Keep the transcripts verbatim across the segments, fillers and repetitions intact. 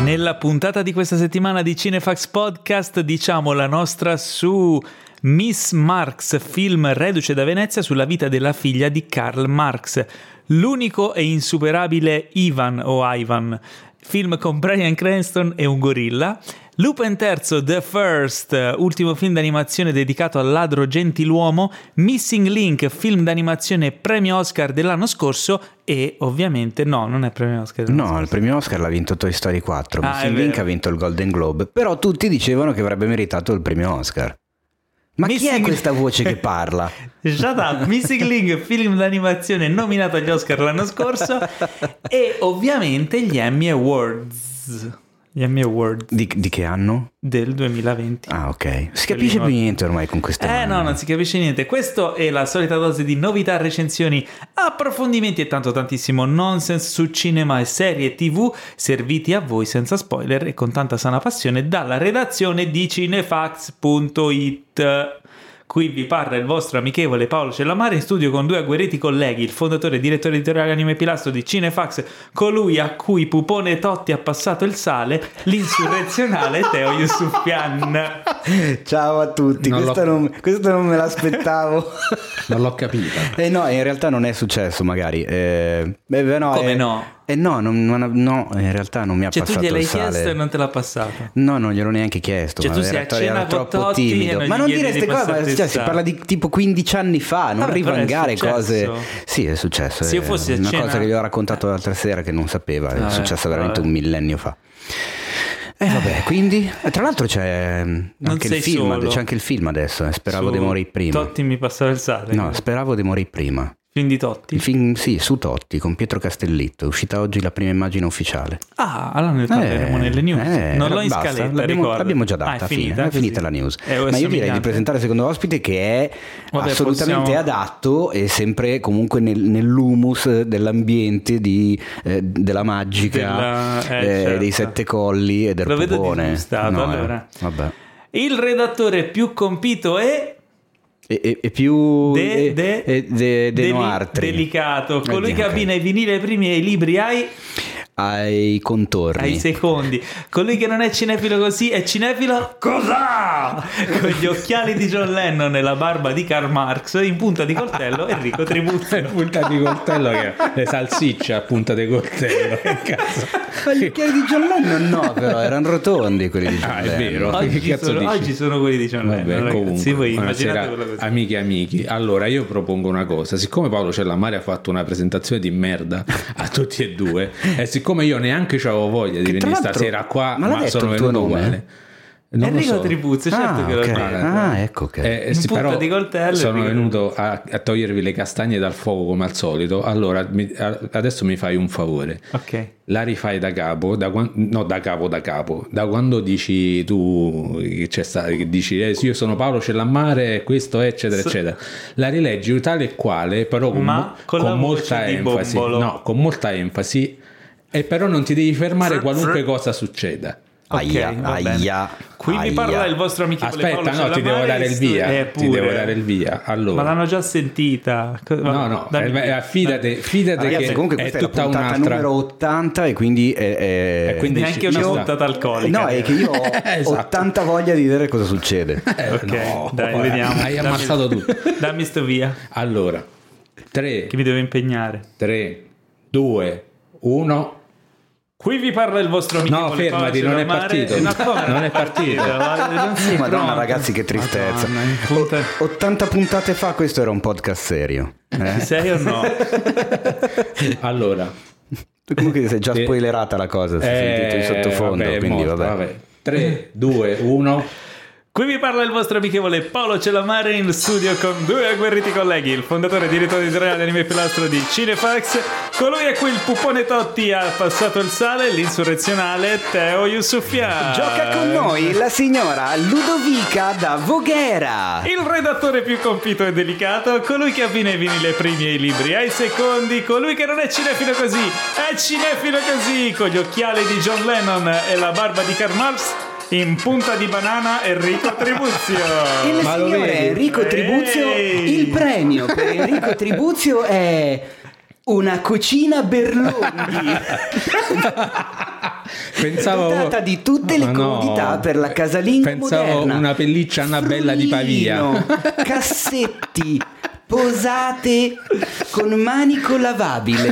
Nella puntata di questa settimana di Cinefax Podcast diciamo la nostra su Miss Marx, film reduce da Venezia sulla vita della figlia di Karl Marx, l'unico e insuperabile Ivan o Ivan, film con Bryan Cranston e un gorilla. Lupin terzo, The First, ultimo film d'animazione dedicato al ladro gentiluomo. Missing Link, film d'animazione premio Oscar dell'anno scorso. E ovviamente no, non è premio Oscar. No, scorso. Il premio Oscar l'ha vinto Toy Story quattro. Ah, Missing Link ha vinto il Golden Globe. Però tutti dicevano che avrebbe meritato il premio Oscar. Ma Missing... chi è questa voce che parla? Shut up. Missing Link, film d'animazione nominato agli Oscar l'anno scorso. E ovviamente gli Emmy Awards. Gli Emmy Award di, di che anno? Del duemilaventi. Ah, ok. Si capisce più niente ormai con queste Eh mani. no, non si capisce niente. Questo è la solita dose di novità, recensioni, approfondimenti e tanto tantissimo nonsense su cinema e serie tv, serviti a voi senza spoiler e con tanta sana passione dalla redazione di cinefax punto it. Qui vi parla il vostro amichevole Paolo Cellamare, in studio con due agguerriti colleghi, il fondatore e direttore editoriale Anime Pilastro di Cinefax, colui a cui Pupone Totti ha passato il sale, l'insurrezionale Teo Yusufian. Ciao a tutti, non questo, non, questo non me l'aspettavo. Non l'ho capita. Eh no, in realtà non è successo magari. Eh, beh, no, Come eh, no? Eh no, non, non, no, in realtà non mi ha cioè, passato il sale. Cioè tu gliel'hai chiesto e non te l'ha passato? No, non gliel'ho neanche chiesto. Cioè ma tu in sei a realtà cena era con troppo Totti timido. e non Ma non gli dire chiedi queste di cose, passarti cioè, il si sale. parla di tipo quindici anni fa, non Vabbè, rivangare però è cose. successo. Sì, è successo. Se io è fossi a una cena- cosa che vi ho raccontato l'altra sera che non sapeva, è Vabbè, successa veramente vabbè. un millennio fa. E eh, vabbè, quindi eh, tra l'altro c'è anche sei il film, solo. c'è anche il film adesso, eh, speravo Su di morire prima. Totti mi passava il sale. No, speravo di morire prima. Film di Totti? Il film, sì, su Totti con Pietro Castellitto, è uscita oggi la prima immagine ufficiale. Ah, allora ne parleremo Eh, nelle news. eh, non l'ho in basta, scaletta, l'abbiamo, ricordo. l'abbiamo già Ah, data, è fine, finita, è finita così. la news. Eh, Ma io direi di somigliante. presentare il secondo ospite che è Vabbè, assolutamente possiamo- adatto e sempre comunque nel, nell'humus dell'ambiente di, eh, della magica, Della- eh, eh, certo. dei sette colli e del Lo vedo Pupone. disgustato, No, eh, allora. vabbè. Il redattore più compito è E, e, e più De- e- de- e- de- de deli- Noartri. delicato, colui Eh, che ok. abbina i vinili ai primi e i libri ai, ai contorni. ai secondi, colui che non è cinefilo così è cinefilo cos'ha? Con gli occhiali di John Lennon e la barba di Karl Marx, in punta di coltello Enrico Tribuzio. Punta di coltello che le salsicce a punta di coltello. Che cazzo? Ma gli occhiali di John Lennon no, però erano rotondi quelli di John Ah, è Lennon. vero. Che Oggi cazzo sono, dici? oggi sono quelli di John Vabbè, Lennon, ragazzi. comunque, Voi buonasera, immaginatevelo così. amiche e amici. Allora io propongo una cosa: siccome Paolo Cellamare ha fatto una presentazione di merda a tutti e due, e siccome io neanche avevo voglia di Che tra venire l'altro- stasera qua, ma l'ha ma, detto sono il tuo venuto nome? uguale. Non lo Enrico so. Tribuzio, certo Ah, che lo ok. detto. Ah, ecco che. Eh, In sì, punta però di coltello, sono Enrico venuto a, a togliervi le castagne dal fuoco come al solito. Allora mi- a- adesso mi fai un favore, Ok. la rifai da capo, da quan- no da capo da capo, da quando dici tu che c'è sta, che dici eh, sì, io sono Paolo Cellammare, questo è eccetera So- eccetera, la rileggi tale e quale, però con, Ma mo- con la con molta voce di enfasi, Bombolo. no, con molta enfasi, e però non ti devi fermare qualunque cosa succeda. Aia, Ok, va bene. aia, Qui vi aia. parla il vostro amico Aspetta, no, ti devo dare il via, ti devo dare il via. Allora, Ma l'hanno già sentita. Co- no, no, dammi- eh, fidate, fidate Ragazzi, che comunque è questa è, la tutta puntata un'altra. numero ottanta e quindi è, è- E quindi neanche ci- una ci sta. puntata alcolica. no, è che io ho Esatto. ottanta voglia di vedere cosa succede. Eh, Ok, no, dai, eh, vediamo. Hai Dammi- ammazzato tutto. Dammi sto via, Allora, tre, che mi devo impegnare. tre, due, uno. Qui vi parla il vostro amico. No, fermati, non è partito. Non è partito. Non si Madonna, pronto. ragazzi, che tristezza. Madonna, in punta- O- ottanta puntate fa questo era un podcast serio. Eh? Sei o no? Allora, Tu comunque sei già Sì. spoilerata la cosa, si è sentito in eh, sottofondo, vabbè, è quindi morto, vabbè. tre, due, uno. Qui vi parla il vostro amichevole Paolo Cellamare, in studio con due agguerriti colleghi, il fondatore e direttore editoriale di Anime Pilastro di Cinefax, colui a cui il Pupone Totti ha passato il sale, l'insurrezionale Teo Yusufian. Gioca con noi la signora Ludovica da Voghera. Il redattore più compito e delicato, colui che abbina i vinili ai primi e i libri ai secondi, colui che non è cinefilo così, è cinefilo così, con gli occhiali di John Lennon e la barba di Karl Marx, in punta di banana Enrico Tribuzio. Il Ma lo signore vedi? Enrico Tribuzio, Ehi! il premio per Enrico Tribuzio è una cucina Berlonghi. Pensavo dotata di tutte le no, comodità no. per la casalinga Pensavo moderna. una pelliccia Annabella di Pavia. Cassetti posate con manico lavabile.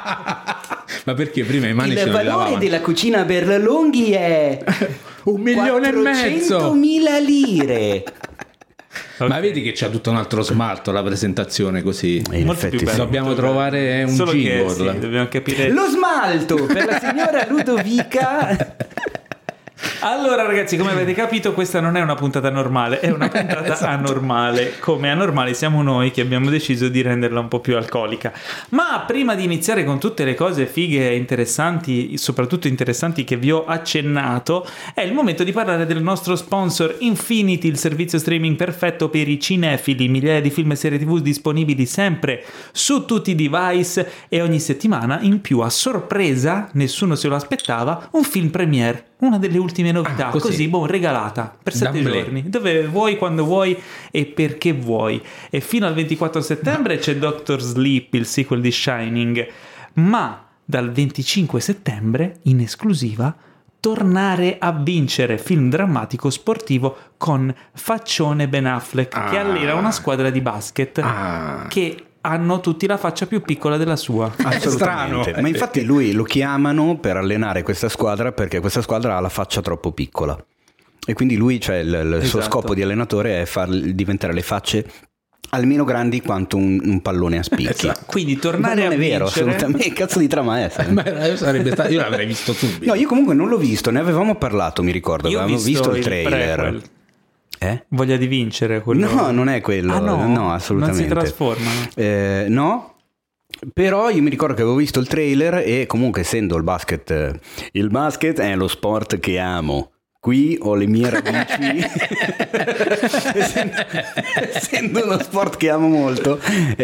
Ma perché prima i manici Il non li valore lavavano? della cucina Berlalonghi è Un milione e mezzo. quattrocentomila lire. Ok. Ma vedi che c'è tutto un altro smalto la presentazione così. In Molto effetti più bello, sì. Dobbiamo molto trovare bello. un Solo che jingle. sì, dobbiamo capire. Lo smalto per la signora Ludovica. Allora ragazzi, come avete capito, questa non è una puntata normale, è una puntata Esatto. anormale. Come anormali siamo noi che abbiamo deciso di renderla un po' più alcolica. Ma prima di iniziare con tutte le cose fighe e interessanti, soprattutto interessanti che vi ho accennato, è il momento di parlare del nostro sponsor Infinity, il servizio streaming perfetto per i cinefili. Migliaia di film e serie tv disponibili sempre su tutti i device e ogni settimana in più, a sorpresa, nessuno se lo aspettava, un film premiere. Una delle ultime novità, Ah, così. così, boh, regalata per sette D'amblè. giorni, dove vuoi, quando vuoi e perché vuoi. E fino al ventiquattro settembre c'è Doctor Sleep, il sequel di Shining, ma dal venticinque settembre, in esclusiva, Tornare a vincere, film drammatico sportivo con Faccione Ben Affleck, Ah. che allena una squadra di basket Ah. che hanno tutti la faccia più piccola della sua. Assolutamente. strano. Ma infatti lui lo chiamano per allenare questa squadra perché questa squadra ha la faccia troppo piccola. E quindi lui, cioè il, il suo Esatto. scopo di allenatore è far diventare le facce almeno grandi quanto un, un pallone a spicchi. Esatto. Quindi Ma tornare non a è vero, vincere. assolutamente. Che cazzo di trama è? sai? Ma era- sarebbe stato- io l'avrei visto subito. No, io comunque non l'ho visto, ne avevamo parlato, mi ricordo. Io ho Avevamo visto, il trailer. prequel. Eh? Voglia di vincere quello. No, non è quello. Ah, no? no, assolutamente. Non si trasformano. Eh, no, però io mi ricordo che avevo visto il trailer e comunque essendo il basket, eh, il basket è lo sport che amo. Qui ho le mie radici, essendo, essendo uno sport che amo molto,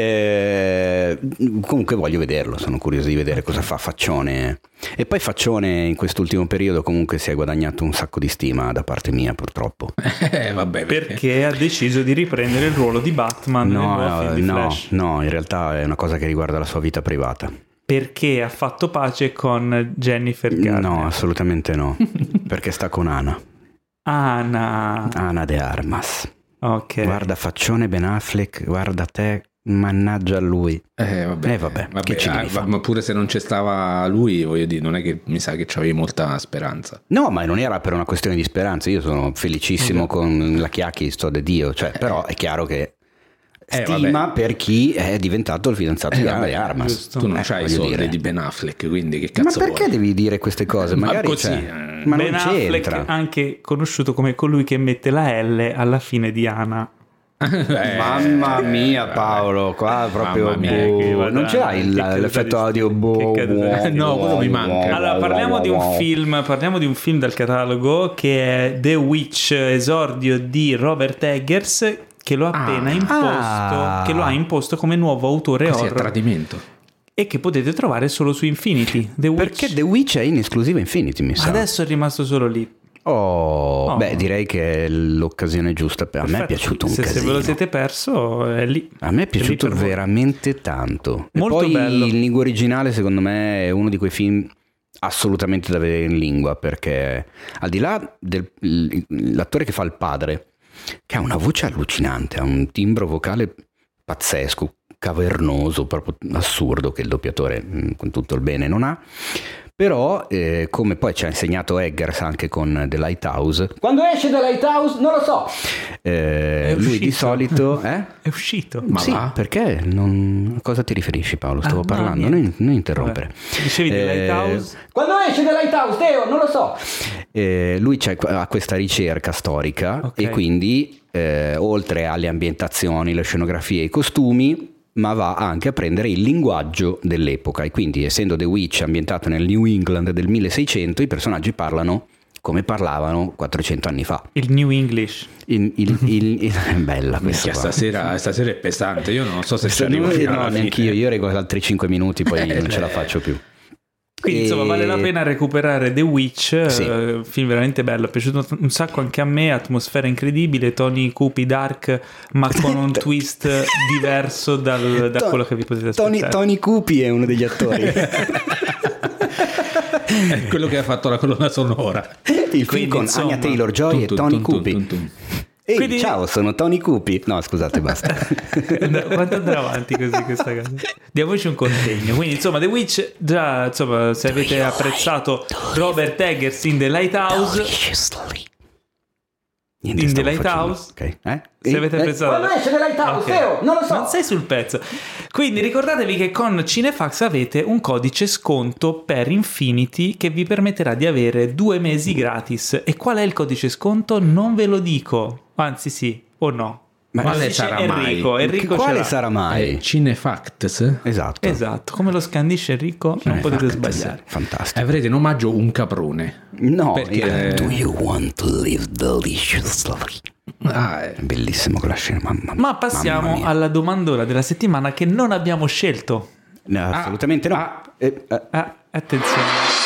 eh, comunque voglio vederlo, sono curioso di vedere cosa fa Faccione. E poi Faccione in quest'ultimo periodo comunque si è guadagnato un sacco di stima da parte mia purtroppo. Eh, vabbè, perché? Perché ha deciso di riprendere il ruolo di Batman nel nuovo No, film di no, Flash. no, in realtà è una cosa che riguarda la sua vita privata. Perché ha fatto pace con Jennifer Garner. No, assolutamente no, perché sta con Ana, Anna. Ana de Armas. Ok. Guarda Faccione Ben Affleck, guarda te, mannaggia a lui. Eh, vabbè, Eh, vabbè, che ci ah, devi fare? ma pure se non c'è stava lui, voglio dire, non è che mi sa che c'avevi molta speranza. No, ma non era per una questione di speranza, io sono felicissimo con la Chiacchi, sto de Dio, cioè, però è chiaro che Eh, stima vabbè. per chi è diventato il fidanzato Eh, di Ana vabbè, de Armas. giusto. Tu non Eh, c'hai i voglio soldi dire. di Ben Affleck, quindi che Ma cazzo perché vuoi? devi dire queste cose? Ma Magari così, cioè, eh. ma non Ben Affleck, c'entra. anche conosciuto come colui che mette la L alla fine di Anna. Eh, Mamma mia vabbè. Paolo, qua proprio Mamma mia, boh. che vada- non ce l'hai che il- caduta l'effetto di- audio che boh, caduta di- boh, No, quello mi boh, manca. boh, Allora, boh, parliamo boh, di un boh. film, parliamo di un film dal catalogo che è The Witch, esordio di Robert Eggers, che lo ha appena Ah. imposto, Ah. che lo ha imposto come nuovo autore Così è horror tradimento. e che potete trovare solo su Infinity. The Witch. Perché The Witch è in esclusiva Infinity, mi sa. Adesso è rimasto solo lì. Oh, Oh. beh, direi che è l'occasione giusta. Per... A me è Perfetto. piaciuto un se, casino. se ve lo siete perso, è lì. A me è È lì piaciuto per voi. veramente tanto. Molto e poi bello. il lingua originale, secondo me, è uno di quei film assolutamente da vedere in lingua, perché al di là dell'attore che fa il padre, che ha una voce allucinante, ha un timbro vocale pazzesco, cavernoso, proprio assurdo, che il doppiatore, mh, con tutto il bene, non ha. Però, eh, come poi ci ha insegnato Eggers anche con The Lighthouse, quando esce The Lighthouse non lo so, eh, È lui uscito. di solito eh? È uscito. Ma sì, va? perché? Non... A cosa ti riferisci, Paolo? Stavo Ah, no, parlando, niente. non, non interrompere. Vabbè. Dicevi The Lighthouse? Quando esce The Lighthouse, Teo? Non lo so. Eh, lui c'è, ha questa ricerca storica Ok. e quindi, eh, oltre alle ambientazioni, le scenografie e i costumi, ma va anche a prendere il linguaggio dell'epoca. E quindi, essendo The Witch ambientato nel New England del milleseicento, i personaggi parlano come parlavano quattrocento anni fa. Il New English. Il, il, il, il- è bella questa Minchia, qua. stasera, stasera è pesante, io non so se ci Se arrivo no, fino no, alla fine. neanch'io, io regolo altri cinque minuti, poi non ce la Eh. faccio più. Quindi E- insomma vale la pena recuperare The Witch, Sì. eh, film veramente bello, è piaciuto un sacco anche a me, atmosfera incredibile, toni cupi, dark, ma con un twist diverso dal- da To- quello che vi potete Tony, aspettare. Tony Cupi è uno degli attori. È quello che ha fatto la colonna sonora. Il film con insomma, Anya Taylor-Joy e Tum, tum, Tony tum, tum, Cupi. tum, tum. Ehi, Quindi- ciao, sono Tony Cupi. No, scusate, basta. Quanto andrà avanti così questa cosa? Diamoci un contegno. Quindi, insomma, The Witch, già, insomma, se avete apprezzato Robert Eggers in The Lighthouse, Niente, in The stavo Lighthouse, facendo- ok. Eh? se avete Eh? apprezzato... Quando esce The Lighthouse, Ok. Teo? Non lo so. Non sei sul pezzo. Quindi ricordatevi che con Cinefax avete un codice sconto per Infinity che vi permetterà di avere due mesi gratis. E qual è il codice sconto? Non ve lo dico. Anzi sì, o no. Ma Lo quale dice sarà Enrico. mai? Enrico Quale ce l'ha. sarà mai? Eh, Cinefacts. Esatto. Esatto, come lo scandisce Enrico non potete Facts. sbagliare. Fantastico. Avrete in omaggio un caprone. No, Perché- io- Do you want to live deliciously? Ah, eh. Bellissimo quella scena, mamma mia. Ma passiamo mamma mia. alla domandona della settimana che non abbiamo scelto. No, assolutamente no. ah. Eh, eh, Ah, attenzione.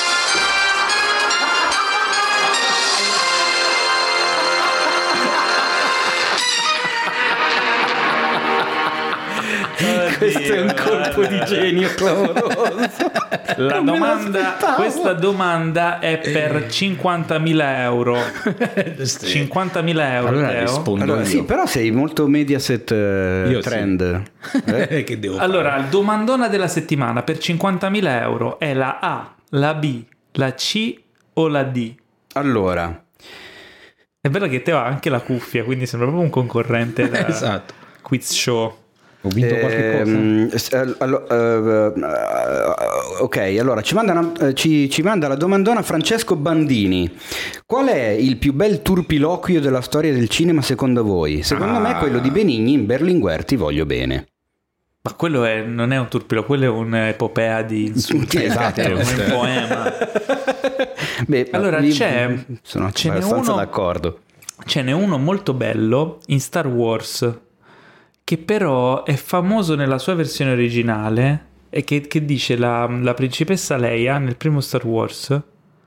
questo è un colpo di genio clamoroso. La Non me domanda, l'aspettavo. questa domanda è per cinquantamila euro. cinquantamila euro, Allora Teo. rispondo Allora, io. sì, però sei molto Mediaset eh, Io sì. trend. Eh? che devo Allora, fare? il domandona della settimana per cinquantamila euro è la A, la B, la C o la D? Allora, È bello che Teo ha anche la cuffia, quindi sembra proprio un concorrente da Esatto. quiz show. Ho vinto qualche cosa. ehm, s- eh, allo- eh, eh, ok, allora ci manda, una- eh, ci, ci manda la domandona Francesco Bandini. Qual è il più bel turpiloquio della storia del cinema secondo voi? Secondo Ah. me quello di Benigni in Berlinguer Ti voglio bene. Ma quello è, non è un turpilo, quello è un'epopea di insulti. Esatto. È un poema. Beh, Allora, io c'è- sono ce n'è abbastanza uno- d'accordo. Ce n'è uno molto bello in Star Wars, che però è famoso nella sua versione originale e che, che dice la, la principessa Leia nel primo Star Wars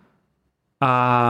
a,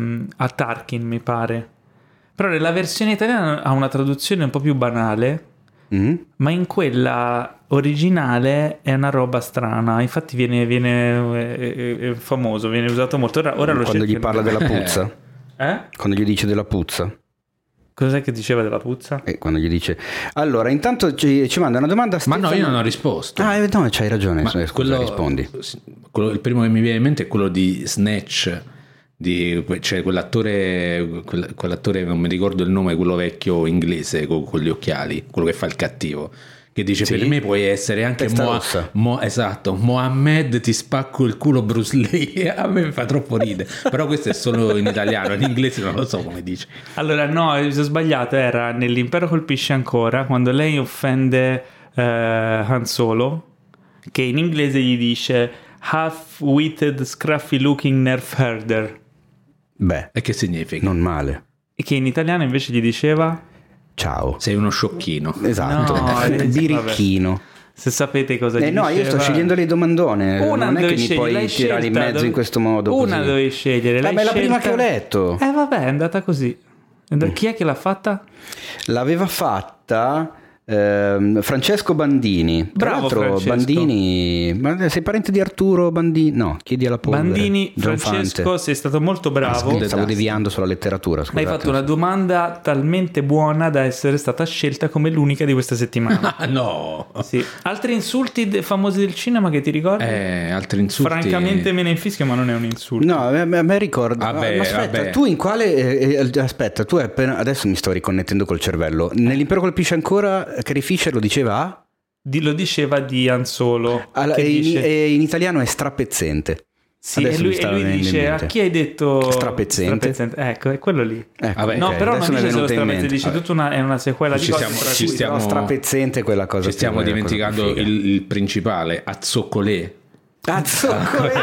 a Tarkin, mi pare. Però nella versione italiana ha una traduzione un po' più banale, Mm? ma in quella originale è una roba strana. Infatti viene, viene è, è- è famoso, viene usato molto. Ora, ora lo Quando gli cercherò. parla della puzza. Eh? Quando gli dice della puzza. Cos'è che diceva della puzza? E quando gli dice allora intanto ci, ci manda una domanda Ma no, Stefano- io non ho risposto. Ah, eh, no, c'hai ragione, Ma scusa, quello- rispondi. quello- il primo che mi viene in mente è quello di Snatch, di, cioè quell'attore, quell- quell'attore, non mi ricordo il nome, quello vecchio inglese con, con gli occhiali, quello che fa il cattivo, che dice Sì. per me puoi essere anche Testa Moa- rossa. Mo- esatto, Mohammed ti spacco il culo Bruce Lee. A me fa troppo ridere, però questo è solo in italiano, in inglese non lo so come dice. Allora, no, ho sbagliato. Era nell'Impero colpisce ancora, quando lei offende eh, Han Solo, che in inglese gli dice half-witted, scruffy-looking nerf herder, Beh, E che significa? non male. e che in italiano invece gli diceva... Ciao. Sei uno sciocchino. Esatto. No, eh, Birichino. Se sapete cosa Eh gli no, io sto diceva- scegliendo le domandone. Una non è che dovevi mi scegliere, puoi l'hai tirare in scelta, mezzo dovevi- in questo modo. Una così. dovevi scegliere. Ah, l'hai ma è la prima scelta- che ho letto. Eh vabbè, è andata così. Chi è che l'ha fatta? L'aveva fatta ehm, Francesco Bandini. Tra Bravo, l'altro, Francesco. Bandini. Ma sei parente di Arturo Bandini? No, chiedi alla polvere. Bandini, John Francesco, Fante. sei stato molto bravo. Ah, stavo deviando sulla letteratura. Hai Scusate. fatto una domanda talmente buona da essere stata scelta come l'unica di questa settimana. Ah no! Sì. Altri insulti de- famosi del cinema che ti ricordi? Eh, altri insulti. Francamente me ne infischio, ma non è un insulto. No, a me, a me ricorda. Vabbè, ma aspetta, vabbè. tu in quale. eh, eh, aspetta, tu hai appena. Adesso mi sto riconnettendo col cervello. Nell'Impero colpisce ancora. Carrie Fisher lo diceva a? Di- lo diceva di Han Solo. Alla- che e, in, dice- e in italiano è strapezzente. sì, adesso e mi lui, sta e lui venendo in dice: mente. A chi hai detto Strapezzente? Ecco, è quello lì. Ecco, Vabbè, No, ok, però non adesso mi è dice solo venuto in strapezzente, mente. dice Vabbè. tutta una, è una sequela Ci di cose. stiamo- tra ci cui- stiamo- Però strapezzente è quella cosa Ci stiamo più- dimenticando quella cosa il, il principale, Azzoccolè. figa. Ah, zoccolè!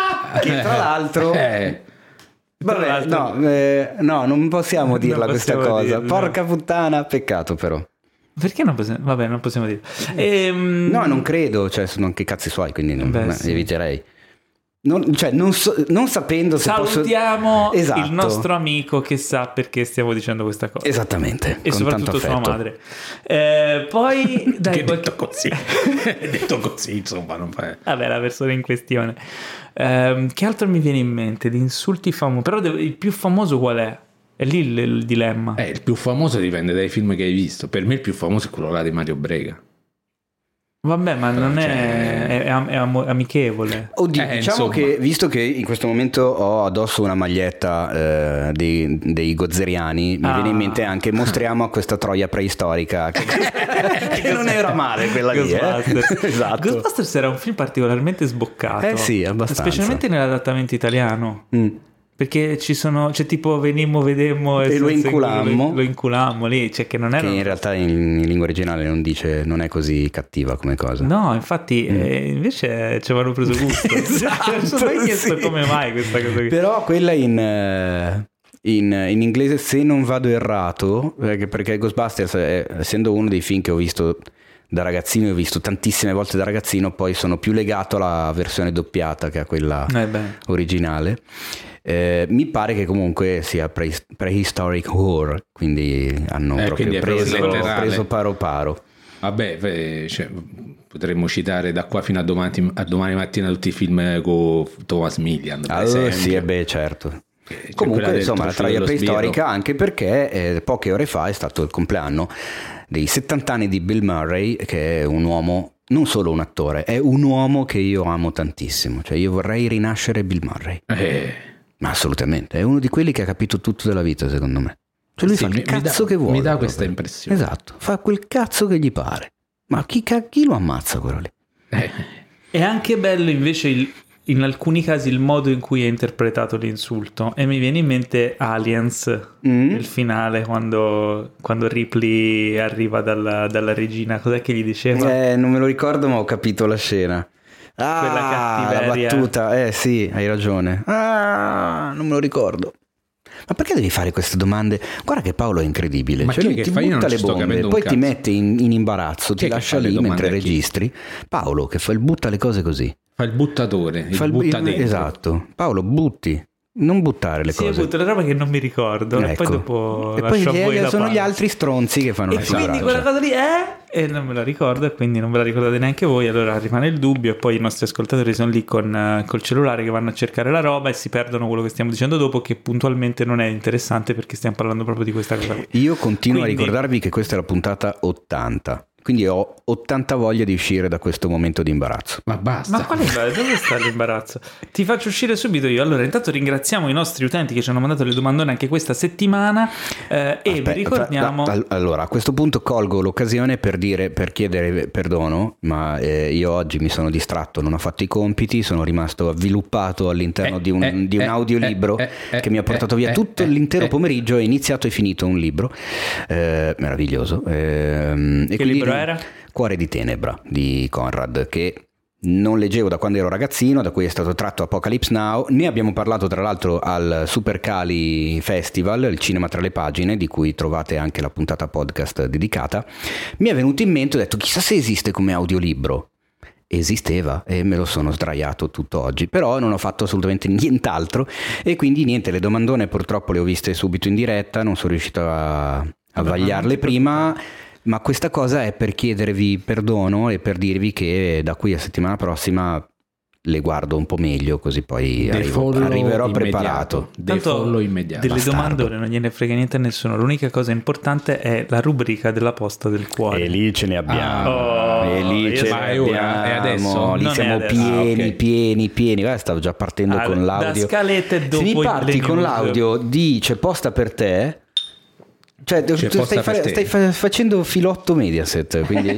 Che tra l'altro. Eh, Vabbè, Tra l'altro- no, eh, no, non possiamo Non dirla questa possiamo cosa. dirlo, no. Porca puttana, peccato però. Perché non possiamo? Vabbè, non possiamo dire. Ehm, No, non credo, cioè sono anche cazzi suoi, quindi non, Beh, eh, sì. eviterei. Non, cioè, non, so, non sapendo se salutiamo posso... Esatto. il nostro amico che sa perché stiamo dicendo questa cosa. Esattamente. E con soprattutto tanto sua affetto. madre. Eh, poi dai, che qualche... detto così detto così insomma non fa... Vabbè, la persona in questione. Eh, che altro mi viene in mente di insulti famosi? Però il più famoso qual è? È lì il, il dilemma. Eh, il più famoso dipende dai film che hai visto. Per me il più famoso è quello là di Mario Brega. Vabbè, ma non Cioè... è, è, è am- amichevole. Oddio, Eh, diciamo insomma. che visto che in questo momento ho addosso una maglietta eh, dei, dei gozzeriani, mi Ah. viene in mente anche mostriamo a questa troia preistorica che, che non era male quella lì, eh? Ghostbusters. Esatto. Ghostbusters era un film particolarmente sboccato. Eh sì, abbastanza. Specialmente nell'adattamento italiano. Mm. Perché ci sono, c'è tipo venimmo, vedemmo E lo senza- inculammo. Lo, lo inculammo lì, cioè che non Che era. in realtà in, in lingua originale non dice, non è così cattiva come cosa. No, infatti, eh, invece ci avevano preso gusto. Esatto, Mi sono mai chiesto sì. come mai questa cosa qui. Però quella in, eh, in, in inglese, se non vado errato, perché, perché Ghostbusters, è, essendo uno dei film che ho visto da ragazzino, ho visto tantissime volte da ragazzino, poi sono più legato alla versione doppiata che a quella Eh beh. originale. Eh, mi pare che comunque sia pre- prehistoric horror, quindi hanno Eh, proprio quindi è proprio preso, letterale. preso paro paro. Vabbè, eh, cioè, potremmo citare da qua fino a domani, a domani mattina tutti i film con Thomas Millian, per Allora esempio. sì, e beh, certo. C'è quella Comunque del insomma la trofeo troia dello preistorica, sbirro. anche perché eh, poche ore fa è stato il compleanno dei settanta anni di Bill Murray, che è un uomo, non solo un attore, è un uomo che io amo tantissimo, cioè io vorrei rinascere Bill Murray, Eh, ma assolutamente, è uno di quelli che ha capito tutto della vita secondo me, cioè lui sì, fa il mi- mi cazzo dà- che vuole mi dà proprio. questa impressione. Esatto, fa quel cazzo che gli pare, ma chi, ca- chi lo ammazza quello lì? eh, È anche bello invece il- in alcuni casi il modo in cui è interpretato l'insulto, e mi viene in mente Aliens, Mm. il finale quando, quando Ripley arriva dalla, dalla regina, cos'è che gli diceva? Eh, non me lo ricordo, ma ho capito la scena. Ah, Quella la cattiveria. battuta, eh sì, hai ragione. Ah, non me lo ricordo. Ma perché devi fare queste domande? Guarda che Paolo è incredibile. Ma Cioè, chi è lui che ti fa? Io non butta ci le sto bombe, capendo un poi ti cazzo. mette in, in imbarazzo, Chi ti è che lascia fa le lì domande mentre a chi? registri. Paolo che fa il butta le cose così. fa il buttatore, il Fa il- butta dentro. Esatto. Paolo, butti. Non buttare le Sì, ho cose. avuto la roba che non mi ricordo, e Ecco. poi dopo E poi lascio a gli- voi la sono parte. gli altri stronzi che fanno E la quindi figuraccia. quella cosa lì è e non me la ricordo, e quindi non ve la ricordate neanche voi, allora rimane il dubbio, e poi i nostri ascoltatori sono lì con eh, col cellulare che vanno a cercare la roba e si perdono quello che stiamo dicendo dopo, che puntualmente non è interessante perché stiamo parlando proprio di questa cosa qui. Io continuo Quindi- a ricordarvi che questa è la puntata ottanta, quindi ho ottanta voglia di uscire da questo momento di imbarazzo. Ma basta. Ma quale imbarazzo? Dove sta l'imbarazzo? Ti faccio uscire subito io. Allora, intanto ringraziamo i nostri utenti che ci hanno mandato le domandone anche questa settimana, eh, e Aspetta, vi ricordiamo... fa- all- allora, a questo punto colgo l'occasione per dire, per chiedere perdono, ma eh, io oggi mi sono distratto, non ho fatto i compiti, sono rimasto avviluppato all'interno Eh, di un, eh, di un eh, audiolibro eh, eh, che mi ha portato eh, via eh, tutto eh, l'intero eh. pomeriggio, è iniziato e finito un libro, eh, meraviglioso. ehm, e Che quindi- libro era? Cuore di tenebra di Conrad, che non leggevo da quando ero ragazzino, da cui è stato tratto Apocalypse Now. Ne abbiamo parlato tra l'altro al Supercali Festival, il cinema tra le pagine, di cui trovate anche la puntata podcast dedicata. Mi è venuto in mente, ho detto chissà se esiste come audiolibro. Esisteva e me lo sono sdraiato tutto oggi, però non ho fatto assolutamente nient'altro, e quindi niente, le domandone purtroppo le ho viste subito in diretta, non sono riuscito a, a Vabbè, vagliarle non ti prima. Ma questa cosa è per chiedervi perdono e per dirvi che da qui a settimana prossima le guardo un po' meglio, così poi arrivo- Defollow arriverò immediato. preparato. Defollow immediato. delle Bastardo. domandone non gliene frega niente a nessuno. L'unica cosa importante è la rubrica della posta del cuore. E lì ce ne abbiamo. Oh, e lì io ce so- ne Ma è ora? È abbiamo. adesso? Lì Non è siamo adesso. pieni, Ah, ok. pieni, pieni. Guarda, stavo già partendo Ah, con da l'audio. scalette Se dopo mi il- parti le con news. l'audio di C'è posta per te, cioè tu C'è stai, posta fa- per te. stai fa- facendo filotto Mediaset, quindi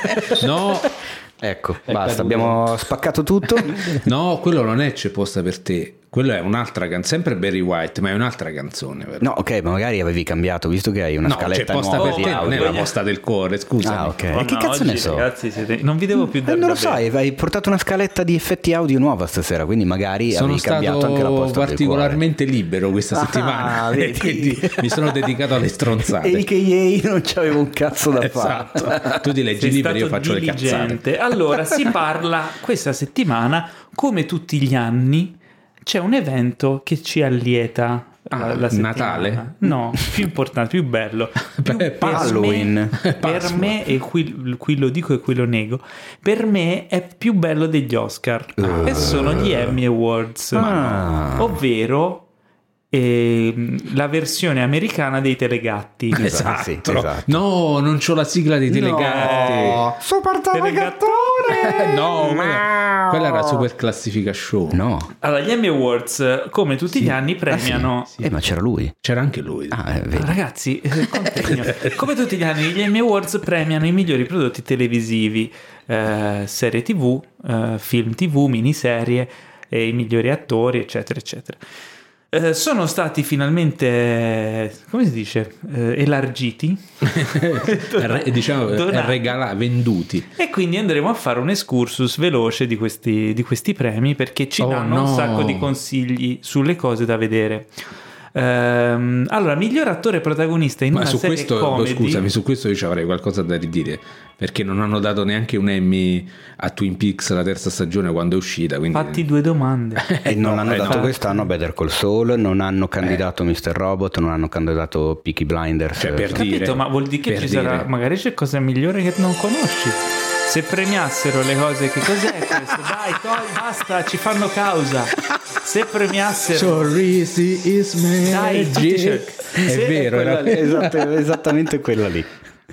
No, ecco, È basta, caduto. abbiamo spaccato tutto. no, quello non è C'è posta per te. Quello è un'altra canzone, sempre Barry White, ma è un'altra canzone. Vero? No, ok, ma magari avevi cambiato, visto che hai una no, scaletta cioè, posta nuova per di te, audio. non è la posta del cuore, scusa. Ah, ok. Oh, e che no, cazzo oggi, ne so? Ragazzi, siete... non vi devo più Eh, dare non lo da so, bere. hai, hai portato una scaletta di effetti audio nuova stasera, quindi magari Sono avevi cambiato anche la stato posta particolarmente libero questa Ah, settimana, vedi? quindi mi sono dedicato alle stronzate. del cuore. E che non c'avevo un cazzo da Esatto. fare. Tu ti leggi Sei liberi, io stato faccio le cazzate. diligente. Allora, si parla questa settimana, come tutti gli anni, c'è un evento che ci allieta. Ah, la, la settimana. Natale? No, più importante, più bello. Più Beh, per Halloween. me, per me, e qui, qui lo dico e qui lo nego, per me è più bello degli Oscar. Uh. E sono gli Emmy Awards, Ah. ovvero ehm, la versione americana dei Telegatti. Esatto. Sì, esatto. No, non c'ho la sigla dei Telegatti. No. Super Telegattone! No, quella, quella era Super Classifica Show. No. Allora, gli Emmy Awards, come tutti gli anni, premiano... Eh, ma c'era lui. C'era anche lui. Ah, eh, vedi. Ragazzi, eh, contegno. Come tutti gli anni, gli Emmy Awards premiano i migliori prodotti televisivi, eh, serie tv, eh, film tv, miniserie, e i migliori attori, eccetera, eccetera. Eh, sono stati finalmente, come si dice, eh, elargiti, Re- diciamo donati. regala- venduti. E quindi andremo a fare un excursus veloce di questi, di questi premi, perché ci Oh, danno no. un sacco di consigli sulle cose da vedere. Ehm, allora, miglior attore protagonista in Ma una su serie questo, comedy. scusami, su questo io ci avrei qualcosa da ridire, perché non hanno dato neanche un Emmy a Twin Peaks la terza stagione quando è uscita. Quindi... Fatti due domande. E non No, hanno eh, dato no. quest'anno Better Call Saul, non hanno candidato mister Robot, non hanno candidato Peaky Blinders. Cioè, per Capito, dire, ma vuol dire che per ci dire. sarà, magari c'è cosa migliore che non conosci. Se premiassero le cose, che cos'è questo? Dai, togli, basta, ci fanno causa. Se premiassero, Sorrisi is Dai, tutti magic. cercano. È Se- vero, Quella era... lì, esatto, esattamente quella lì.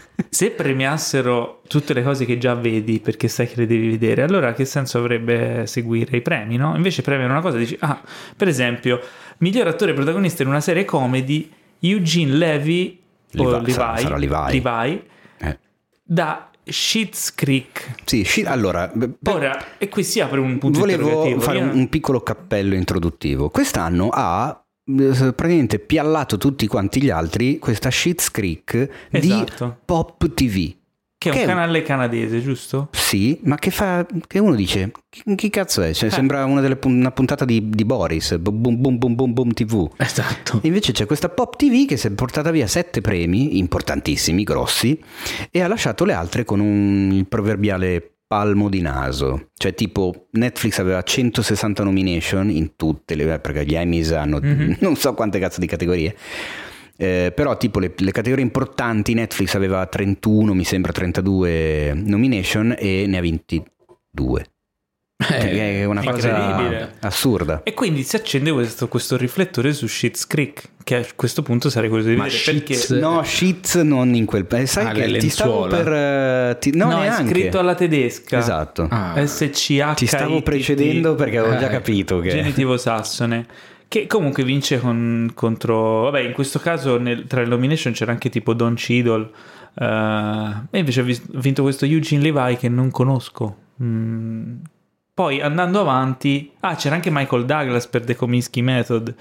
se premiassero tutte le cose che già vedi perché sai che le devi vedere, allora che senso avrebbe seguire i premi, no? Invece premiano una cosa e dici, ah, per esempio, miglior attore protagonista in una serie comedy, Eugene Levy o Levi- sarà- Levi, sarà Levi. Levi Eh. da Schitt's Creek. Sì, sci- allora, beh, Ora, e qui si apre un punto volevo interrogativo. fare Io- un, un piccolo cappello introduttivo. Quest'anno ha eh, praticamente piallato tutti quanti gli altri questa Schitt's Creek Esatto. di Pop T V. Che è un che è- canale canadese, giusto? Sì, ma che fa. Che uno dice: Chi, chi cazzo è? Cioè, Eh. Sembra una, delle, pun- una puntata di, di Boris, boom boom boom boom boom, boom T V. Esatto. Invece c'è questa Pop T V che si è portata via sette premi importantissimi, grossi, e ha lasciato le altre con un, il proverbiale palmo di naso. Cioè, tipo, Netflix aveva centosessanta nomination in tutte le, perché gli Emmys hanno Mhm. non so quante cazzo di categorie. Eh, però tipo le, le categorie importanti, Netflix aveva trentuno, mi sembra trentadue nomination e ne ha vinti due. Cioè, è una cosa incredibile. assurda. E quindi si accende questo, questo riflettore su Schitt's Creek, che a questo punto sarei curioso di Ma vedere Schitt's- perché... No, shit non in quel eh, sai Ah, che le ti stavo lenzuola. per eh, ti- no, No, è neanche. scritto alla tedesca. Esatto. Ah. S C H Ti stavo precedendo perché avevo già Eh. capito che genitivo sassone, che comunque vince con, contro, vabbè, in questo caso nel- tra le nomination c'era anche tipo Don Cheadle, eh, e invece ha vis- vinto questo Eugene Levi che non conosco. Mm. Poi andando avanti, ah, c'era anche Michael Douglas per The Kominsky Method.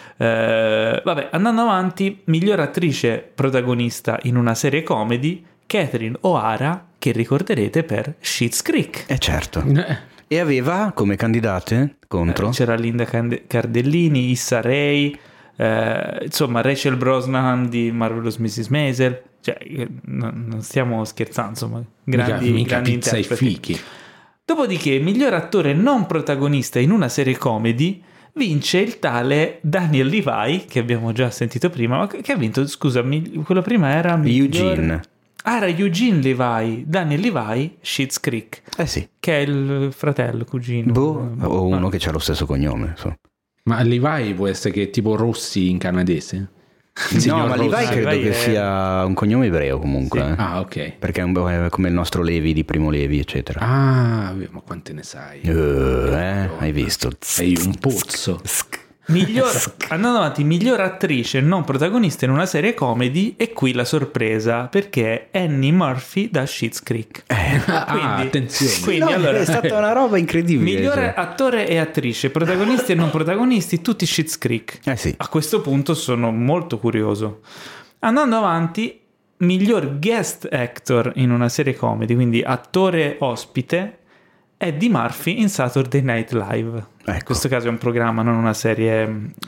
Eh, vabbè, andando avanti, miglior attrice protagonista in una serie comedy, Catherine O'Hara, che ricorderete per Schitt's Creek. eh certo. Eh, E aveva come candidate contro Eh, c'era Linda Cand- Cardellini, Issa Rae, eh, insomma Rachel Brosnahan di Marvelous missus Maisel. Cioè, eh, non, non stiamo scherzando, insomma, grandi, mica, mica grandi pizza e interpreti. fichi. Dopodiché, miglior attore non protagonista in una serie comedy vince il tale Daniel Levi, che abbiamo già sentito prima, ma che ha vinto, scusami, quello prima era miglior... Eugene. Ah, era Eugene Levi, Daniel Levi, Schitt's Creek, Eh sì. che è il fratello, cugino. Boh, o uno Ah. che ha lo stesso cognome, insomma. Ma Levi può essere che è tipo Rossi in canadese? Il No, signor ma Rossi. Levi credo Levi che è- sia un cognome ebreo comunque, Sì. eh. Ah, ok. Perché è, un, è come il nostro Levi di Primo Levi, eccetera. Ah, ma quante ne sai? Eh, eh, hai visto? Sei un pozzo. Miglior, andando avanti, miglior attrice non protagonista in una serie comedy, e qui la sorpresa, perché è Annie Murphy da Schitt's Creek. Eh, quindi, ah, attenzione. quindi no, allora, è stata una roba incredibile. migliore cioè. attore e attrice, protagonisti e non protagonisti, tutti Schitt's Creek. Eh sì. A questo punto sono molto curioso. Andando avanti, miglior guest actor in una serie comedy, quindi attore ospite, Eddie Murphy in Saturday Night Live. Ecco. In questo caso è un programma, non una serie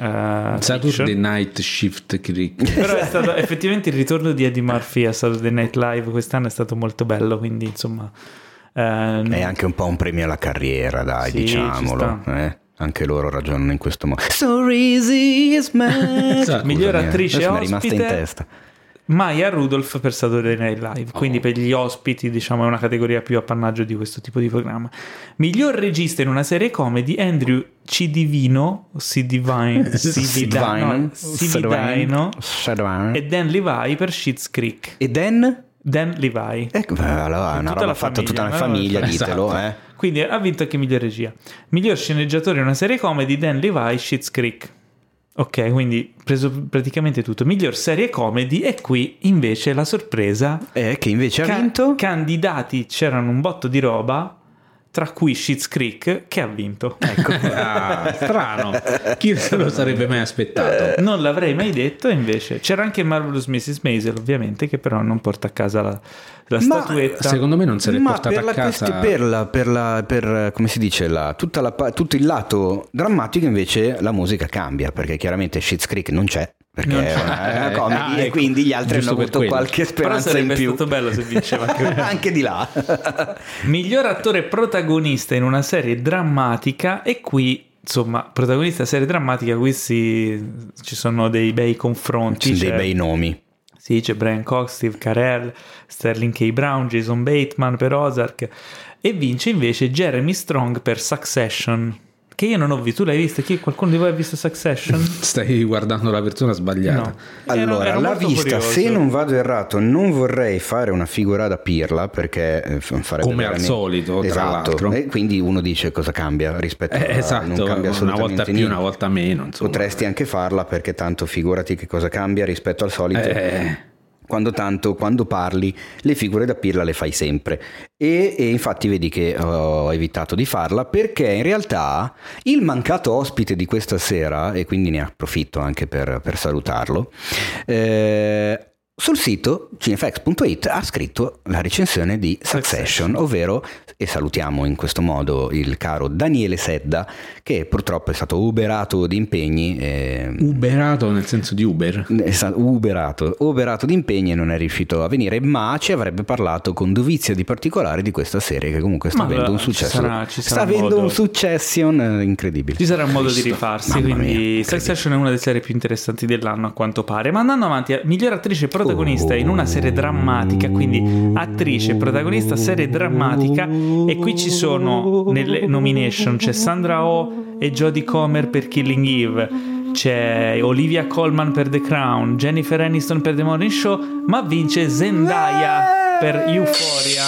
uh, Saturday Night Shift Creek. Però è stato effettivamente il ritorno di Eddie Murphy a Saturday Night Live quest'anno è stato molto bello, quindi insomma ehm... è anche un po' un premio alla carriera, dai, sì, diciamolo, eh? Anche loro ragionano in questo modo. So easy is magic. Esatto. Miglior attrice Adesso mi è rimasta in ospite testa. Maya Rudolph per Saturday Night Live, quindi Oh. per gli ospiti diciamo è una categoria più appannaggio di questo tipo di programma. Miglior regista in una serie comedy Andrew Cidivino Cidivino Cidivino Cidivino e Dan Levi per Schitt's Creek. E Dan? Dan Levi. Ecco, allora, è una Tutta roba la fatta tutta la famiglia, famiglia, no? ditelo, Esatto. eh. Quindi ha vinto anche miglior regia. Miglior sceneggiatore in una serie comedy Dan Levi, Schitt's Creek. Ok, quindi preso praticamente tutto. Miglior serie comedy, e qui invece la sorpresa. Eh, che invece ha Ca- vinto? Candidati c'erano un botto di roba, tra cui Schitt's Creek, che ha vinto. Ecco. Ah, strano. Chi se lo sarebbe mai aspettato? Non l'avrei mai detto, invece c'era anche Marvelous missus Maisel, ovviamente, che però non porta a casa la, la Ma statuetta. Secondo me non se l'è Ma portata per la a casa. questi- per, la, per, la, per come si dice la, tutta la, pa- tutto il lato drammatico invece la musica cambia, perché chiaramente Schitt's Creek non c'è, perché Non è c'è. una, è una comedy, Ah, e ecco, quindi gli altri giusto hanno per avuto quello. qualche Però speranza sarebbe in più. stato bello se vinceva anche Anche di là. Miglior attore protagonista in una serie drammatica, e qui insomma protagonista serie drammatica, qui si, ci sono dei bei confronti. Ci sono dei c'è- bei nomi. Sì, c'è Brian Cox, Steve Carell, Sterling K. Brown, Jason Bateman per Ozark, e vince invece Jeremy Strong per Succession, che io non ho visto. Tu l'hai visto? Chi, qualcuno di voi ha visto Succession? Stai guardando la persona sbagliata. No. Ero- Allora, ero l'ha molto vista, curioso. se non vado errato, non vorrei fare una figura da pirla, perché eh, f- farebbe Come al veramente- solito, tra esatto. l'altro. E quindi uno dice cosa cambia rispetto Eh, a esatto, non cambia una assolutamente volta più, niente. una volta meno. Insomma. Potresti anche farla, perché tanto figurati che cosa cambia rispetto al solito. Eh. Quando tanto, quando parli, le figure da pirla le fai sempre. E, e infatti vedi che ho evitato di farla, perché in realtà il mancato ospite di questa sera, e quindi ne approfitto anche per, per salutarlo, eh, sul sito cinefax punto it ha scritto la recensione di Succession, ovvero, e salutiamo in questo modo il caro Daniele Sedda, che purtroppo è stato uberato di impegni. E, Uberato nel senso di Uber. è stato uberato, uberato di impegni e non è riuscito a venire, ma ci avrebbe parlato con dovizia di particolare di questa serie, che comunque sta Ma avendo un ci successo. sarà- ci sta sarà avendo modo. un succession eh, incredibile. Ci sarà modo di Cristo, rifarsi, mamma quindi mia, incredibile. Succession è una delle serie più interessanti dell'anno a quanto pare. Ma andando avanti, miglior attrice protagonista in una serie drammatica, quindi attrice protagonista serie drammatica, e qui ci sono nelle nomination c'è Sandra Oh e Jodie Comer per Killing Eve, c'è Olivia Colman per The Crown, Jennifer Aniston per The Morning Show, ma vince Zendaya per Euphoria.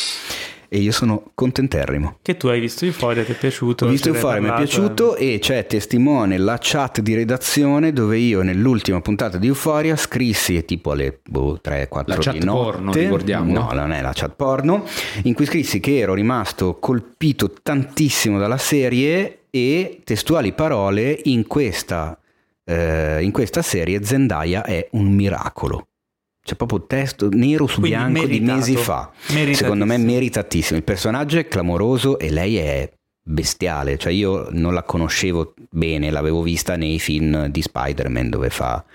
E io sono contenterrimo. Che tu hai visto Euphoria, ti è piaciuto? Ho visto Ce l'hai Euphoria, mi è parlato, piaciuto, e c'è testimone la chat di redazione dove io nell'ultima puntata di Euphoria scrissi tipo alle boh, tre quattro La chat di notte. porno, ricordiamo. No, non è la chat porno, in cui scrissi che ero rimasto colpito tantissimo dalla serie, e testuali parole: in questa, eh, in questa serie Zendaya è un miracolo. C'è proprio testo nero su Quindi bianco di meritato. mesi fa. Meritatissimo. Secondo me meritatissimo. Il personaggio è clamoroso e lei è bestiale. Cioè io non la conoscevo bene, l'avevo vista nei film di Spider-Man dove fa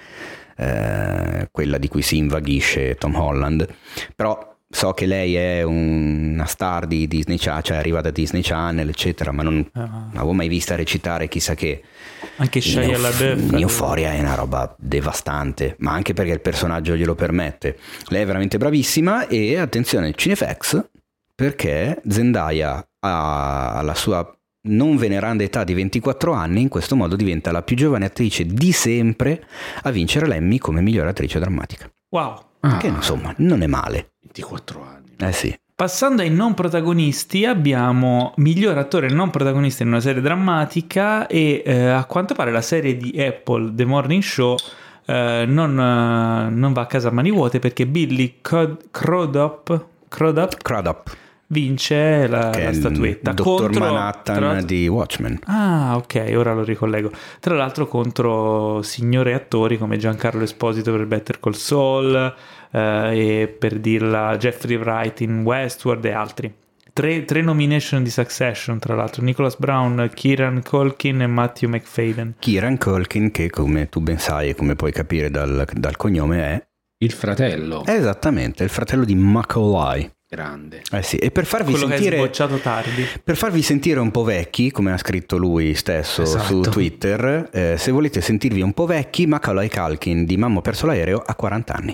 eh, quella di cui si invaghisce Tom Holland. Però so che lei è un- una star di Disney Channel, cioè arriva da Disney Channel, eccetera, ma non Ah. non l'avevo mai vista recitare chissà che. Anche Shia In Euf- LaBeouf. in Euphoria è una roba devastante, ma anche perché il personaggio glielo permette. Lei è veramente bravissima, e attenzione Cinefax, perché Zendaya ha- alla sua non veneranda età di ventiquattro anni in questo modo diventa la più giovane attrice di sempre a vincere l'Emmy come migliore attrice drammatica, Wow. Ah, che insomma non è male. ventiquattro anni. Eh sì, Passando ai non protagonisti, abbiamo miglior attore non protagonista in una serie drammatica e eh, a quanto pare la serie di Apple, The Morning Show, eh, non, eh, non va a casa a mani vuote perché Billy Cod- Crudup, Crudup, Crudup vince la, che la è statuetta. il dottor contro, Manhattan tra... di Watchmen. Ah, ok, ora lo ricollego. Tra l'altro contro signori attori come Giancarlo Esposito per Better Call Saul, eh, e per dirla Jeffrey Wright in Westworld e altri. Tre, tre nomination di Succession, tra l'altro: Nicholas Brown, Kieran Culkin e Matthew McFadden. Kieran Culkin, che come tu ben sai e come puoi capire dal, dal cognome è il fratello. È esattamente, il fratello di Macaulay. Grande. Eh sì, e per farvi quello sentire che è sbocciato tardi. Per farvi sentire un po' vecchi, come ha scritto lui stesso Esatto. su Twitter, eh, se volete sentirvi un po' vecchi, Macaulay Culkin di Mamma ho perso l'aereo ha quaranta anni.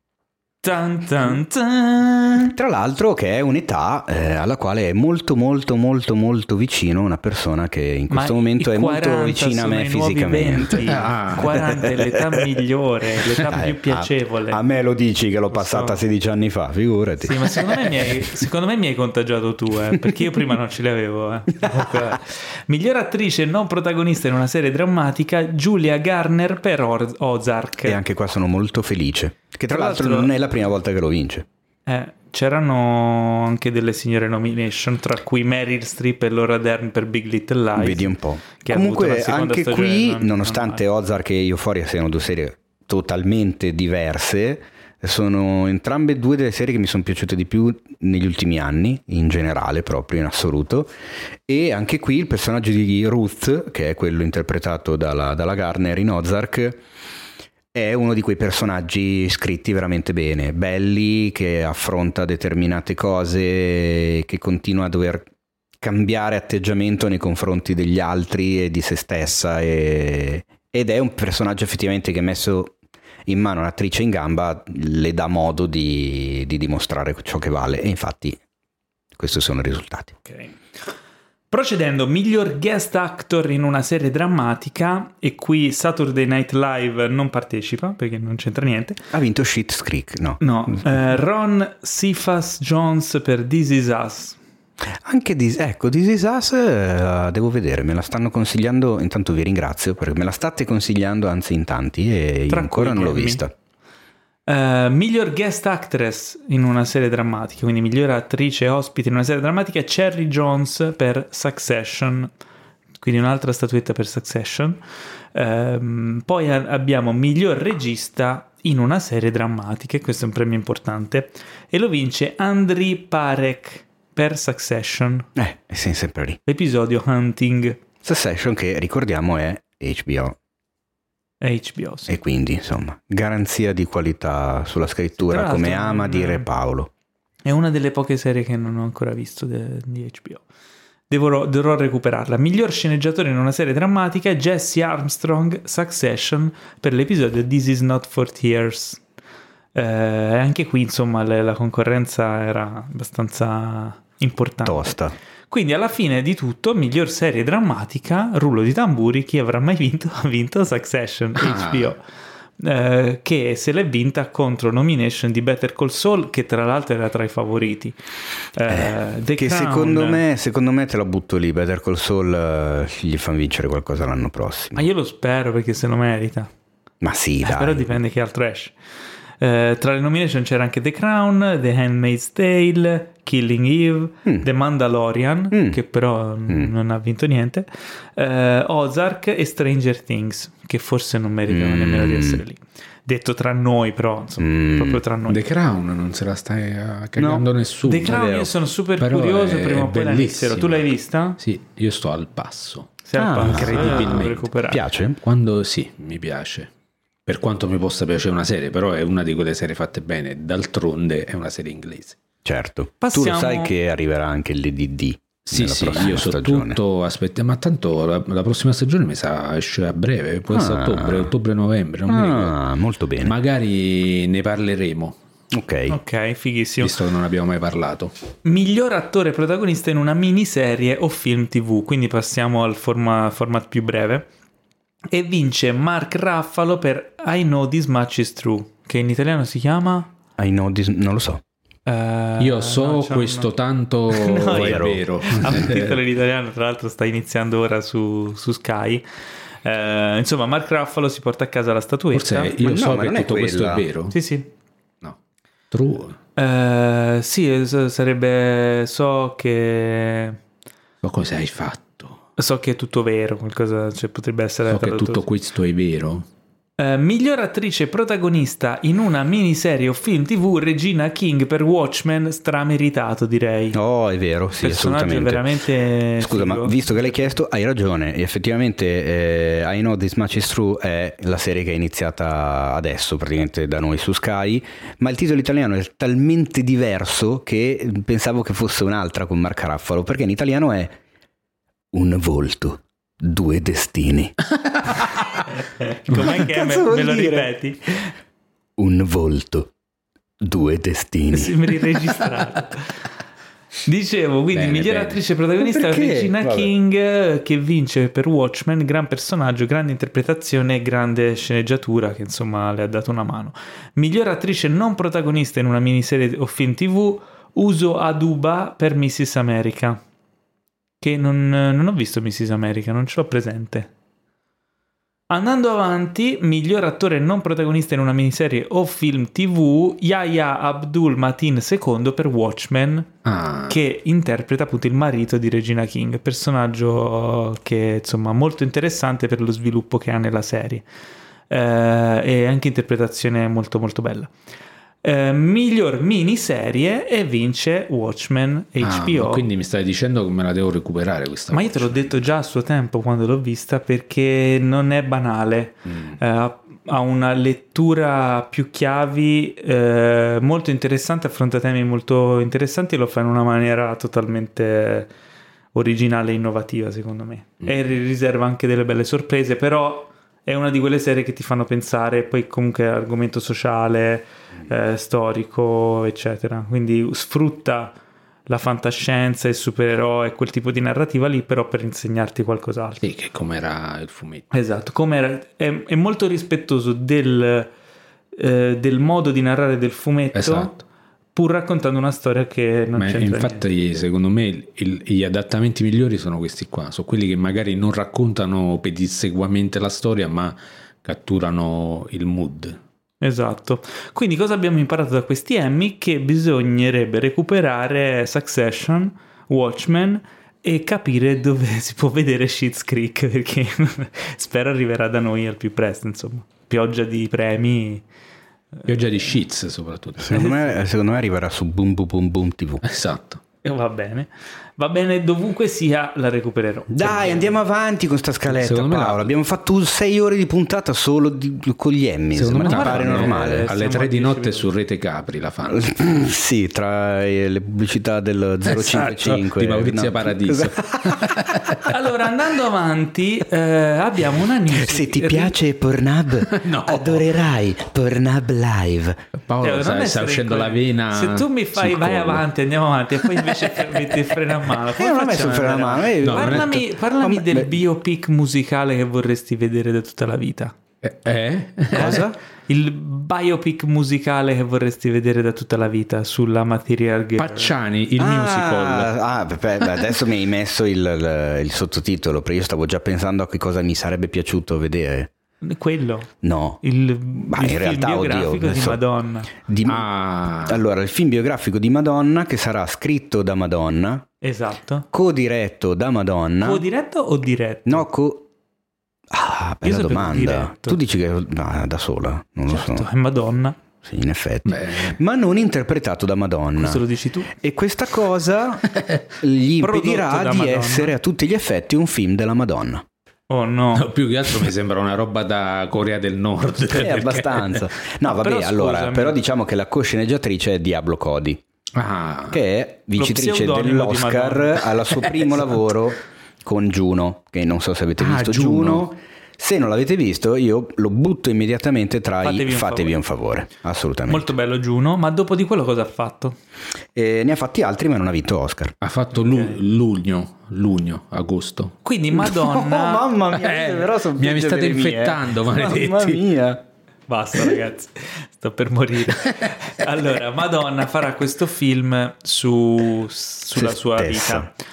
Tan, tan, tan. Tra l'altro che è un'età eh, alla quale è molto molto molto molto vicino una persona che in questo Ma momento i è molto quaranta vicina a me sono i nuovi fisicamente. venti. Ah. quaranta è l'età migliore, l'età Eh, più piacevole. A, a me lo dici che l'ho Lo passata so. sedici anni fa, figurati. Sì, ma secondo me mi hai, secondo me mi hai contagiato tu, eh, perché io prima non ce li avevo. Eh. Comunque, miglior attrice non protagonista in una serie drammatica, Julia Garner per Or- Ozark. E anche qua sono molto felice, che tra, Tra l'altro, l'altro- non è la prima volta che lo vince. Eh, c'erano anche delle signore nomination, tra cui Meryl Streep e Laura Dern per Big Little Lies. Vedi un po'. che ha avuto Comunque la seconda anche stagione qui, non- nonostante non Ozark e Euphoria siano due serie totalmente diverse, sono entrambe due delle serie che mi sono piaciute di più negli ultimi anni, in generale, proprio in assoluto. E anche qui il personaggio di Ruth, che è quello interpretato dalla, dalla Garner in Ozark, è uno di quei personaggi scritti veramente bene, belli, che affronta determinate cose, che continua a dover cambiare atteggiamento nei confronti degli altri e di se stessa, e, ed è un personaggio effettivamente che, messo in mano un'attrice in gamba, le dà modo di, di dimostrare ciò che vale, e infatti questi sono i risultati. Ok. Procedendo, miglior guest actor in una serie drammatica, e qui Saturday Night Live non partecipa perché non c'entra niente. Ha vinto Schitt's Creek, no? No, eh, Ron Cephas Jones per This Is Us. Anche This, ecco, This Is Us, eh, devo vedere, me la stanno consigliando, intanto vi ringrazio perché me la state consigliando, anzi in tanti, e io Tra ancora cui non l'ho Grammy. vista. Uh, miglior guest actress in una serie drammatica, quindi miglior attrice ospite in una serie drammatica, Cherry Jones per Succession, quindi un'altra statuetta per Succession. Uh, poi a- abbiamo miglior regista in una serie drammatica, e questo è un premio importante, e lo vince Andriy Parek per Succession, Eh, sei sempre lì. l'episodio Hunting. Succession, che ricordiamo è H B O, H B O, sì. e quindi insomma garanzia di qualità sulla scrittura, Tra come l'altro, ama non- dire Paolo. È una delle poche serie che non ho ancora visto de- di H B O. Devo, dovrò recuperarla. Miglior sceneggiatore in una serie drammatica, Jesse Armstrong, Succession, per l'episodio This Is Not for Tears. Eh, anche qui, insomma, le- la concorrenza era abbastanza importante. Tosta. Quindi alla fine di tutto, miglior serie drammatica, rullo di tamburi, chi avrà mai vinto? Ha vinto Succession, Ah. H B O. Eh, che se l'è vinta contro nomination di Better Call Saul, che tra l'altro era tra i favoriti. Eh, The Che Crown- secondo me, secondo me te la butto lì, Better Call Saul, eh, gli fanno vincere qualcosa l'anno prossimo. Ma io lo spero perché se lo merita. Ma sì, Eh, dai. però dipende che altro esce. Eh, tra le nomination c'era anche The Crown, The Handmaid's Tale, Killing Eve, Mm. The Mandalorian, Mm. che però mm, non ha vinto niente, eh, Ozark e Stranger Things, che forse non meritano Mm. nemmeno di essere lì. Detto tra noi, però, insomma, Mm. proprio tra noi. The Crown non se la stai eh, cagando No. nessuno. The Crown, vero? io sono super Però curioso, è prima o poi la bellissima. inizierò. Tu l'hai vista? Sì, io sto al passo. Sei al Ah, passo, incredibilmente. devo recuperare. Piace? Quando sì, mi piace. Per quanto mi possa piacere una serie, però è una di quelle serie fatte bene. D'altronde è una serie inglese. Certo. Passiamo- Tu lo sai che arriverà anche l'E D D Sì, nella sì, prossima io so stagione. tutto. Aspetta, ma tanto la, la prossima stagione mi sa esce a breve, può essere Ah. ottobre, ottobre-novembre, non mi ricordo. Ah, molto bene. Magari ne parleremo, Ok. Ok, fighissimo. visto che non abbiamo mai parlato. Miglior attore protagonista in una miniserie o film tivù, quindi passiamo al forma- format più breve, e vince Mark Ruffalo per I Know This Much Is True, che in italiano si chiama I know this- non lo so. Uh, Io so no, questo una... tanto no, è vero. vero. Ha un titolo in italiano, tra l'altro sta iniziando ora su, su Sky. Uh, insomma, Mark Ruffalo si porta a casa la statuetta. Forse io Ma so no, ma che non è tutto questo quella. è vero. Sì, sì. No. True. Uh, sì, sarebbe... So che... So cosa hai fatto. So che è tutto vero, qualcosa, cioè, potrebbe essere... So che tradotto tutto così. questo è vero. Uh, miglior attrice protagonista in una miniserie o film tivù, Regina King per Watchmen, strameritato direi. Oh, è vero, sì, Personaggio assolutamente. veramente Scusa, figo. ma visto che l'hai chiesto, hai ragione. Effettivamente eh, I Know This Much Is True è la serie che è iniziata adesso, praticamente da noi su Sky, ma il titolo italiano è talmente diverso che pensavo che fosse un'altra con Mark Ruffalo, perché in italiano è Un volto, due destini. Com'è che è? Me, me lo dire? ripeti? Un volto, due destini. Sembri registrato. Dicevo, quindi Bene, miglior bene. attrice protagonista Perché? Regina Vabbè. King, che vince per Watchmen, gran personaggio, grande interpretazione e grande sceneggiatura, che insomma le ha dato una mano. Miglior attrice non protagonista in una miniserie o film tivù, Uso Aduba per missus America, che non, non ho visto missus America, non ce l'ho presente. Andando avanti, miglior attore non protagonista in una miniserie o film tivù, Yahya Abdul Mateen secondo per Watchmen, Ah. che interpreta appunto il marito di Regina King, personaggio che insomma molto interessante per lo sviluppo che ha nella serie, eh, e anche interpretazione molto molto bella. Eh, miglior miniserie e vince Watchmen H B O. Ah, quindi mi stai dicendo che me la devo recuperare questa Ma io te l'ho Watchmen. detto già a suo tempo quando l'ho vista, perché non è banale. Mm. Eh, ha una lettura più chiavi, eh, molto interessante, affronta temi molto interessanti e lo fa in una maniera totalmente originale e innovativa, secondo me. Mm. E riserva anche delle belle sorprese, però è una di quelle serie che ti fanno pensare, poi comunque argomento sociale, eh, storico, eccetera. Quindi sfrutta la fantascienza, il supereroe, quel tipo di narrativa lì, però per insegnarti qualcos'altro. Sì, che com'era il fumetto. Esatto, come era, è, è molto rispettoso del, eh, del modo di narrare del fumetto, Esatto. pur raccontando una storia che non Ma c'entra infatti niente. secondo me il- il- gli adattamenti migliori sono questi qua, sono quelli che magari non raccontano pedissequamente la storia ma catturano il mood. Esatto. Quindi cosa abbiamo imparato da questi Emmy? Che bisognerebbe recuperare Succession, Watchmen e capire dove si può vedere Schitt's Creek, perché spero arriverà da noi al più presto, insomma. Pioggia di premi. Pioggia di shits soprattutto. Secondo me, secondo me arriverà su Boom Boom Boom Boom tivù. Esatto. E va bene. Va bene, dovunque sia la recupererò. Dai, andiamo avanti con sta scaletta, Secondo me Paolo. la- Abbiamo fatto sei ore di puntata solo di- con gli Emmy. Secondo me ti la pare fanno normale? eh, alle siamo tre a di dieci notte minuti. su Rete Capri la fanno. Sì, tra eh, le pubblicità del zero cinque cinque Esatto, di Maurizio no. Paradiso. Allora, andando avanti, eh, abbiamo una news. Se ti piace Pornhub, No. adorerai Pornhub Live. Paolo, Eh, non sta, sta essere uscendo la incoglione. vena. Se tu mi fai sul vai collo. avanti, andiamo avanti, e poi invece metti il freno a mano. Come Eh, non ho messo facciamo il freno a ad andare mano, eh, avanti? no, non è parlami t- parlami Vabbè, del beh. biopic musicale che vorresti vedere da tutta la vita. Eh? eh? Cosa? Il biopic musicale che vorresti vedere da tutta la vita sulla Material Girl. Pacciani, il ah, musical. Ah, beh, beh, adesso mi hai messo il, il- il sottotitolo, perché io stavo già pensando a che cosa mi sarebbe piaciuto vedere. Quello. No. Il, Ma il in film realtà, oddio, biografico di adesso- Madonna. Di- Ah, Allora, il film biografico di Madonna, che sarà scritto da Madonna, Esatto. co-diretto da Madonna. Co-diretto o diretto? No, co... Ah, bella sapevo domanda. diretto. Tu dici che no, da sola, non lo Certo, so. è Madonna. Sì, in effetti. beh, Ma non interpretato da Madonna. Questo lo dici tu? E questa cosa gli Prodotto impedirà da di Madonna. essere a tutti gli effetti un film della Madonna. Oh no. no, più che altro mi sembra una roba da Corea del Nord. È perché- abbastanza. No, No, vabbè, però allora, scusami. però diciamo che la co-sceneggiatrice è Diablo Cody, Ah, che è vincitrice pseudonimo di dell'Oscar Madonna. al suo primo Esatto. lavoro con Juno, che non so se avete Ah, visto Juno. Juno. Se non l'avete visto, io lo butto immediatamente tra Fatevi i un fatevi favore. un favore, assolutamente. Molto bello Juno, ma dopo di quello cosa ha fatto? E ne ha fatti altri, ma non ha vinto Oscar. ha fatto lu- luglio, luglio, agosto. Quindi Madonna... Oh, mamma mia, Eh, però sono mi peggio state delle mie. infettando, Mamma maledetti. mia. Basta ragazzi, sto per morire. Allora, Madonna farà questo film su, sulla Se sua stessa. vita.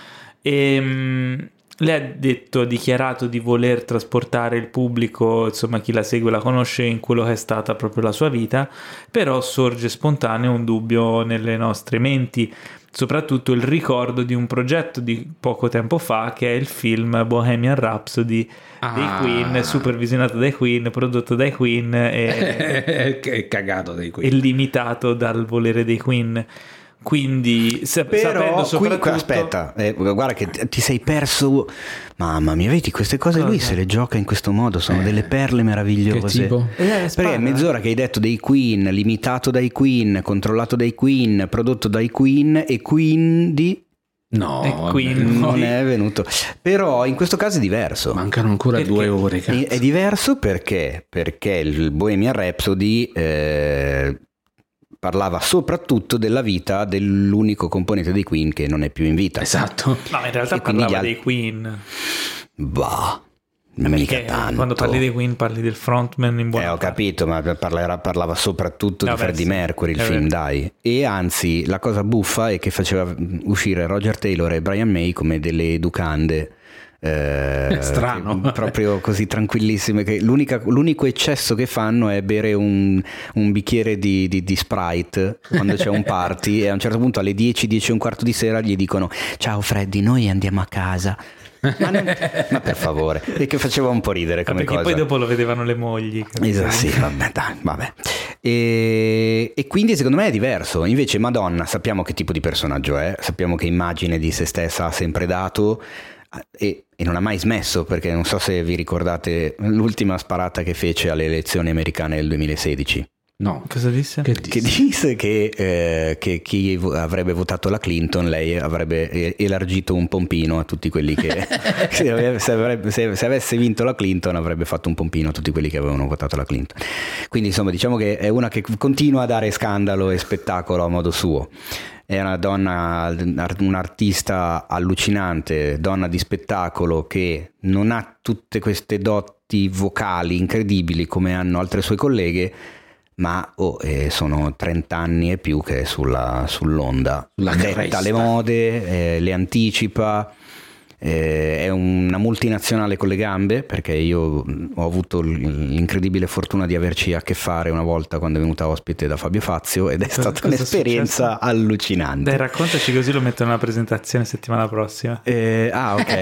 E, lei ha detto, ha dichiarato di voler trasportare il pubblico, insomma chi la segue la conosce, in quello che è stata proprio la sua vita, però sorge spontaneo un dubbio nelle nostre menti, soprattutto il ricordo di un progetto di poco tempo fa che è il film Bohemian Rhapsody Ah. dei Queen, supervisionato dai Queen, prodotto dai Queen e, Che è cagato dei e Queen. limitato dal volere dei Queen. Quindi sa- sapendo Però qui, soprattutto aspetta, eh, guarda che ti ti sei perso. Mamma mia, vedi queste cose lui Cosa? se le gioca in questo modo, sono delle perle meravigliose. Che tipo? Eh, spara. Perché mezz'ora che hai detto dei Queen, limitato dai Queen, controllato dai Queen, prodotto dai Queen e quindi No, E quindi- vabbè, non Sì. è venuto. Però in questo caso è diverso. mancano ancora Perché? due ore, cazzo. È è diverso perché perché il Bohemian Rhapsody eh, parlava soprattutto della vita dell'unico componente dei Queen che non è più in vita. Esatto. no, in realtà E quindi parlava gli altri- dei Queen. Bah, mica Perché tanto. quando parli dei Queen parli del frontman in buona Eh, ho parte. capito, ma parla- parlava soprattutto Vabbè, di Freddie sì, Mercury, il è film, vero. dai. E anzi, la cosa buffa è che faceva uscire Roger Taylor e Brian May come delle educande. eh, Strano. che- proprio così tranquillissime che l'unica- l'unico eccesso che fanno è bere un, un bicchiere di, di- di Sprite quando c'è un party e a un certo punto alle dieci, dieci e un quarto di sera gli dicono ciao Freddy, noi andiamo a casa. Ma, non- ma per favore, e che faceva un po' ridere Ah, come perché cosa. poi dopo lo vedevano le mogli. Esatto, sì, vabbè, dai, vabbè. E, e quindi secondo me è diverso. Invece Madonna sappiamo che tipo di personaggio è, sappiamo che immagine di se stessa ha sempre dato e, e non ha mai smesso, perché non so se vi ricordate l'ultima sparata che fece alle elezioni americane del duemilasedici. No. Cosa disse? Che Che dici? disse che, eh, che chi vo- avrebbe votato la Clinton, lei avrebbe eh, elargito un pompino a tutti quelli che se, ave- se avrebbe- se- se avesse vinto la Clinton avrebbe fatto un pompino a tutti quelli che avevano votato la Clinton. Quindi insomma diciamo che è una che continua a dare scandalo e spettacolo a modo suo. È una donna, un'artista allucinante, donna di spettacolo che non ha tutte queste doti vocali incredibili come hanno altre sue colleghe, ma oh, eh, sono trenta anni e più che è sulla, sull'onda, Sulla detta cresta. le mode, eh, le anticipa, eh, è una multinazionale con le gambe, perché io mh, ho avuto l- l'incredibile fortuna di averci a che fare una volta quando è venuta ospite da Fabio Fazio ed è Cosa- stata cosa è un'esperienza successo? allucinante. Dai, raccontaci così lo metto nella presentazione settimana prossima. Eh, ah, ok.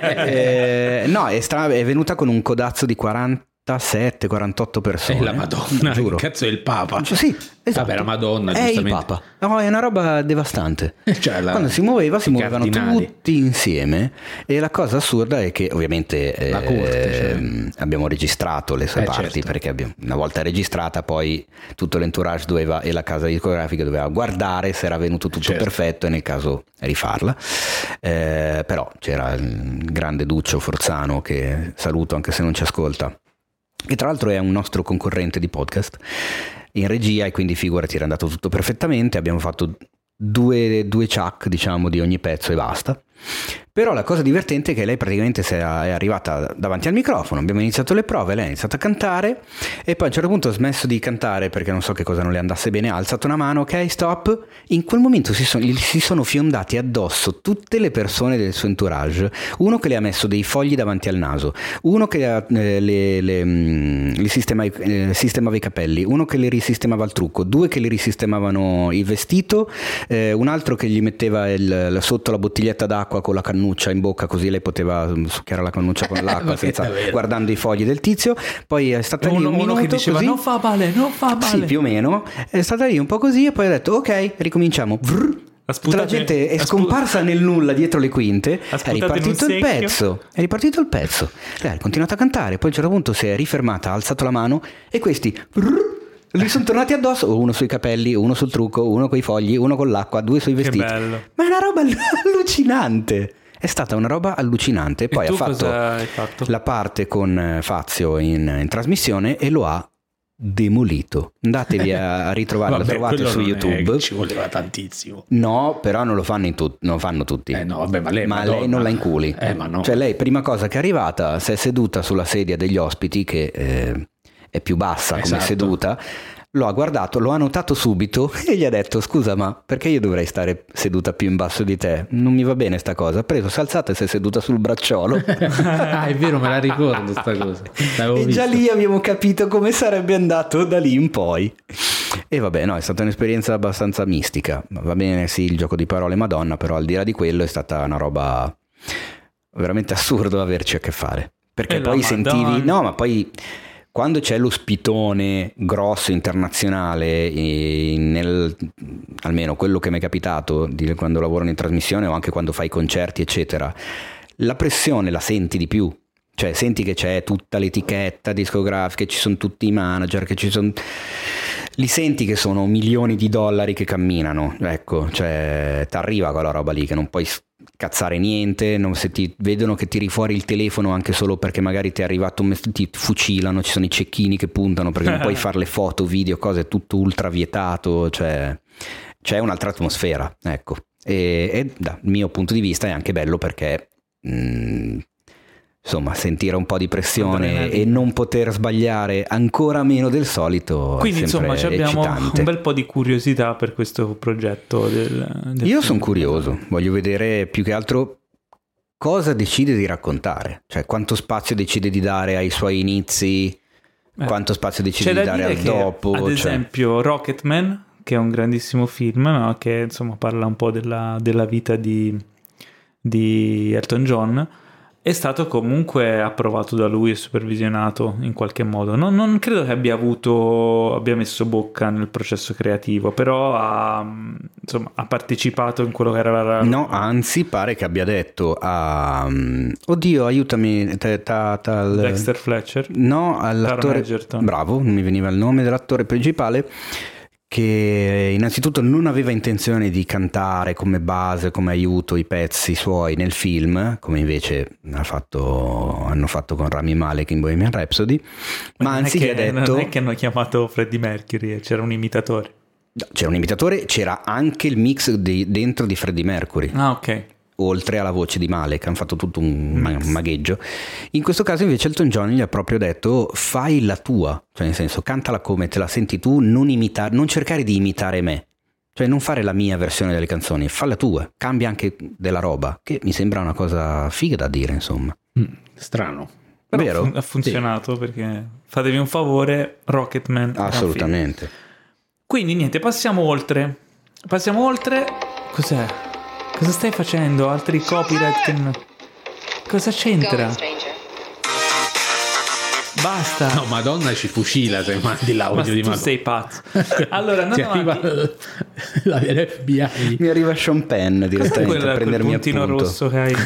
Eh, no, è, stra- è venuta con un codazzo di quarantasette quarantotto persone. È la Madonna, giuro. che cazzo è il Papa? Cioè, sì, esatto. Vabbè, la Madonna, è il giustamente. Papa. No, è una roba devastante. Cioè, la- Quando si muoveva si i muovevano cardinali. tutti insieme e la cosa assurda è che ovviamente La eh, corte, cioè. abbiamo registrato le sue Eh, parti, certo. perché abbiamo- una volta registrata poi tutto l'entourage doveva e la casa discografica doveva guardare se era venuto tutto Certo. perfetto e nel caso rifarla. Eh, però c'era il grande Duccio Forzano, che saluto anche se non ci ascolta, che tra l'altro è un nostro concorrente di podcast in regia, e quindi figurati, era andato tutto perfettamente. Abbiamo fatto due, due chuck diciamo di ogni pezzo e basta. Però la cosa divertente è che lei praticamente si è è arrivata davanti al microfono, abbiamo iniziato le prove, lei ha iniziato a cantare e poi a un certo punto ha smesso di cantare perché non so che cosa non le andasse bene, ha alzato una mano, ok, stop. In quel momento si sono, gli si sono fiondati addosso tutte le persone del suo entourage, uno che le ha messo dei fogli davanti al naso, uno che ha, eh, le, le, mm, gli sistema- eh, sistemava i capelli, uno che le risistemava il trucco, due che le risistemavano il vestito, eh, un altro che gli metteva il, la- sotto la bottiglietta d'acqua con la cannuccia in bocca, così lei poteva mm, succhiare la cannuccia con l'acqua Ma che senza davvero? guardando i fogli del tizio. Poi è stata lì Uno, un uno minuto che diceva così. non fa male, non fa male. Sì, più o meno. È stata lì un po' così e poi ha detto ok, ricominciamo. Vrr. Ha Tutta la sputato- gente è ha spu- scomparsa nel nulla dietro le quinte. Ha È sputato in un ripartito il secchio. pezzo. È ripartito il pezzo. Lei ha continuato a cantare. Poi a un certo punto si è rifermata, ha alzato la mano e questi vrr, gli sono tornati addosso. Uno sui capelli, uno sul trucco, uno coi fogli, uno con l'acqua, due sui Che vestiti. bello. Ma è una roba allucinante. È stata una roba allucinante. Poi e tu ha fatto cosa hai fatto? la parte con eh, Fazio in, in trasmissione e lo ha demolito. Andatevi a, a ritrovare, Vabbè, lo trovate quello su non è YouTube. che ci voleva tantissimo. No, però non lo fanno, in tut- non fanno tutti. Eh no, vabbè, ma lei, Ma Madonna. lei non la inculi. Eh, ma no. Cioè lei prima cosa che è arrivata si è seduta sulla sedia degli ospiti che eh, è più bassa come Esatto. seduta. Lo ha guardato, lo ha notato subito e gli ha detto: scusa, ma perché io dovrei stare seduta più in basso di te? Non mi va bene sta cosa. Ha preso, si è alzata e si è seduta sul bracciolo. Ah, è vero, me la ricordo sta cosa. L'avevo E già vista. lì abbiamo capito come sarebbe andato da lì in poi. E vabbè, no, è stata un'esperienza abbastanza mistica. Va bene, sì, il gioco di parole Madonna, però al di là di quello è stata una roba veramente assurdo averci a che fare. Perché E la poi sentivi... Madonna. No, ma poi... Quando c'è lo spitone grosso internazionale, eh, nel, almeno quello che mi è capitato di quando lavoro in trasmissione o anche quando fai concerti eccetera, la pressione la senti di più, cioè senti che c'è tutta l'etichetta discografica, ci sono tutti i manager, che ci sono, li senti che sono milioni di dollari che camminano, ecco, cioè t'arriva quella roba lì che non puoi cazzare niente, non, se ti vedono che tiri fuori il telefono anche solo perché magari ti è arrivato un messaggio, ti fucilano, ci sono i cecchini che puntano perché non puoi fare le foto, video, cose, è tutto ultra vietato, cioè c'è un'altra atmosfera, ecco, e, e dal mio punto di vista è anche bello perché mh, insomma sentire un po' di pressione Adrenalina. e non poter sbagliare ancora meno del solito Quindi è sempre insomma ci abbiamo eccitante. un bel po' di curiosità per questo progetto del, del Io film. sono curioso, voglio vedere più che altro cosa decide di raccontare, cioè quanto spazio decide di dare ai suoi inizi, Eh. quanto spazio decide C'è di da dare dire al che, dopo. ad cioè- esempio, Rocketman, che è un grandissimo film, no? Che insomma parla un po' della, della vita di, di Elton John, è stato comunque approvato da lui e supervisionato in qualche modo. Non, non credo che abbia avuto, abbia messo bocca nel processo creativo, però ha, insomma, ha partecipato in quello che era la... No, anzi pare che abbia detto a... Oddio, aiutami, ta, ta, ta, Dexter Fletcher. No, all'attore... Egerton. Bravo, non mi veniva il nome dell'attore principale, che innanzitutto non aveva intenzione di cantare come base, come aiuto i pezzi suoi nel film, come invece ha fatto, hanno fatto con Rami Malek in Bohemian Rhapsody, ma Non è anzi gli ha che- detto... Non è che hanno chiamato Freddie Mercury e c'era un imitatore. C'era un imitatore, c'era anche il mix di- dentro di Freddie Mercury, Ah, ok. oltre alla voce di Malek, hanno fatto tutto un ma- Mix. magheggio. In questo caso invece Elton John gli ha proprio detto: fai la tua, cioè nel senso cantala come te la senti tu, non imitare, non cercare di imitare me, cioè non fare la mia versione delle canzoni, fa la tua, cambia anche della roba, che mi sembra una cosa figa da dire, insomma. Mm, strano. Però Vero? fun- ha funzionato perché fatevi un favore, Rocketman. gran film. Assolutamente. Quindi niente, passiamo oltre. Passiamo oltre. Cos'è? Cosa stai facendo? Altri copyright? Che... non- Cosa c'entra? Basta. No, Madonna ci fucila se mandi Ma l'audio di tu Madonna. sei pazzo. Allora, Ti andiamo arriva avanti. la F B I. Mi arriva Sean Penn Cos'è direttamente quel, a quel prendermi puntino appunto. rosso che hai?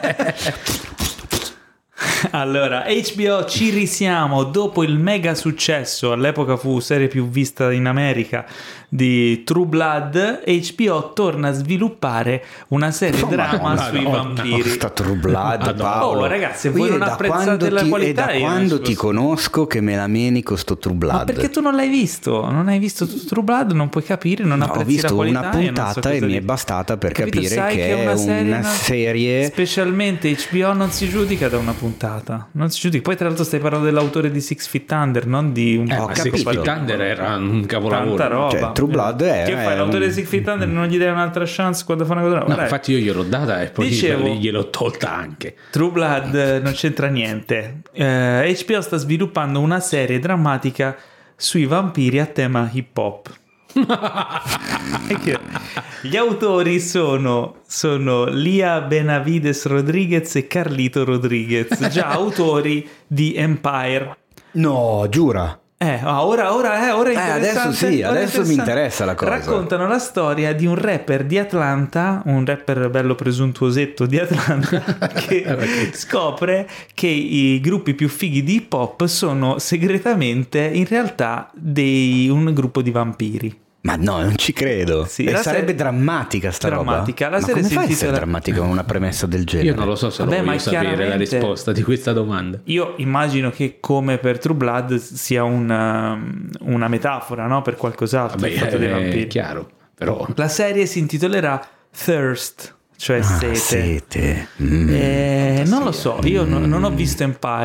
Allora, H B O ci risiamo dopo il mega successo, all'epoca fu serie più vista in America, di True Blood. H B O torna a sviluppare una serie Oh, drama Madonna, sui Madonna. vampiri. Sta True Blood, Madonna. Paolo. Oh, ragazzi, voi Io non da apprezzate quando la ti- qualità, È da io non quando ci ti posso- conosco che me la meni con sto True Blood. Ma perché tu non l'hai visto? Non hai visto True Blood, non puoi capire, non No, apprezzi ho visto la qualità. una io non so puntata cosa e mi è dire. bastata per Capito? capire Sai che è una serie, serie, specialmente H B O non si giudica da una puntata, non si giudica. Poi tra l'altro stai parlando dell'autore di Six Feet Under, non di un Eh, Ho ma capito. Six Feet Under era un capolavoro. tanta roba. Cioè, True Blood è- Che fai? è L'autore un- di Six Feet Under non gli dai un'altra chance quando fa una cosa nuova? No, Dai. infatti io gliel'ho data e poi Dicevo- gliel'ho tolta anche. True Blood eh, non c'entra niente. Eh, H B O sta sviluppando una serie drammatica sui vampiri a tema hip hop. Perché gli autori sono, sono Lia Benavides Rodriguez e Carlito Rodriguez, già autori di Empire. No, giura. Eh, ah, ora, ora, eh, ora è Eh, interessante, adesso sì, ora è adesso mi interessante. interessa la cosa. Raccontano la storia di un rapper di Atlanta, un rapper bello presuntuosetto di Atlanta, che scopre che i gruppi più fighi di hip hop sono segretamente in realtà dei, un gruppo di vampiri. Ma no, non ci credo. Sì, e la sarebbe serie- drammatica sta drammatica. roba. La Ma serie come si fai a essere intitola- drammatica con una premessa del genere? Io non lo so se Vabbè, lo ma voglio sapere la chiaramente- risposta di questa domanda. Io immagino che come per True Blood sia una, una metafora, no? Per qualcos'altro, Vabbè, il fatto dei è vampiri. chiaro, però La serie si intitolerà Thirst, cioè Ah, sete. sete. Mm. Eh, non lo so, io no- non ho visto Empire,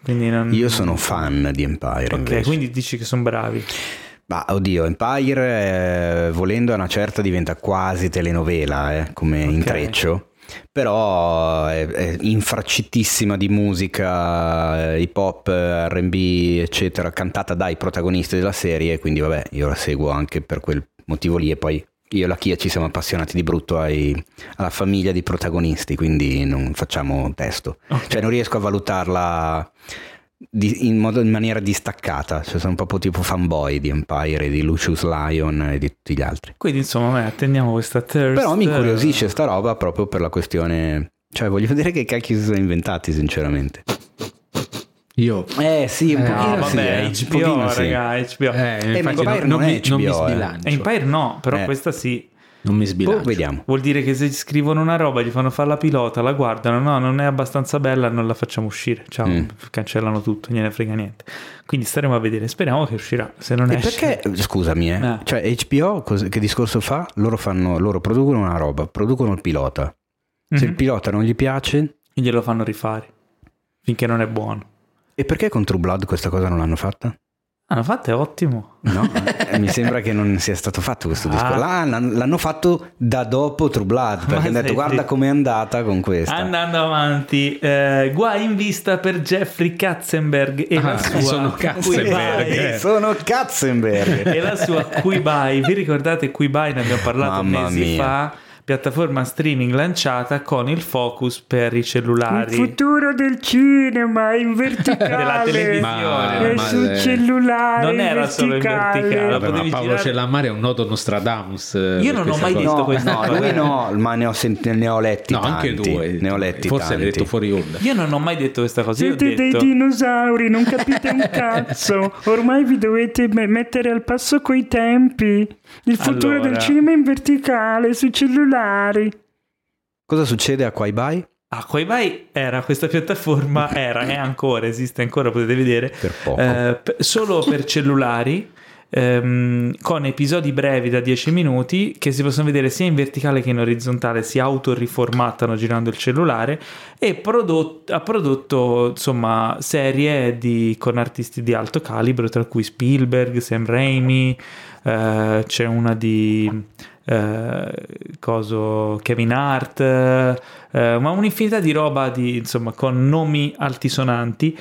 Quindi non... Io sono fan di Empire. Ok, invece. quindi dici che sono bravi. Ma oddio, Empire eh, volendo a una certa diventa quasi telenovela, eh, come Ok. intreccio. Però è, è infracittissima di musica, hip hop, R and B, eccetera, cantata dai protagonisti della serie, quindi vabbè, io la seguo anche per quel motivo lì, e poi io e la Chia ci siamo appassionati di brutto ai, alla famiglia di protagonisti, quindi non facciamo testo. Ok. Cioè non riesco a valutarla di- in, modo, in maniera distaccata, cioè sono proprio tipo fanboy di Empire, di Lucius Lyon e di tutti gli altri. Quindi insomma, beh, attendiamo questa thirst. Però mi incuriosisce sta roba proprio per la questione, cioè voglio vedere che cacchio si sono inventati sinceramente. Io Eh sì, un Eh, pochino No, sì, vabbè, eh, un H B O, pochino sì. raga, H B O. eh, ma infatti Empire non, non mi, è non mi H B O, eh. sbilancio. E Empire no, però Eh. questa sì. Non mi Boh, sbilancio. vediamo. Vuol dire che se scrivono una roba, gli fanno fare la pilota, la guardano, no, non è abbastanza bella, non la facciamo uscire. Ciao, Mm. cancellano tutto, gliene frega niente. Quindi staremo a vedere, speriamo che uscirà. Se non E esce... perché, scusami, eh, Eh. cioè H B O cos- che discorso fa? Loro fanno, loro producono una roba, producono il pilota. Se Mhm. il pilota non gli piace, glielo fanno rifare finché non è buono. e perché con True Blood questa cosa non l'hanno fatta? Hanno fatto, è ottimo. No, eh, mi sembra che non sia stato fatto questo Ah. discorso. Là, l'hanno l'hanno fatto da dopo True Blood, perché Ma hanno detto sei guarda zitto. com'è andata con questa. Andando avanti, eh, guai in vista per Jeffrey Katzenberg e Ah, la sua sono Katzenberg, Qui eh. Sono Katzenberg. e la sua Quibai. Vi ricordate Quibai? Ne abbiamo parlato Mamma mesi mia. fa. Piattaforma streaming lanciata con il focus per i cellulari. futuro del cinema in Della verticale televisione. e Ma- sul eh, cellulare Non era solo in verticale. Vabbè, ma potevi Paolo girare- Cellamare è un noto Nostradamus. Io non ho mai detto No, questa no, cosa. lui no, ma ne ho, sent- ne ho letti No, tanti. anche tu. eh, ne ho letti Forse tanti. l'hai detto fuori onda. Io non ho mai detto questa cosa. Io ho siete dei detto dinosauri, non capite un cazzo, ormai vi dovete me- mettere al passo coi tempi, il futuro Allora. del cinema in verticale sui cellulari. Cosa succede a Quaibai? Ah, Quibai era questa piattaforma, era, è ancora, esiste ancora, potete vedere, Per poco. eh, p- solo per cellulari, ehm, con episodi brevi da dieci minuti che si possono vedere sia in verticale che in orizzontale, si autoriformattano girando il cellulare, e prodotto, ha prodotto insomma serie di, con artisti di alto calibro, tra cui Spielberg, Sam Raimi, eh, c'è una di... eh, coso Kevin Hart, eh, ma un'infinità di roba di, insomma, con nomi altisonanti,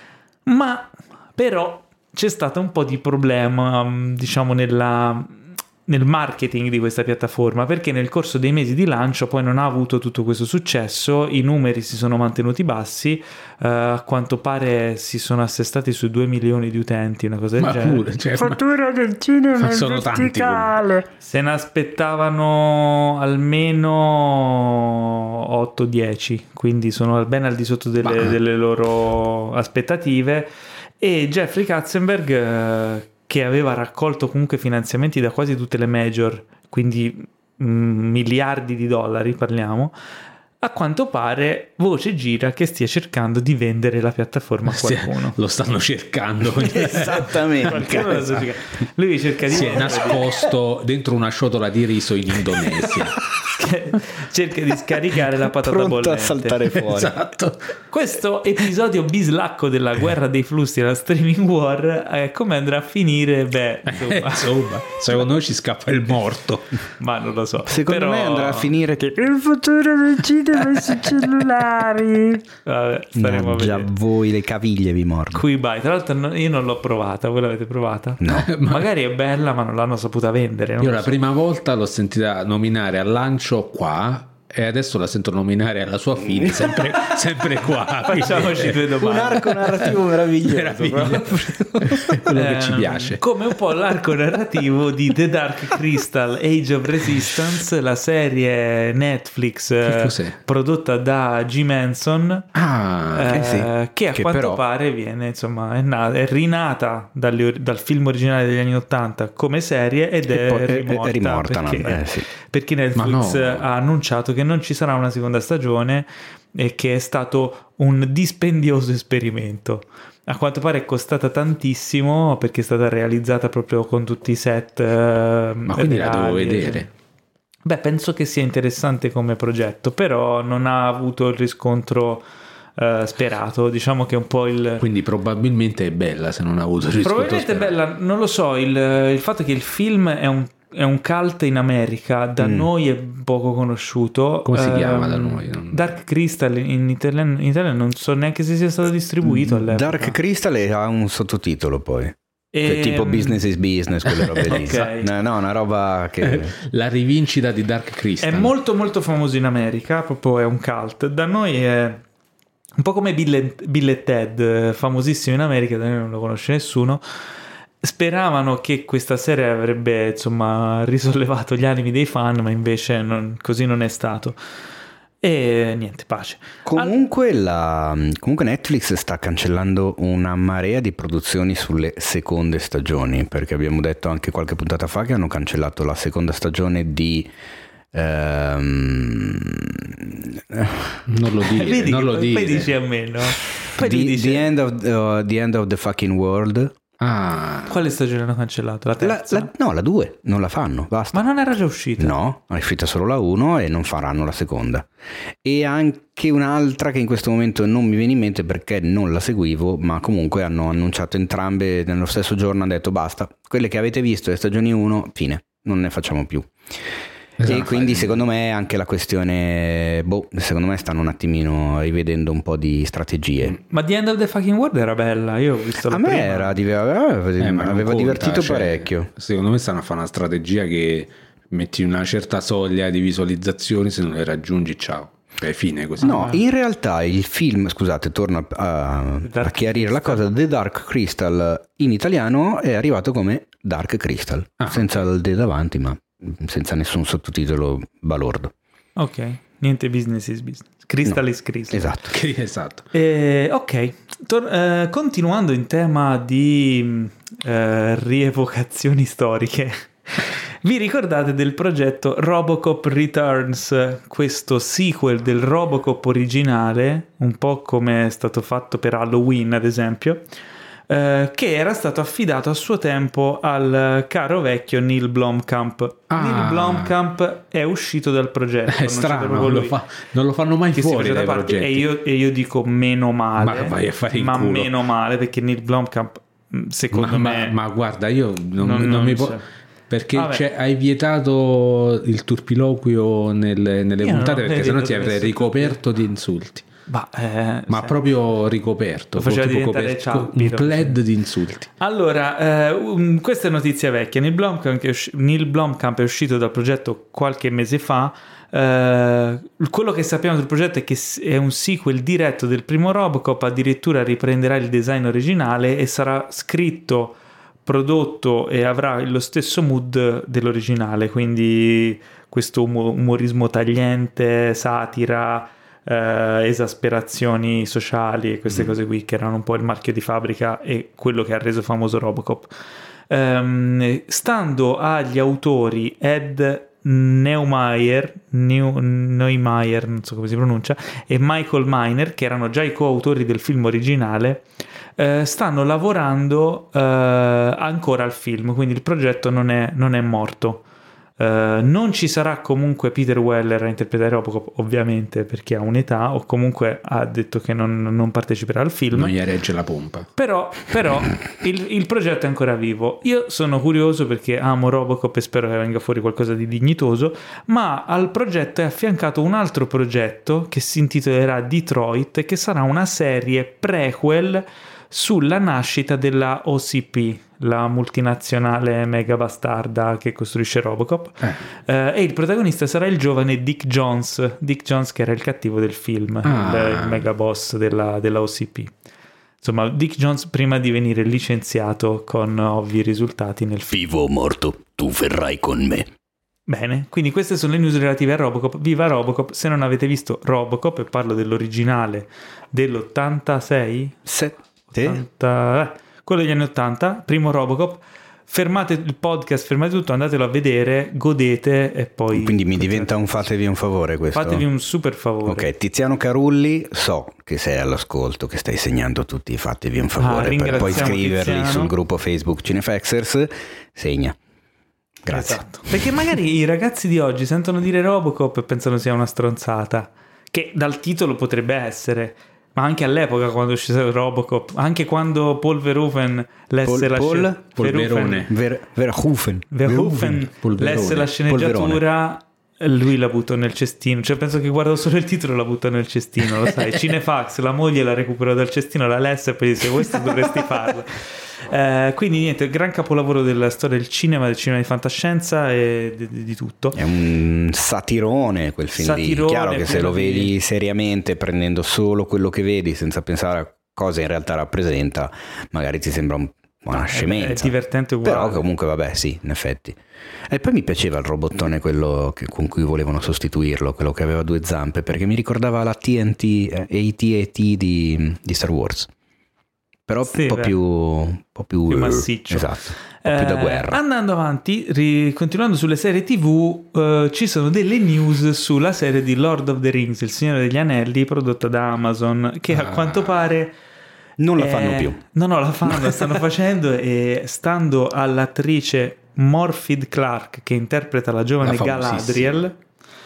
ma però c'è stato un po' di problema, um, diciamo, nella nel marketing di questa piattaforma, perché nel corso dei mesi di lancio poi non ha avuto tutto questo successo, i numeri si sono mantenuti bassi, eh, a quanto pare si sono assestati su due milioni di utenti, una cosa del Ma genere. pure, cioè, ma- Futuro del cinema ma in sono tanti verticale. Se ne aspettavano almeno otto dieci, quindi sono ben al di sotto delle, Ma- delle loro aspettative. E Jeffrey Katzenberg, eh, che aveva raccolto comunque finanziamenti da quasi tutte le major, quindi mm, miliardi di dollari parliamo, a quanto pare voce gira che stia cercando di vendere la piattaforma a Sì, qualcuno. lo stanno cercando. Esattamente. Qualcuno lo sta cercando. Lui cerca di Si è nascosto dentro una ciotola di riso in Indonesia. cerca di scaricare la patata Pronto bollente. a saltare fuori. Esatto. Questo episodio bislacco della guerra dei flussi della streaming war, eh, come andrà a finire? Beh, insomma, Insomma, secondo noi ci scappa il morto. ma non lo so. Secondo Però- me andrà a finire che Il futuro del cinema sui cellulari. Vabbè, staremo a già vedere. voi le caviglie vi mordono. Quibai, tra l'altro no- io non l'ho provata, voi l'avete provata? No. Magari è bella, ma non l'hanno saputa vendere. non Io lo la so. prima volta l'ho sentita nominare al lancio qua e adesso la sento nominare alla sua fine, sempre, sempre qua. Facciamoci due Un domande. arco narrativo meraviglioso. Meraviglia. È quello che ci Ehm, piace. Come un po' l'arco narrativo di The Dark Crystal Age of Resistance, la serie Netflix eh, cos'è? prodotta da Jim Henson, Ah, eh, eh sì, che a che quanto però- pare viene, insomma, è, nata, è rinata dalle or- dal film originale degli anni ottanta come serie ed E è poi- è- è rimorta, rimorta, no? perché, Eh, sì. perché Netflix Ma no. ha annunciato che non ci sarà una seconda stagione e che è stato un dispendioso esperimento. A quanto pare è costata tantissimo perché è stata realizzata proprio con tutti i set. eh, ma quindi la devo reali. vedere. Beh, penso che sia interessante come progetto, però non ha avuto il riscontro uh, sperato. Diciamo che è un po' il... Quindi probabilmente è bella se non ha avuto il riscontro Probabilmente è sperato. bella, non lo so, il, il fatto è che il film è un, è un cult in America, da Mm. noi è poco conosciuto. Come si Ehm, chiama da noi? Non- Dark Crystal in Italia, in Italia non so neanche se sia stato distribuito all'epoca. Dark Crystal ha un sottotitolo poi. Cioè, Ehm, tipo business is business, quelle robe lì. Ok. No, no, una roba che... La rivincita di Dark Crystal. È molto molto famoso in America, proprio è un cult. Da noi è un po' come Bill e, Bill e Ted, eh, famosissimo in America, da noi non lo conosce nessuno. Speravano che questa serie avrebbe insomma risollevato gli animi dei fan, ma invece non- così non è stato. E niente, pace. Comunque, la, comunque Netflix sta cancellando una marea di produzioni sulle seconde stagioni, perché abbiamo detto anche qualche puntata fa che hanno cancellato la seconda stagione di... ehm, Non lo dire, Vedi non che lo poi, dire. poi dici a me, no? Poi the, lui dice, the end of, uh, the End of the Fucking World. Ah, quale stagione hanno cancellato? La La- terza? la- no, la due, non la fanno, basta. Ma non era già uscita? No, è uscita solo la uno e non faranno la seconda. E anche un'altra che in questo momento non mi viene in mente perché non la seguivo, ma comunque hanno annunciato entrambe nello stesso giorno, hanno detto basta, quelle che avete visto le stagioni uno, fine, non ne facciamo più. esatto. E quindi secondo me anche la questione, boh, secondo me stanno un attimino rivedendo un po' di strategie. Ma The End of the Fucking World era bella, io ho visto la A me prima. era, div- aveva, Eh, ma non aveva conta, divertito cioè, parecchio. Secondo me stanno a fare una strategia che metti una certa soglia di visualizzazioni, se non le raggiungi, ciao. Cioè, fine così. No, in realtà il film, scusate, torno a, a- Dark a chiarire la cosa, The Dark Crystal in italiano è arrivato come Dark Crystal, Ah. senza il D davanti, ma senza nessun sottotitolo balordo. Ok, niente business is business. Crystal No. is crystal. Esatto. Che- esatto. Eh, ok, Tor- eh, continuando in tema di mh, eh, rievocazioni storiche, vi ricordate del progetto Robocop Returns, questo sequel del Robocop originale, un po' come è stato fatto per Halloween ad esempio, eh, che era stato affidato a suo tempo al caro vecchio Neil Blomkamp. Ah. Neil Blomkamp è uscito dal progetto. È non c'è strano, proprio non lo, lui. fa- non lo fanno mai Che si fuori faceva dai da parte, progetti. e io, e io dico meno male, Ma vai a fare in ma culo. meno male, perché Neil Blomkamp mh, secondo ma, me ma, ma guarda, io non, non- non non mi c'è. può... Perché Vabbè. c'è- hai vietato il turpiloquio nelle, nelle Io non puntate, ho perché sennò vietato ti avrei nessun ricoperto di insulti. bah, eh, Ma sì. proprio ricoperto, Lo faceva tipo diventare coperto- ciappi, un lo plaid di insulti. Allora, eh, um, questa è notizia vecchia. Neil Blomkamp, che è usci- Neil Blomkamp è uscito dal progetto qualche mese fa. Eh, quello che sappiamo del progetto è che s- è un sequel diretto del primo Robocop, addirittura riprenderà il design originale e sarà scritto, prodotto e avrà lo stesso mood dell'originale, quindi questo umo- umorismo tagliente, satira, eh, esasperazioni sociali e queste cose qui che erano un po' il marchio di fabbrica e quello che ha reso famoso Robocop. Ehm, stando agli autori Ed Neumayer, Neu- Neumayer, non so come si pronuncia, e Michael Miner, che erano già i coautori del film originale, eh, stanno lavorando eh, ancora al film, quindi il progetto non è, non è morto. Eh, non ci sarà comunque Peter Weller a interpretare Robocop, ovviamente, perché ha un'età, o comunque ha detto che non, non parteciperà al film. Non gli regge la pompa. Però, però il, il progetto è ancora vivo. Io sono curioso perché amo Robocop e spero che venga fuori qualcosa di dignitoso, ma al progetto è affiancato un altro progetto che si intitolerà Detroit e che sarà una serie prequel sulla nascita della O C P, la multinazionale mega bastarda che costruisce Robocop. Eh. Eh, e il protagonista sarà il giovane Dick Jones, Dick Jones che era il cattivo del film, Ah. il, il mega boss della, della O C P. Insomma, Dick Jones prima di venire licenziato con ovvi risultati nel film. Vivo o morto, tu verrai con me. Bene, quindi queste sono le news relative a Robocop. Viva Robocop! Se non avete visto Robocop, e parlo dell'originale dell'ottantasei, Se, ottanta, eh, quello degli anni ottanta, primo Robocop, fermate il podcast, fermate tutto, andatelo a vedere, godete e poi... quindi mi diventa un fatevi un favore questo. Fatevi un super favore. Ok, Tiziano Carulli, so che sei all'ascolto, che stai segnando tutti, fatevi un favore per poi ringraziamo scriverli Tiziano. sul gruppo Facebook Cinefexers, segna. Grazie. Esatto. Perché magari i ragazzi di oggi sentono dire Robocop e pensano sia una stronzata, che dal titolo potrebbe essere, Ma anche all'epoca quando uscì Robocop, anche quando Paul Verhoeven lesse Paul- la Paul? scena- Polverone. Ver- Verhoeven. Verhoeven Polverone. lesse la sceneggiatura, lui la buttò nel cestino. Cioè penso che guardò solo il titolo e la buttò nel cestino, lo sai. Cinefax, la moglie la recuperò dal cestino, la lesse e poi disse questo dovresti farlo. Eh, quindi niente, gran capolavoro della storia del cinema, del cinema di fantascienza e di, di- di tutto. È un satirone quel film lì. Satirone, Chiaro che se quello lo vedi di- seriamente, prendendo solo quello che vedi senza pensare a cosa in realtà rappresenta, magari ti sembra un po' una È- scemenza. è divertente uguale. Però comunque vabbè, sì, in effetti. E poi mi piaceva il robottone, quello che- con cui volevano sostituirlo, quello che aveva due zampe, perché mi ricordava la T N T, eh, A T A T di, di Star Wars. Però Sì, un po' beh. più, un po' più, Più massiccio. esatto, un po' più da Eh, guerra. Andando avanti, ri- continuando sulle serie tivù, eh, ci sono delle news sulla serie di Lord of the Rings, Il Signore degli Anelli, prodotta da Amazon, che a Ah. quanto pare Non la eh, fanno più. No, no, la fanno, la stanno facendo, e stando all'attrice Morfydd Clark che interpreta la giovane La famosissima. Galadriel,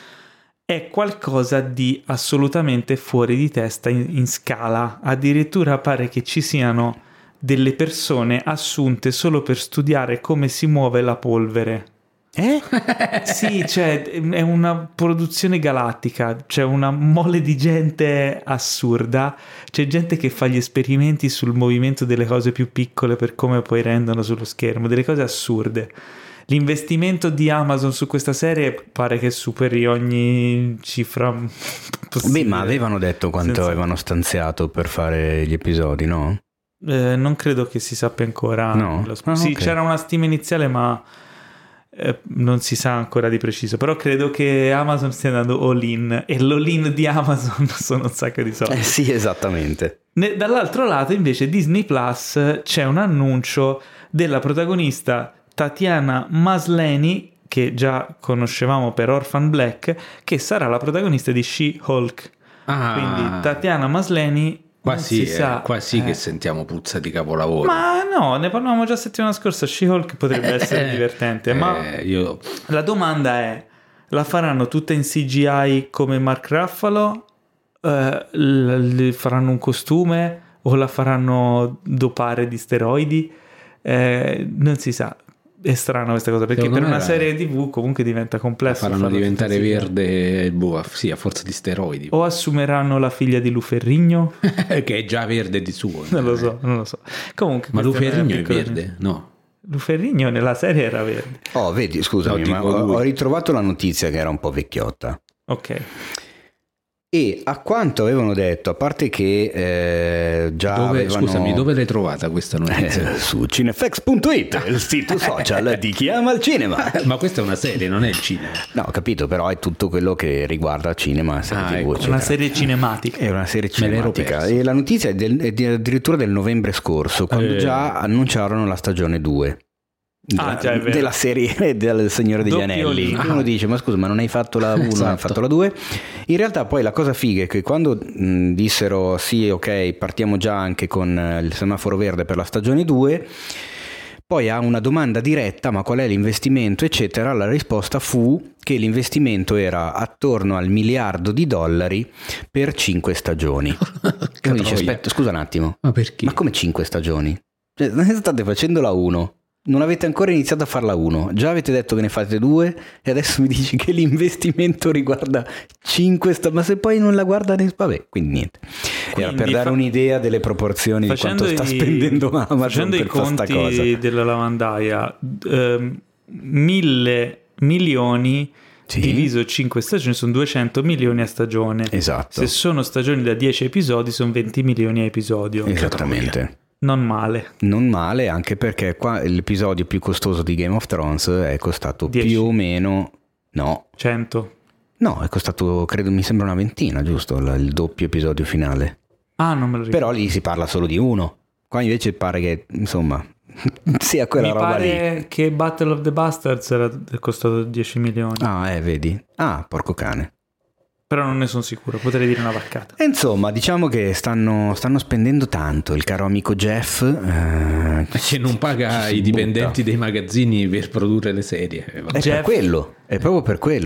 è qualcosa di assolutamente fuori di testa in, in scala. Addirittura pare che ci siano delle persone assunte solo per studiare come si muove la polvere. Eh? Sì, cioè è una produzione galattica, c'è una mole di gente assurda, c'è gente che fa gli esperimenti sul movimento delle cose più piccole per come poi rendono sullo schermo, delle cose assurde. L'investimento di Amazon su questa serie pare che superi ogni cifra possibile. Beh, ma avevano detto quanto Senza- avevano stanziato per fare gli episodi, no? Eh, non credo che si sappia ancora. No? Lo sp- Ah, sì, ok. c'era una stima iniziale, ma eh, non si sa ancora di preciso. Però credo che Amazon stia andando all in, e l'all-in di Amazon sono un sacco di soldi. Eh sì, esattamente. Ne- dall'altro lato, invece, Disney Plus, c'è un annuncio della protagonista Tatiana Maslany, che già conoscevamo per Orphan Black, che sarà la protagonista di She-Hulk. Ah, Quindi Tatiana Maslany. qua non sì, si eh, sa, qua sì eh. che sentiamo puzza di capolavoro. Ma no, ne parlavamo già settimana scorsa. She-Hulk potrebbe essere divertente, ma Eh, io la domanda è: la faranno tutta in C G I come Mark Ruffalo? Eh, l- le faranno un costume o la faranno dopare di steroidi? Eh, non si sa. È strana questa cosa, perché Secondo per me una la- serie tivù comunque diventa la complesso faranno farlo diventare tutta in C G I. verde, boh, sì, a forza di steroidi. O assumeranno la figlia di Lu Ferrigno? Che è già verde di suo. Non lo so, non lo so. Comunque, Ma Lu questa una Ferrigno è piccola- verde? No. Lu Ferrigno nella serie era verde. Oh, vedi, scusami, No, ma tipo ho, lui. ho ritrovato la notizia che era un po' vecchiotta. Ok. E a quanto avevano detto, a parte che eh, già Dove, avevano... Scusami, dove l'hai trovata questa notizia? Eh, su cinefx punto it, il sito social di chi ama il cinema. Ma questa è una serie, non è il cinema. No, ho capito, però è tutto quello che riguarda cinema, serie Ah, tivù, ecco. È eccetera. una serie cinematica. È una serie Me l'ero cinematica perso. e la notizia è, del- è di- addirittura del novembre scorso, quando Eh. già annunciarono la stagione due Ah, già, è vero. della serie del Signore degli Doppio Anelli. link. Uno dice: ma scusa, ma non hai fatto la uno, hai Esatto. fatto la due? In realtà poi la cosa figa è che quando mh, dissero sì, ok, partiamo già anche con eh, il semaforo verde per la stagione due, poi a una domanda diretta, ma qual è l'investimento, eccetera, la risposta fu che l'investimento era attorno al miliardo di dollari per cinque stagioni. E uno dice: troia. aspetta, scusa un attimo, Ma perché? ma come cinque stagioni? Cioè, state facendo la uno, non avete ancora iniziato a fare la uno, già avete detto che ne fate due e adesso mi dici che l'investimento riguarda cinque stagioni, ma se poi non la guarda ne... vabbè, quindi niente. Era per Quindi dare fa- un'idea delle proporzioni di quanto sta i- spendendo Amazon facendo i per fare sta cosa. conti della lavandaia, ehm, mille milioni Sì. diviso cinque stagioni sono duecento milioni a stagione. Esatto. Se sono stagioni da dieci episodi sono venti milioni a episodio. Esattamente. Non male. Non male, anche perché qua l'episodio più costoso di Game of Thrones è costato dieci. più o meno, no, cento. no, è costato, credo, mi sembra una ventina, giusto, il il doppio episodio finale. Ah, non me lo ricordo. Però lì si parla solo di uno. Qua invece pare che, insomma, sia quella Mi roba lì. pare che Battle of the Bastards era costato dieci milioni. Ah, eh, vedi? Ah, porco cane. Però non ne sono sicuro, potrei dire una vaccata. E insomma, diciamo che stanno, stanno spendendo tanto. Il caro amico Jeff... eh, Che non paga ci si i dipendenti butta. dei magazzini per produrre le serie. Eh, vabbè. È Jeff- per quello, è proprio per quello.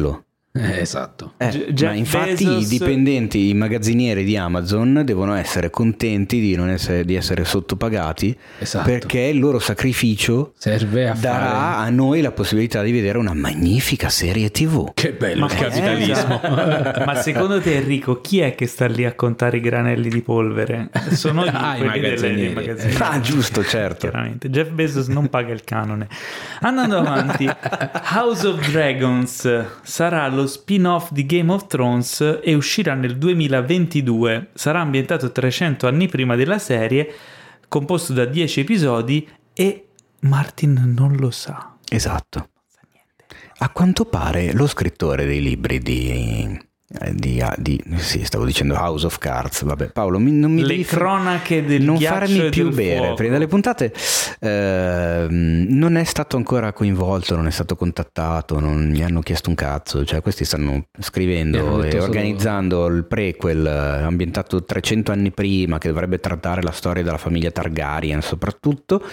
Eh, esatto. Eh, Jeff ma infatti Bezos- i dipendenti, i magazzinieri di Amazon devono essere contenti di non essere, di essere sottopagati, Esatto. perché il loro sacrificio Serve a darà fare... a noi la possibilità di vedere una magnifica serie tivù. Che bello il Ma- capitalismo. Eh, ma secondo te, Enrico, chi è che sta lì a contare i granelli di polvere? Sono gli, Ah, i quelli delle, dei magazzinieri. magazzinieri. Ah, giusto, certo. Chiaramente Jeff Bezos non paga il canone. Andando avanti, House of Dragons sarà lo spin-off di Game of Thrones e uscirà nel duemilaventidue. Sarà ambientato trecento anni prima della serie, composto da dieci episodi, e Martin non lo sa. Esatto. A quanto pare lo scrittore dei libri di... Di, di, sì, stavo dicendo House of Cards. Vabbè, Paolo, mi, non mi Le devi cronache del non ghiaccio farmi e più del bere fuoco. perché dalle puntate eh, non è stato ancora coinvolto, non è stato contattato, non gli hanno chiesto un cazzo. Cioè, questi stanno Mi hanno scrivendo detto e solo- organizzando il prequel eh, ambientato trecento anni prima, che dovrebbe trattare la storia della famiglia Targaryen soprattutto.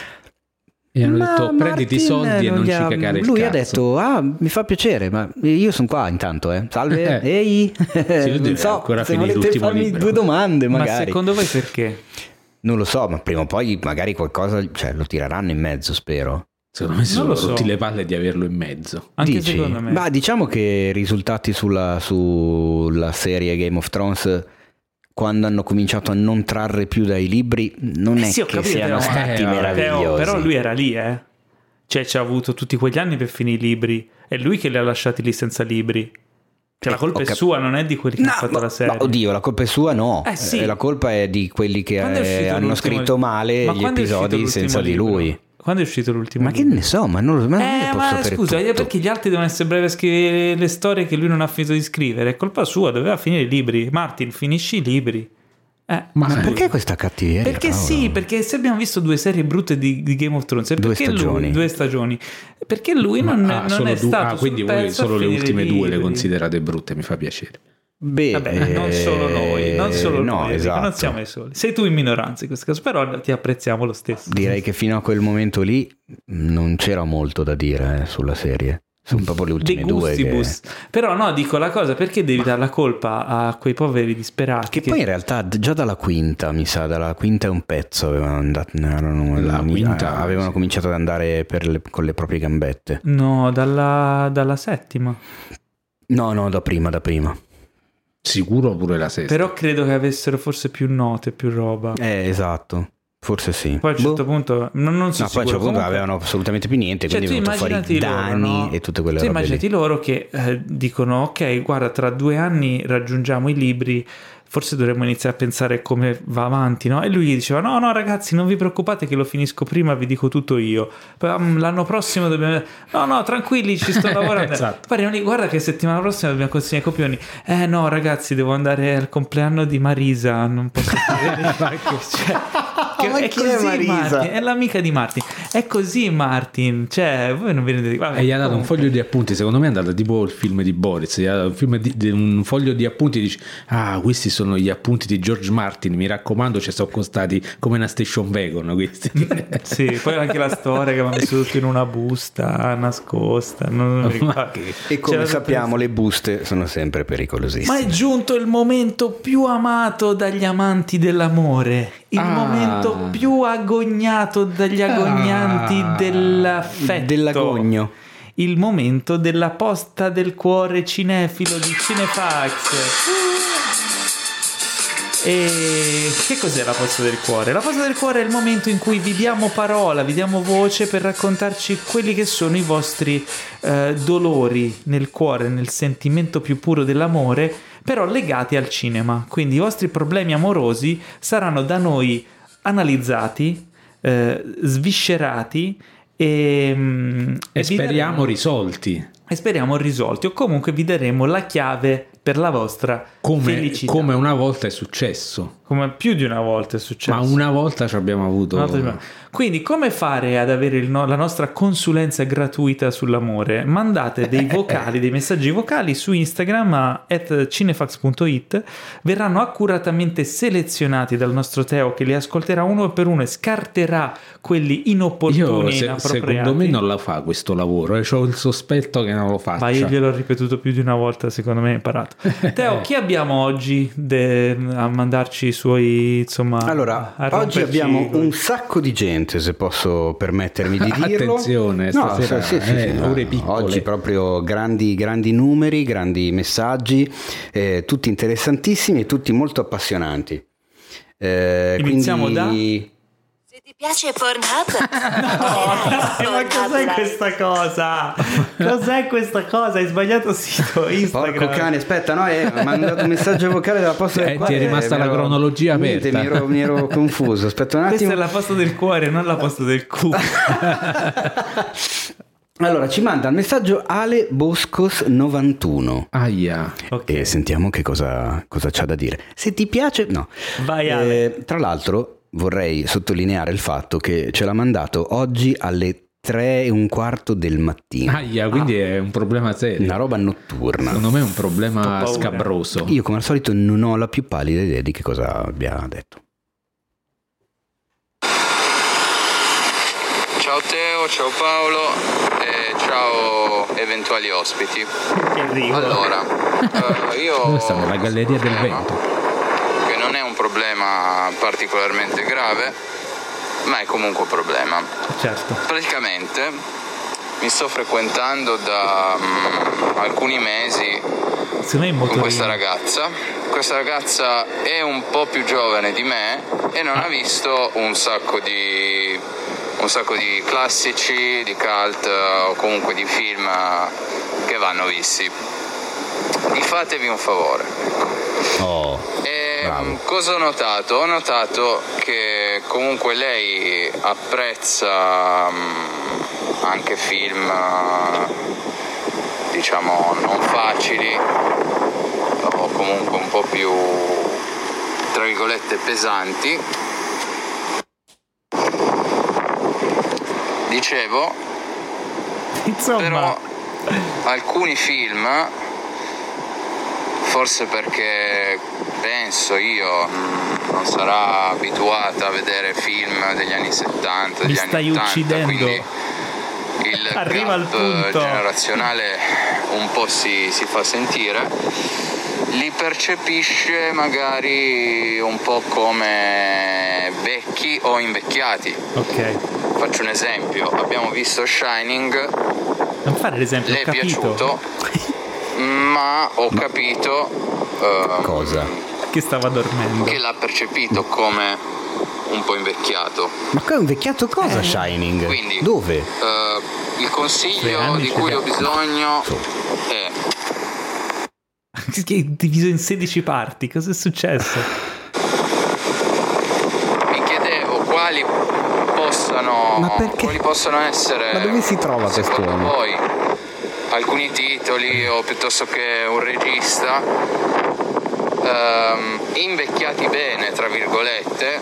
E hanno Ma detto prenditi i Martin soldi e non gli ci ha- cagare il lui cazzo. ha detto ah mi fa piacere, ma io sono qua intanto, eh. Salve, Eh. ehi. Sì, lui Non deve so, ancora se finire volete l'ultimo farmi libro. due domande Ma magari. secondo voi perché? Non lo so, ma prima o poi magari qualcosa, cioè, lo tireranno in mezzo, spero. Secondo me si Non sono lo so. rotti le palle di averlo in mezzo. Anche Dici? secondo me. Ma diciamo che i risultati sulla, sulla serie Game of Thrones, quando hanno cominciato a non trarre più dai libri, non Eh è sì, ho che capito, siano Teo, stati eh, meravigliosi. Teo, però lui era lì, eh. Cioè, ci ha avuto tutti quegli anni per finire i libri. È lui che li ha lasciati lì senza libri. Cioè, la colpa ho è cap- sua, non è di quelli che No, hanno fatto ma- la serie. ma oddio, la colpa è sua, no. Eh, sì. Eh, la colpa è di quelli che Quando è eh, uscito hanno l'ultimo- scritto male Ma gli quando è uscito episodi l'ultimo senza di libro? lui. Quando è uscito l'ultimo Ma che libro? ne so, ma non, ma non Eh, posso ma sapere scusa, tutto. perché gli altri devono essere bravi a scrivere le storie che lui non ha finito di scrivere? È colpa sua, doveva finire i libri. Martin, finisci i libri. Eh. Ma perché questa cattiveria? Perché Paolo? sì, perché se abbiamo visto due serie brutte di, di Game of Thrones, è Due perché stagioni. Lui, due stagioni, perché lui non, Ah, non solo è due- stato ah, quindi sul voi pezzo a solo le finire ultime i due le libri. considerate brutte, mi fa piacere. Beh, Vabbè, non solo noi, non solo eh, no, noi, Enrico, esatto. non siamo i soli. Sei tu in minoranza in questo caso, però ti apprezziamo lo stesso. Direi che fino a quel momento lì non c'era molto da dire eh, sulla serie. Sono proprio le ultime De due che... gustibus. Però no, dico la cosa, perché devi dare la colpa a quei poveri disperati? Che poi in realtà già dalla quinta, mi sa, dalla quinta e un pezzo avevano, andato, erano, La quinta, avevano sì. cominciato ad andare per le- con le proprie gambette. No, dalla, dalla settima. No, no, da prima, da prima. Sicuro pure la sesta. Però credo che avessero forse più note, più roba. Eh, esatto. Forse sì. Poi a un certo Boh. punto non, non so No, poi a un certo punto Comunque- avevano assolutamente più niente, Cioè, quindi è tu venuto fuori immaginati loro, danni no? e tutte quelle Tu robe immaginati lì. loro che eh, dicono ok, guarda, tra due anni raggiungiamo i libri, forse dovremmo iniziare a pensare come va avanti, no? E lui gli diceva no, no ragazzi, non vi preoccupate che lo finisco prima, vi dico tutto io. Poi, um, l'anno prossimo dobbiamo... No, no, tranquilli, ci sto lavorando. Esatto. Poi arrivano lì, guarda che settimana prossima dobbiamo consegnare i copioni. Eh no, ragazzi, devo andare al compleanno di Marisa, non posso cioè, che Ma è chi è così Marisa? Martin, è l'amica di Martin. È così Martin, cioè voi non vi rendete vabbè, E gli ha dato un comunque. foglio di appunti, secondo me è andato tipo il film di Boris, gli ha dato un, film di, di- un foglio di appunti e dice ah questi sono gli appunti di George Martin, mi raccomando ci sono costati come una station wagon questi. Sì, poi anche la storia che mi ha messo tutto in una busta nascosta, non mi ricordo. E come C'era sappiamo le buste sono sempre pericolosissime. Ma è giunto il momento più amato dagli amanti dell'amore, il Ah. momento più agognato dagli agognanti Ah. dell'affetto. Dell'agogno. Il momento della posta del cuore cinefilo di Cinefax. E che cos'è la posta del cuore? La posta del cuore è il momento in cui vi diamo parola, vi diamo voce per raccontarci quelli che sono i vostri eh, dolori nel cuore, nel sentimento più puro dell'amore, però legati al cinema. Quindi i vostri problemi amorosi saranno da noi analizzati, eh, sviscerati e, mm, E vi speriamo daremo- risolti. e speriamo risolti, o comunque vi daremo la chiave per la vostra Come, felicità. come una volta è successo. come più di una volta è successo. Ma una volta ci abbiamo avuto... Una volta- Quindi come fare ad avere il no- la nostra consulenza gratuita sull'amore? Mandate dei vocali, dei messaggi vocali su Instagram a at cinefax punto it, verranno accuratamente selezionati dal nostro Teo che li ascolterà uno per uno e scarterà quelli inopportuni Io, e se- inappropriati. secondo me non la fa questo lavoro, e ho il sospetto che non lo faccia. Ma io gliel'ho ripetuto più di una volta, secondo me hai imparato. Teo, chi abbiamo oggi de- a mandarci i suoi, insomma... Allora, a oggi romperci abbiamo i- un sacco di gente, se posso permettermi di dirlo. Attenzione, No, stasera, sì, sì, sì, eh, sì, no, ore piccole. oggi proprio grandi, grandi numeri, grandi messaggi, eh, tutti interessantissimi e tutti molto appassionanti. Eh, Iniziamo quindi... Se ti piace Pornhub, Eh, ma cos'è questa cosa? Cos'è questa cosa? Hai sbagliato sito Instagram. Porco cane, aspetta, no, eh, mi ha mandato un messaggio vocale dalla posta del Eh, cuore. ti è rimasta la mi ero- cronologia niente, aperta. Mi ero, mi ero confuso, aspetta un Questa attimo. è la posta del cuore, non la posta del culo. Allora, ci manda il messaggio Ale Boscos novantuno. Aia. Ok. E sentiamo che cosa, cosa c'ha da dire. Se ti piace, no. Vai, Ale. Eh, tra l'altro vorrei sottolineare il fatto che ce l'ha mandato oggi alle tre e un quarto del mattino. Aia, quindi è un problema serio. Una roba notturna. Secondo me è un problema Ho paura. scabroso. Io come al solito non ho la più pallida idea di che cosa abbia detto. Ciao Teo, ciao Paolo e ciao eventuali ospiti. Che arrivo. Allora, eh, io Dove stanno? La galleria del problema, vento. che non è un problema particolarmente grave, ma è comunque un problema. Certo. Praticamente mi sto frequentando da mm, alcuni mesi Secondo me è in con motorino. questa ragazza. Questa ragazza è un po' più giovane di me e non ha visto un sacco di un sacco di classici, di cult o comunque di film che vanno visti. Fatevi un favore. Oh, E bravo. cosa ho notato? Ho notato che comunque lei apprezza mm, anche film diciamo non facili o comunque un po' più tra virgolette pesanti. Dicevo, Insomma, però alcuni film, forse perché penso io mh, non sarà abituata a vedere film degli anni settanta, Mi degli stai anni ottanta, uccidendo. quindi il Arriva al gap punto. generazionale un po' si, si fa sentire, li percepisce magari un po' come vecchi o invecchiati. ok. Faccio un esempio, abbiamo visto Shining, Non fare l'esempio, le ho è capito. piaciuto, ma ho capito eh, Cosa? Che stava dormendo. che l'ha percepito come un po' invecchiato. Ma qua è invecchiato cosa Shining? Quindi Dove? eh, il Tre consiglio anni di ce cui li ho ha. bisogno è Che è diviso in sedici parti, cosa è successo? mi chiedevo quali possano Ma perché? quali possono essere Ma dove si trova secondo quest'uomo? voi alcuni titoli o piuttosto che un regista ehm, invecchiati bene tra virgolette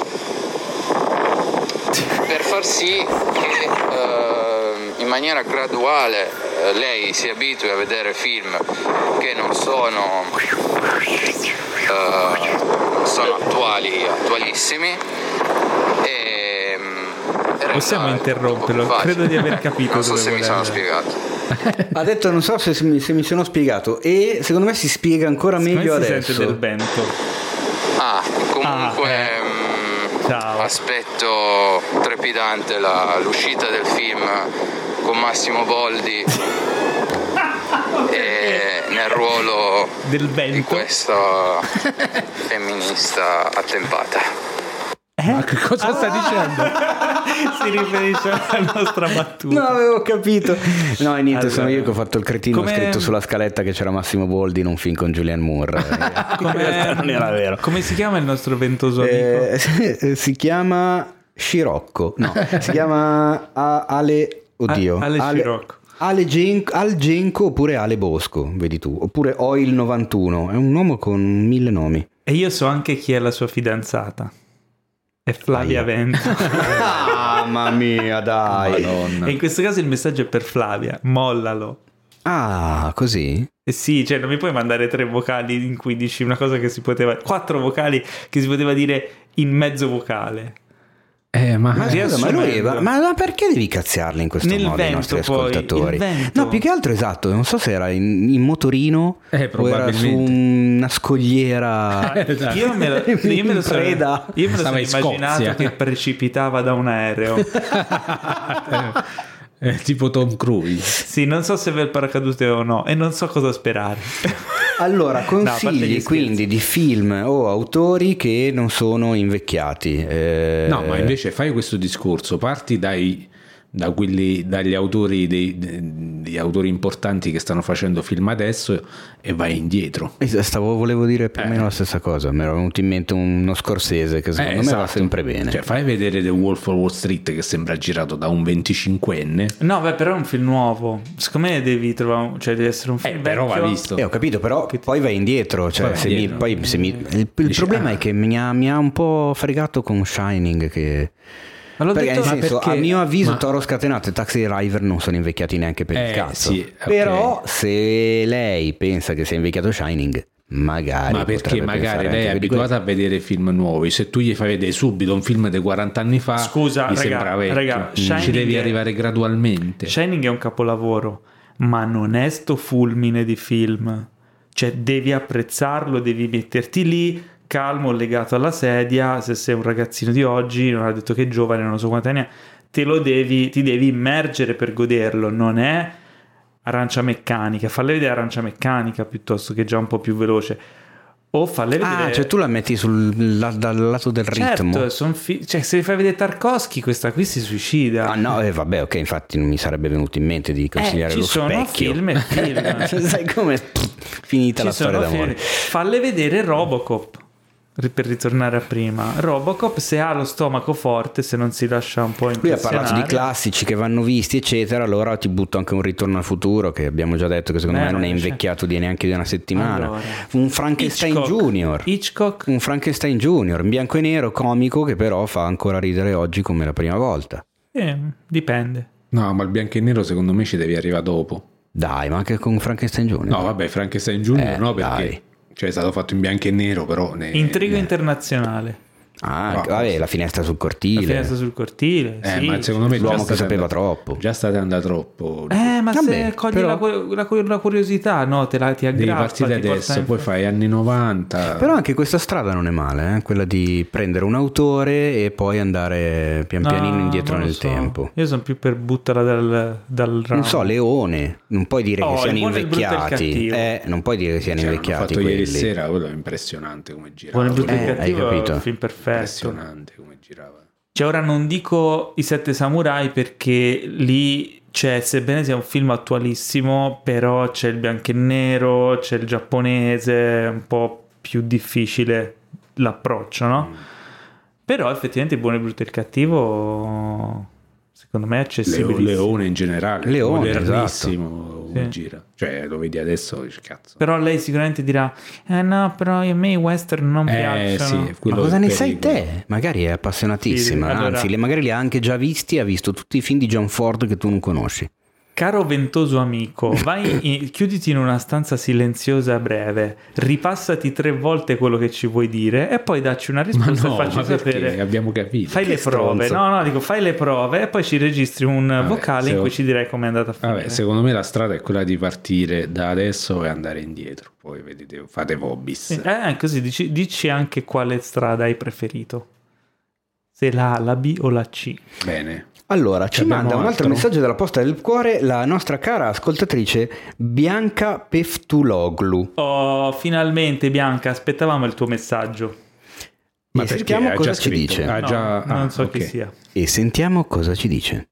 per far sì che ehm, in maniera graduale eh, lei si abitui a vedere film che non sono eh, non sono attuali attualissimi e, mm, e Possiamo renda interromperlo? un po' più facile. Credo di aver capito non so dove se mi vuole sono andare. spiegato. Ha detto non so se mi, se mi sono spiegato e secondo me si spiega ancora Come meglio si adesso. sente del vento? Ah, comunque Ah, eh. mm, Ciao. aspetto trepidante la- l'uscita del film con Massimo Boldi e nel ruolo Del di vento? questa femminista attempata. Ma che cosa sta dicendo? Si riferisce alla nostra battuta. No, avevo capito. No, e niente, Allora, sono io che ho fatto il cretino, come- ho scritto sulla scaletta che c'era Massimo Boldi in un film con Julianne Moore. Come, non era vero. come si chiama il nostro ventoso amico? Eh, si chiama Scirocco. No, si chiama A- Ale. Oddio. A- Ale Scirocco. Ale Gen- Al Genco oppure Ale Bosco, vedi tu. Oppure Oil novantuno. È un uomo con mille nomi. E io so anche chi è la sua fidanzata. È Flavia Aia. Vento. Ah, mamma mia, dai. Madonna. E in questo caso il messaggio è per Flavia. Mollalo. Ah, così? Eh sì, cioè non mi puoi mandare tre vocali in cui dici una cosa che si poteva... Quattro vocali che si poteva dire in mezzo vocale. Eh, ma, Ma, Sì, scusa, ma, lui, assumendo. ma, ma perché devi cazziarli in questo Nel modo i vento, nostri poi, ascoltatori? il vento. No, più che altro esatto, non so se era in, in motorino Eh, o era su probabilmente. una scogliera. Esatto. Io me lo, io me lo sono, Preda. io me lo Stava sono in immaginato Scozia. che precipitava da un aereo. eh, tipo Tom Cruise. Sì, non so se aveva il paracadute o no e non so cosa sperare. Allora, No, a parte gli consigli scherzi. quindi di film o autori che non sono invecchiati. Eh, No, ma invece fai questo discorso, parti dai, da quelli, dagli autori, dei, degli autori importanti che stanno facendo film adesso e vai indietro. Eh, Stavo, volevo dire più o Eh. meno la stessa cosa. Mi era venuto in mente uno Scorsese che secondo Eh, me va esatto. sempre bene. Cioè, fai vedere The Wolf of Wall Street che sembra girato da un venticinquenne. No, beh, però è un film nuovo. Secondo me devi trovare, un- cioè deve essere un film Eh, però vecchio. va visto. Eh, ho capito, però poi vai indietro. Cioè, Poi vai se mi- indietro. poi se mi- il, il Dici, problema ah. è che mi ha, mi ha un po' fregato con Shining. Che... Ma l'ho Perché, detto, nel ma senso, perché- a mio avviso, ma- Toro Scatenato e Taxi Driver non sono invecchiati neanche per Eh, il cazzo. sì, ok. Però, se lei pensa che sia invecchiato Shining, magari. Ma perché potrebbe magari pensare lei è anche di quello. abituata a vedere film nuovi, se tu gli fai vedere subito un film di quaranta anni fa, Scusa, mi raga, sembra vecchio. raga, Ci Shining devi è- arrivare gradualmente. Shining è un capolavoro, ma non è sto fulmine di film. Cioè devi apprezzarlo, devi metterti lì calmo, legato alla sedia. Se sei un ragazzino di oggi, non ha detto che è giovane, non so quanti anni ha, te lo devi, ti devi immergere per goderlo. Non è Arancia Meccanica, falle vedere Arancia Meccanica piuttosto, che è già un po' più veloce, o falle vedere... Ah, cioè tu la metti sul, la- dal lato del ritmo. Certo, son fi- cioè se fai vedere Tarkovsky, questa qui si suicida. Ah no, eh, vabbè, ok, infatti non mi sarebbe venuto in mente di consigliare Eh, ci lo sono specchio. film e film. Sai come finita Ci la storia sono d'amore. film. Falle vedere Robocop, ri- per ritornare a prima. Robocop, se ha lo stomaco forte, se non si lascia un po' Lui ha impressionare. parlato di classici che vanno visti, eccetera. Allora ti butto anche un Ritorno al futuro, che abbiamo già detto che secondo Eh, me non è non c'è. invecchiato di neanche di una settimana. Allora. Un Frankenstein Hitchcock. Junior. Hitchcock. Un Frankenstein Junior, in bianco e nero, comico, che però fa ancora ridere oggi come la prima volta. Eh, dipende. No, ma il bianco e nero secondo me ci devi arrivare dopo. Dai, ma anche con Frankenstein Junior. No, vabbè, Frankenstein Junior Eh, no, perché dai. cioè, è stato fatto in bianco e nero, però ne- Intrigo ne- internazionale. Ah, No. vabbè, la finestra sul La cortile. finestra sul cortile. Eh, sì. ma secondo me L'uomo già che state sapeva andando- troppo. Già state andando troppo. Eh, ma Vabbè, se cogli però- la, cu- la cu- la curiosità, no, te la ti Devi aggrappa, partire ti porta adesso, in- poi fai anni novanta. Però anche questa strada non è male, eh? Quella di prendere un autore e poi andare pian No, pianino indietro non lo nel so. tempo. Io sono più per buttarla dal, dal ramo. Non so, Leone, non puoi dire Oh, che siano il buono, il brutto e il invecchiati. cattivo. Eh, non puoi dire che siano Cioè, l'hanno invecchiati fatto ieri quelli. sera, quello è impressionante come girava. Buono, il brutto e il Eh, hai cattivo è capito. un film perfetto. Impressionante come girava. Cioè, ora non dico I Sette Samurai perché lì c'è, sebbene sia un film attualissimo, però c'è il bianco e nero, c'è il giapponese, è un po' più difficile l'approccio, no? Mm. Però effettivamente il buono, il brutto e il cattivo secondo me è Leo- accessibilissimo. Leone in generale, Leone, modernissimo come Sì. gira. Cioè, lo vedi adesso, dici, cazzo. Però lei sicuramente dirà eh no, però a me i western non Eh piacciono. sì, Ma quello cosa è ne il sai pericolo. te? Magari è appassionatissima, Sì, allora- anzi, le- magari li ha anche già visti, ha visto tutti i film di John Ford che tu non conosci. Caro ventoso amico, vai in- chiuditi in una stanza silenziosa a breve, ripassati tre volte quello che ci vuoi dire e poi dacci una Ma risposta no, e facci ma perché? sapere. Abbiamo capito. Fai le Che prove, stronzo. no, no, dico fai le prove e poi ci registri un Vabbè, vocale se in ho- cui ci direi come è andata a finire. Vabbè, secondo me la strada è quella di partire da adesso e andare indietro. Poi vedete, fate vobis. Eh, così dici, dici anche quale strada hai preferito. Se la A, la B o la C. Bene. Allora, ci Abbiamo manda un altro altro? messaggio della posta del cuore la nostra cara ascoltatrice Bianca Peftuloglu. Oh, finalmente Bianca, aspettavamo il tuo messaggio. E perché sentiamo ha cosa già ci scritto? dice. Ah, No, già- non ah, so chi ok. sia. E sentiamo cosa ci dice.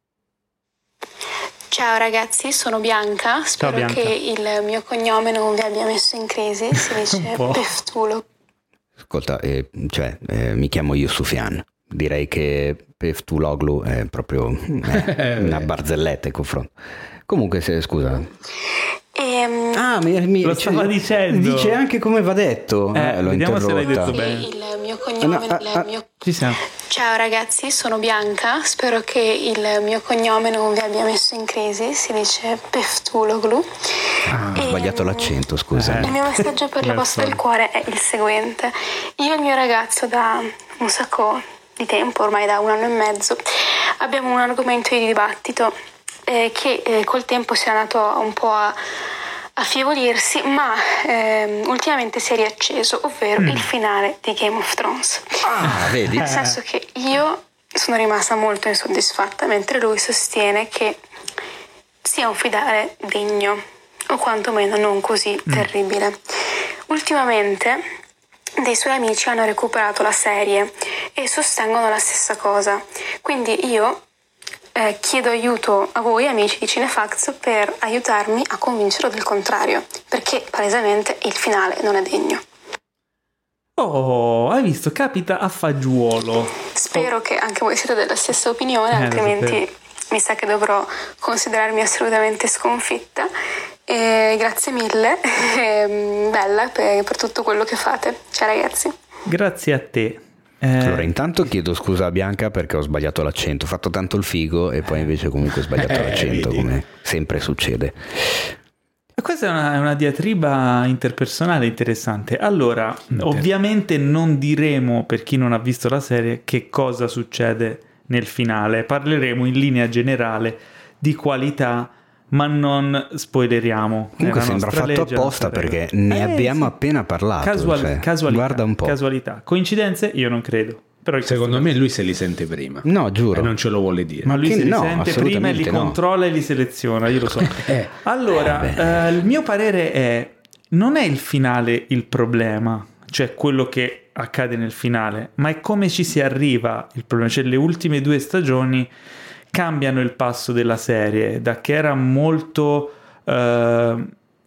Ciao ragazzi, sono Bianca, spero Bianca. che il mio cognome non vi abbia messo in crisi, si dice Un po'. Peftulo. Ascolta, eh, cioè, eh, mi chiamo Yusufian. Direi che Peftuloglu è proprio eh, una barzelletta in confronto. Comunque, se, scusa, E, mm, Ah, mi, mi Lo stava dicendo. Dice anche come va detto. Eh, Eh, l'ho vediamo se l'hai interrotta. detto bene. Sì, il mio cognome No, non ah, è ah. mio... Ci siamo. Ciao ragazzi, sono Bianca, spero che il mio cognome non vi abbia messo in crisi, si dice Peftuloglu. Ah, ho E, sbagliato l'accento, scusa. Il mio messaggio per la posta del cuore è il seguente. Io e il mio ragazzo da un sacco di tempo, ormai da un anno e mezzo, abbiamo un argomento di dibattito eh, che eh, col tempo si è andato un po' a affievolirsi, ma ehm, ultimamente si è riacceso, ovvero mm. il finale di Game of Thrones. Ah, vedi? Nel senso che io sono rimasta molto insoddisfatta, mentre lui sostiene che sia un finale degno, o quantomeno non così mm. terribile. Ultimamente dei suoi amici hanno recuperato la serie e sostengono la stessa cosa, quindi io Eh, chiedo aiuto a voi amici di Cinefax per aiutarmi a convincerlo del contrario, perché palesemente il finale non è degno. Oh, hai visto? Capita a fagiolo. Spero oh. che anche voi siete della stessa opinione, eh, altrimenti mi sa che dovrò considerarmi assolutamente sconfitta. E grazie mille, e bella per, per tutto quello che fate. Ciao ragazzi. Grazie a te. Eh... Allora, intanto chiedo scusa a Bianca perché ho sbagliato l'accento. Ho fatto tanto il figo e poi invece comunque ho sbagliato Eh, l'accento, vedi. come sempre succede. Questa è una, è una diatriba interpersonale interessante. Allora, Inter- ovviamente non diremo, per chi non ha visto la serie, che cosa succede nel finale. Parleremo in linea generale di qualità, ma non spoileriamo. Comunque È la sembra nostra fatto legge, apposta la nostra perché regola. ne Eh, abbiamo sì. appena parlato. Casual- cioè, casualità, guarda un po'. Casualità. Coincidenze? Io non credo. Però in Secondo questo me lui se li sente prima. No, giuro. E non ce lo vuole dire. Ma lui Che si no, risente prima e li assolutamente no. controlla e li seleziona, io lo so. Eh, Allora, eh, il mio parere è: non è il finale il problema, cioè quello che accade nel finale, ma è come ci si arriva il problema. Cioè le ultime due stagioni cambiano il passo della serie, da che era molto eh,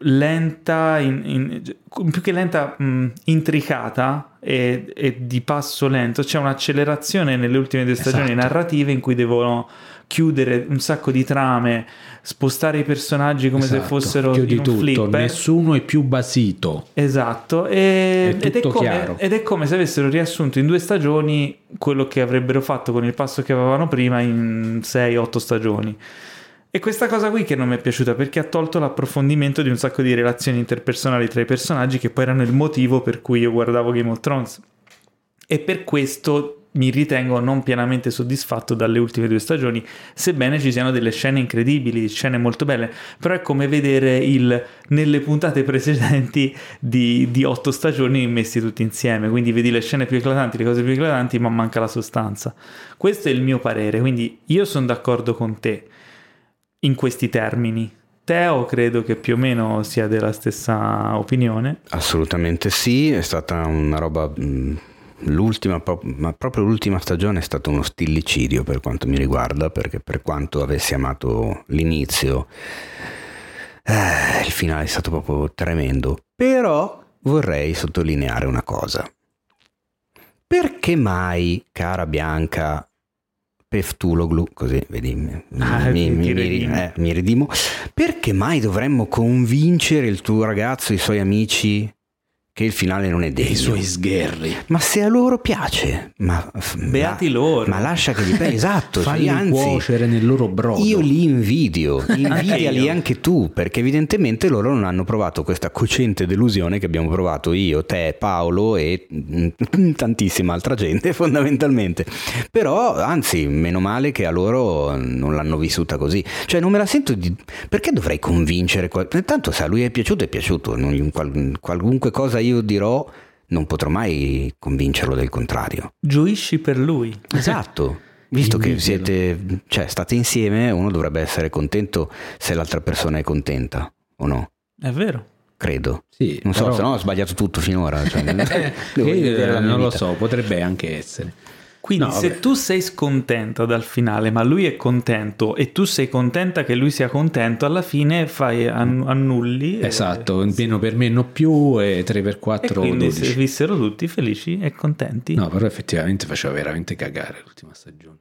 lenta, in, in, più che lenta, mh, intricata e, e di passo lento. C'è un'accelerazione nelle ultime due stagioni Esatto. narrative in cui devono chiudere un sacco di trame, spostare i personaggi come esatto. se fossero Chiudi in un tutto, flipper. nessuno è più basito. Esatto, e, È ed, è tutto come, chiaro. ed è come se avessero riassunto in due stagioni quello che avrebbero fatto con il passo che avevano prima in sei otto stagioni. E questa cosa qui che non mi è piaciuta, perché ha tolto l'approfondimento di un sacco di relazioni interpersonali tra i personaggi, che poi erano il motivo per cui io guardavo Game of Thrones. E per questo mi ritengo non pienamente soddisfatto dalle ultime due stagioni, sebbene ci siano delle scene incredibili, scene molto belle. Però è come vedere il nelle puntate precedenti di, di otto stagioni messi tutti insieme, quindi vedi le scene più eclatanti, le cose più eclatanti, ma manca la sostanza. Questo è il mio parere, quindi io sono d'accordo con te in questi termini. Teo credo che più o meno sia della stessa opinione. Assolutamente sì, è stata una roba... Mh, l'ultima, ma proprio l'ultima stagione è stato uno stillicidio per quanto mi riguarda, perché per quanto avessi amato l'inizio, eh, il finale è stato proprio tremendo. Però vorrei sottolineare una cosa. Perché mai, cara Bianca Peftuloglu, così vedi, mi, Ah, mi, ti- mi, ti mi, redimi. eh, mi redimo, perché mai dovremmo convincere il tuo ragazzo e i suoi amici che il finale non è E degno? i suoi sgherri. Ma se a loro piace, ma Beati ma, loro. ma lascia che gli piace. Esatto, cioè, Falli anzi, cuocere nel loro brodo. io li invidio, invidiali io. anche tu, perché evidentemente loro non hanno provato questa cocente delusione che abbiamo provato io, te, Paolo e mm, tantissima altra gente fondamentalmente. Però anzi, meno male che a loro non l'hanno vissuta così. Cioè non me la sento di... Perché dovrei convincere qual... Tanto se a lui è piaciuto è piaciuto, non- qual- qualunque cosa io dirò non potrò mai convincerlo del contrario. Gioisci per lui. Esatto. Visto che Invidialo. siete, cioè state insieme, uno dovrebbe essere contento se l'altra persona è contenta, o no? È vero. Credo. Sì, Non so, però- se no ho sbagliato tutto finora. Cioè, Eh, devo io, vivere la mia non lo vita. so, potrebbe anche essere. Quindi No, se vabbè. tu sei scontenta dal finale, ma lui è contento e tu sei contenta che lui sia contento, alla fine fai an- annulli. e- Esatto, in pieno per me no più e tre per E quattro quindi se dodici. vissero tutti felici e contenti. No, però effettivamente faceva veramente cagare l'ultima stagione.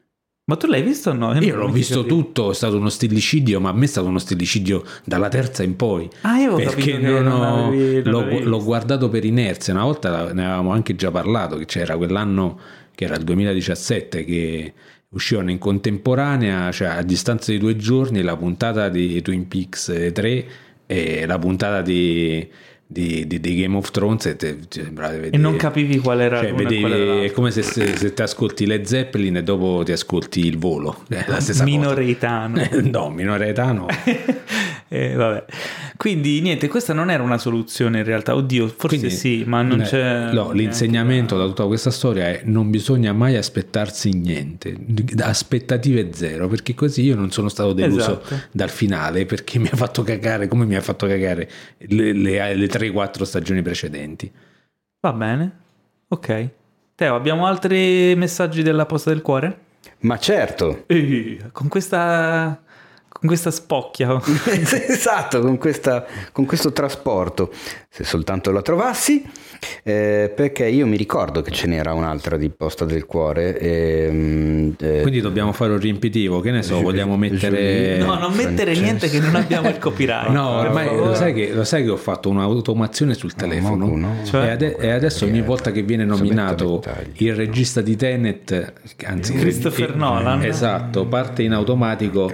Ma tu l'hai visto o no? Io l'ho visto tutto, è stato uno stillicidio, ma a me è stato uno stillicidio dalla terza in poi. Ah, io perché non, non ho, avevi, non l'ho, l'ho guardato per inerzia. Una volta ne avevamo anche già parlato, che c'era quell'anno che era il duemiladiciassette che uscivano in contemporanea, cioè a distanza di due giorni, la puntata di Twin Peaks tre e la puntata di Di, di, di Game of Thrones e, te, te, vedere, e non capivi qual era, cioè, vedevi, qual era è come se, se, se ti ascolti Led Zeppelin e dopo ti ascolti Il Volo, è la stessa minoretano cosa. no minoretano eh, vabbè. Quindi niente, questa non era una soluzione in realtà, oddio forse Quindi, sì, ma non eh, c'è no, l'insegnamento da tutta questa storia è: non bisogna mai aspettarsi niente, aspettative zero, perché così io non sono stato deluso esatto. dal finale, perché mi ha fatto cagare come mi ha fatto cagare le, le, le tre quattro stagioni precedenti. Va bene, ok. Teo, abbiamo altri messaggi della posta del cuore? Ma certo. Eh, con questa con questa spocchia. Esatto, con, questa, con questo trasporto, se soltanto la trovassi, eh, perché io mi ricordo che ce n'era un'altra di posta del cuore. E, eh, quindi dobbiamo fare un riempitivo, che ne so, vogliamo mettere... No, non mettere Francesco. Niente che non abbiamo il copyright. No, ormai lo sai, che, lo sai che ho fatto un'automazione sul telefono, no, no, cioè, e, ade- e adesso ogni volta che viene nominato il regista di Tenet, anzi Christopher il, Nolan, esatto, parte in automatico.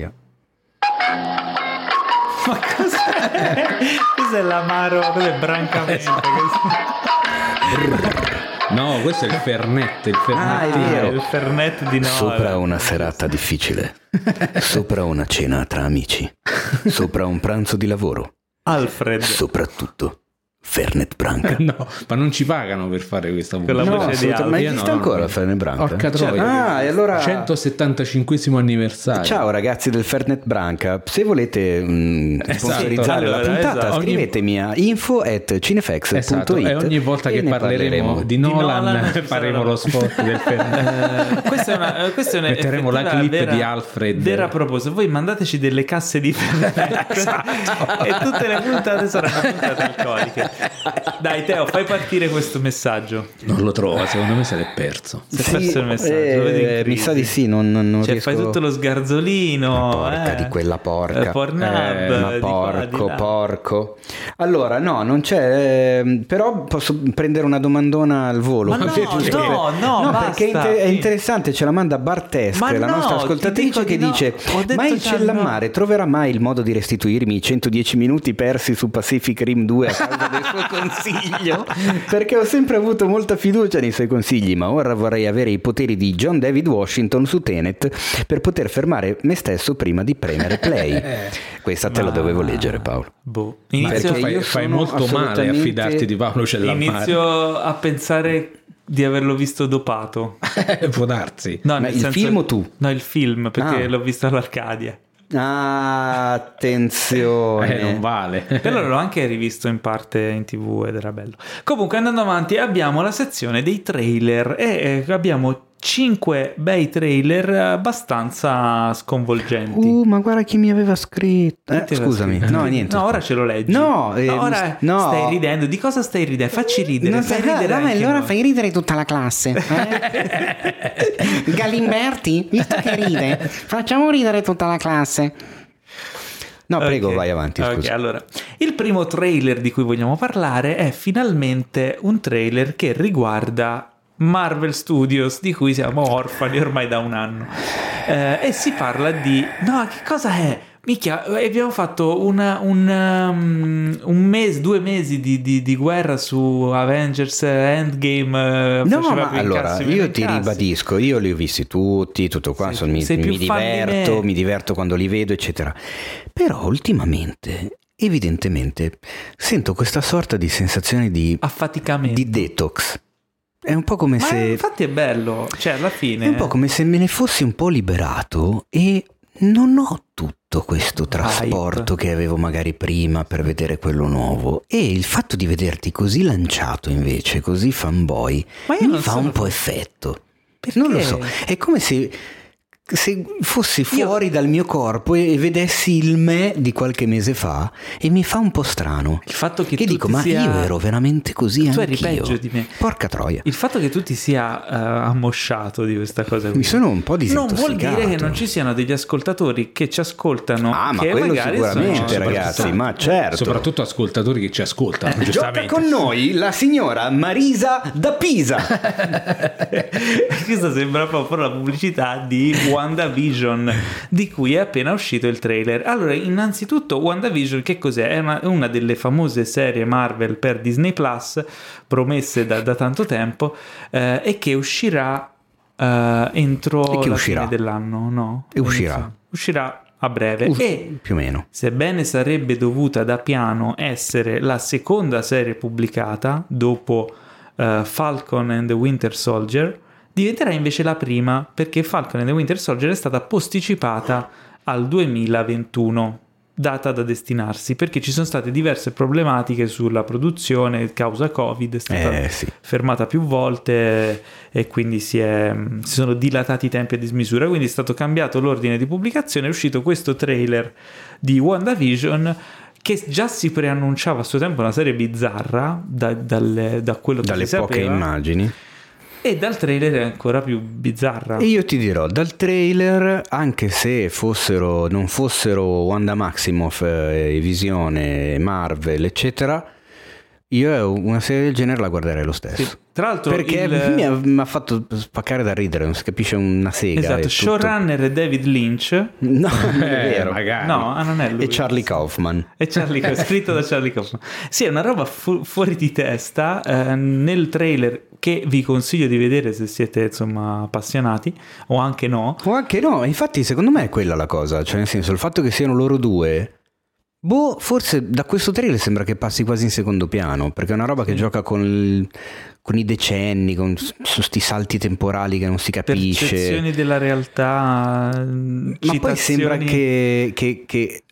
Ma cos'è? Cos'è l'amaro? Cos'è Brancamente? No, questo è il Fernet, il Fernet. Ah, è vero. Il Fernet di Nolan. Sopra una serata difficile, sopra una cena tra amici, sopra un pranzo di lavoro, Alfred. Soprattutto Fernet Branca. No, ma non ci pagano per fare questa voce. No, ma esiste no, ancora no. Fernet Branca? Porca troia. Ah, e allora centosettantacinquesimo anniversario. Ciao ragazzi del Fernet Branca, se volete mh, sponsorizzare esatto. la puntata, esatto. scrivetemi a info at cinefx punto it. Esatto. E ogni volta che parleremo di Nolan, di Nolan faremo lo spot del Fernet. uh, questa è una, questa è una metteremo la clip vera, di Alfred. Vera proposito, voi mandateci delle casse di Fernet esatto. e tutte le puntate saranno puntate alcoliche. Dai Teo, fai partire questo messaggio. Non lo trovo, secondo me se l'è perso. Si è sì, perso il messaggio. Eh, lo vedi mi sa di sì, non, non cioè, riesco... fai tutto lo sgarzolino. Ma porca eh. di quella porca. Eh, Pornhub, eh, ma di porco, qua, di porco. Allora, no, non c'è. Eh, però posso prendere una domandona al volo. Ma no, no, no, no basta. perché è, inter- è interessante. Ce la manda Bartesc, ma la no, nostra ascoltatrice, che no. dice: ma il Cellammare no. troverà mai il modo di restituirmi i centodieci minuti persi su Pacific Rim due a causa del suo consiglio? Perché ho sempre avuto molta fiducia nei suoi consigli, ma ora vorrei avere i poteri di John David Washington su Tenet per poter fermare me stesso prima di premere play. Questa te ma... la dovevo leggere, Paolo. Boh. Inizio, fai, fai molto assolutamente... male a fidarti di Paolo Cellammare. Inizio a pensare di averlo visto dopato. Può darsi. No, ma il senso... film o tu? No, il film, perché ah. l'ho visto all'Arcadia. Ah, attenzione, eh, non vale. Però l'ho anche rivisto in parte in tv ed era bello. Comunque, andando avanti, abbiamo la sezione dei trailer e abbiamo cinque bei trailer abbastanza sconvolgenti. Uh, ma guarda chi mi aveva scritto. Eh, scusami, scritto? no, niente. No, ora ce lo leggi. No, eh, no ora no. stai ridendo. Di cosa stai ridendo? Facci ridere. Non fai ridere ridere anche allora noi. fai ridere tutta la classe. Eh? Galimberti, visto che ride, facciamo ridere tutta la classe. No, prego, okay. vai avanti, scusa. Ok, allora, il primo trailer di cui vogliamo parlare è finalmente un trailer che riguarda Marvel Studios, di cui siamo orfani ormai da un anno. Eh, e si parla di... No, che cosa è? Minchia, abbiamo fatto una, un, um, un mese, due mesi di, di, di guerra su Avengers Endgame. No, ma allora io ti ribadisco, io li ho visti tutti, tutto qua, sei, mi, sei mi diverto, mi diverto quando li vedo, eccetera. Però ultimamente, evidentemente, sento questa sorta di sensazione di affaticamento, di detox. È un po' come ma se... infatti è bello, cioè alla fine... È un po' come se me ne fossi un po' liberato e non ho tutto questo trasporto hype che avevo magari prima per vedere quello nuovo. E il fatto di vederti così lanciato invece, così fanboy, mi fa un po' effetto. Perché? Non lo so, è come se... se fossi fuori io... dal mio corpo e vedessi il me di qualche mese fa, e mi fa un po' strano il fatto che, che tu dico ti ma sia... io ero veramente così tu anch'io. eri peggio di me. Porca troia, il fatto che tu ti sia uh, ammosciato di questa cosa qui mi sono un po' disintossicato. Non vuol dire che non ci siano degli ascoltatori che ci ascoltano, ah che ma quello magari sicuramente sono... ragazzi, ma certo, soprattutto ascoltatori che ci ascoltano. Eh, gioca con noi la signora Marisa da Pisa. Questa sembra proprio la pubblicità di WandaVision, di cui è appena uscito il trailer. Allora, innanzitutto WandaVision che cos'è? È una, una delle famose serie Marvel per Disney Plus, promesse da, da tanto tempo, eh, e che uscirà eh, entro e che la uscirà? fine dell'anno, no? E uscirà? Uscirà a breve. Uh, e più o meno, sebbene sarebbe dovuta da piano essere la seconda serie pubblicata dopo uh, Falcon and the Winter Soldier, diventerà invece la prima, perché Falcon and the Winter Soldier è stata posticipata al duemilaventuno, data da destinarsi, perché ci sono state diverse problematiche sulla produzione causa Covid, è stata eh, sì. fermata più volte e quindi si, è, si sono dilatati i tempi a dismisura, quindi è stato cambiato l'ordine di pubblicazione. È uscito questo trailer di WandaVision che già si preannunciava a suo tempo una serie bizzarra da, dalle, da quello che dalle si poche sapeva, immagini, e dal trailer è ancora più bizzarra. E io ti dirò, dal trailer, anche se fossero non fossero Wanda Maximoff, eh, Visione, Marvel eccetera, io una serie del genere la guarderei lo stesso. Sì. Tra l'altro perché il... mi, ha, mi ha fatto spaccare da ridere, non si capisce una sega. Esatto, showrunner è David Lynch. No, non è vero, magari. No, non è lui. E Charlie Kaufman. È Charlie, scritto da Charlie Kaufman. Sì, è una roba fu- fuori di testa. Eh, nel trailer, che vi consiglio di vedere se siete insomma appassionati, o anche no. O anche no, infatti secondo me è quella la cosa, cioè nel senso il fatto che siano loro due... Boh, forse da questo trailer sembra che passi quasi in secondo piano, perché è una roba che gioca con, il, con i decenni, con questi salti temporali che non si capisce. Percezioni della realtà, ma citazioni... poi sembra che, che, che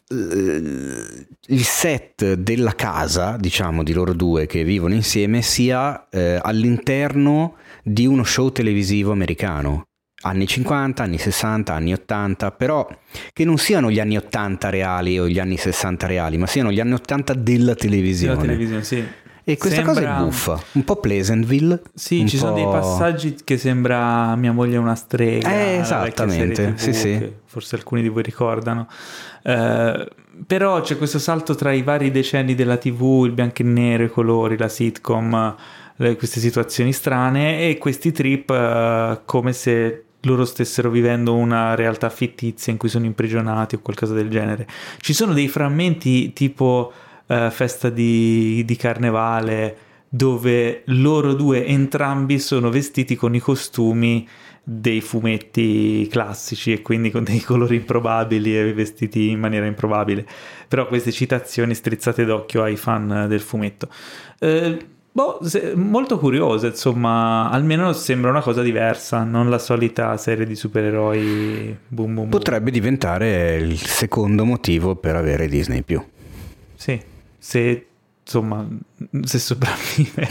uh, il set della casa, diciamo, di loro due che vivono insieme sia uh, all'interno di uno show televisivo americano. Anni cinquanta, anni sessanta, anni ottanta, però che non siano gli anni ottanta reali o gli anni sessanta reali, ma siano gli anni ottanta della televisione. Della televisione, sì. E questa sembra... cosa è buffa, un po' Pleasantville. Sì, ci po'... sono dei passaggi che sembra Mia moglie è una strega. Eh, esattamente, sì, sì. Che forse alcuni di voi ricordano. Uh, però c'è questo salto tra i vari decenni della tivù, il bianco e nero, i colori, la sitcom, le, queste situazioni strane e questi trip uh, come se loro stessero vivendo una realtà fittizia in cui sono imprigionati o qualcosa del genere. Ci sono dei frammenti tipo uh, festa di, di carnevale dove loro due entrambi sono vestiti con i costumi dei fumetti classici e quindi con dei colori improbabili e vestiti in maniera improbabile, però queste citazioni strizzate d'occhio ai fan del fumetto. Eh, boh, se, molto curiosa, insomma, almeno sembra una cosa diversa, non la solita serie di supereroi boom boom boom. Potrebbe diventare il secondo motivo per avere Disney più. Sì, se insomma, se sopravvive.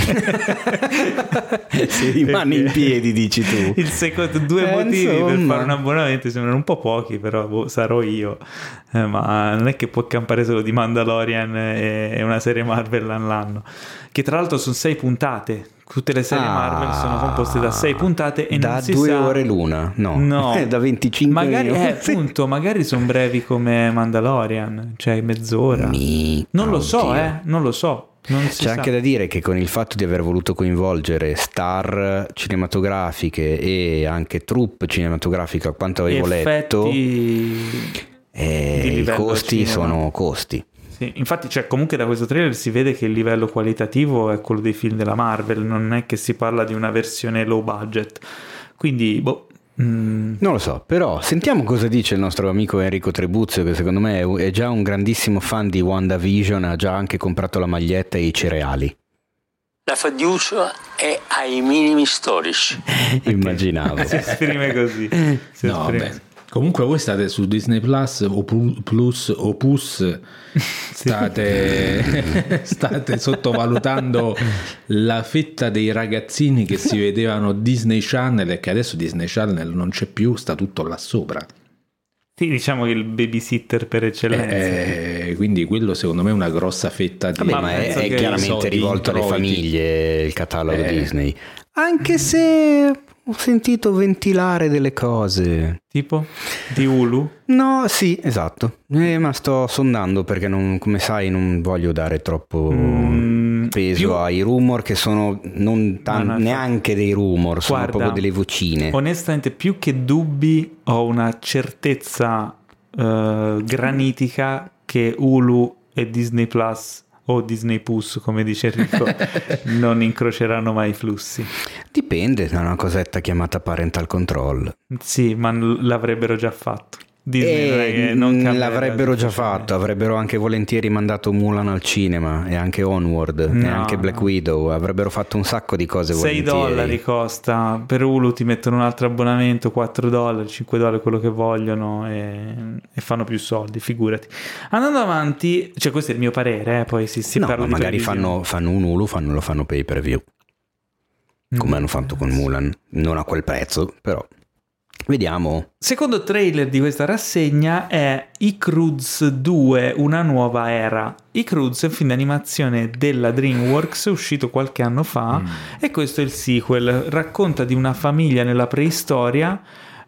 Se rimane in piedi, dici tu. Il secondo, due eh, motivi insomma. per fare un abbonamento sembrano un po' pochi, però boh, sarò io. Eh, ma non è che può campare solo di Mandalorian e, e una serie Marvel all'anno. Che tra l'altro sono sei puntate. Tutte le serie ah, Marvel sono composte da sei puntate e da non si due sa... ore l'una, no, no. da venticinque magari, ore. Eh, appunto, magari sono brevi come Mandalorian, cioè mezz'ora. Mi... Non lo oh, so, Dio. eh, non lo so. Non si C'è sa. anche da dire che con il fatto di aver voluto coinvolgere star cinematografiche e anche troupe cinematografica, quanto avevo letto, eh, i costi sono costi. Sì, infatti, cioè, comunque da questo trailer si vede che il livello qualitativo è quello dei film della Marvel, non è che si parla di una versione low budget. Quindi, boh. Mm. Non lo so, però sentiamo cosa dice il nostro amico Enrico Trebuzio, che secondo me è già un grandissimo fan di WandaVision, ha già anche comprato la maglietta e i cereali. La fiducia è ai minimi storici. Immaginavo. Si esprime così. Si no, esprime. beh. Comunque voi state su Disney Plus o Pu- Plus o Pus, state, state sottovalutando la fetta dei ragazzini che si vedevano Disney Channel e che adesso Disney Channel non c'è più, sta tutto là sopra. Sì, diciamo che il babysitter per eccellenza. Eh, quindi quello secondo me è una grossa fetta di... Vabbè, ma è, è chiaramente rivolto alle famiglie il catalogo Eh. Disney. Anche se ho sentito ventilare delle cose. Tipo? Di Hulu? No, sì, esatto. Eh, ma sto sondando perché non, come sai non voglio dare troppo Mm, peso più- ai rumor che sono non tan- No, no, neanche dei rumor, sono Guarda, proprio delle vocine. Onestamente, più che dubbi, ho una certezza eh, granitica che Hulu e Disney Plus o Disney Plus, come dice Enrico, non incroceranno mai i flussi. Dipende da una cosetta chiamata parental control. Sì, ma n- l'avrebbero già fatto. Disney non è che E non cambia l'avrebbero già semplicemente. fatto, avrebbero anche volentieri mandato Mulan al cinema e anche Onward e No, anche Black no. Widow, avrebbero fatto un sacco di cose sei volentieri. dollari costa, per Hulu ti mettono un altro abbonamento, quattro dollari, cinque dollari, quello che vogliono e, e fanno più soldi, figurati. Andando avanti, cioè questo è il mio parere, eh, poi si, si No, parla ma di magari televisione. fanno, fanno un Hulu, fanno, lo fanno pay per view, come Mm. hanno fatto con Mulan, non a quel prezzo, però vediamo. Secondo trailer di questa rassegna è I Croods due, una nuova era. I Croods è un film d'animazione della DreamWorks uscito qualche anno fa e questo è il sequel. Racconta di una famiglia nella preistoria.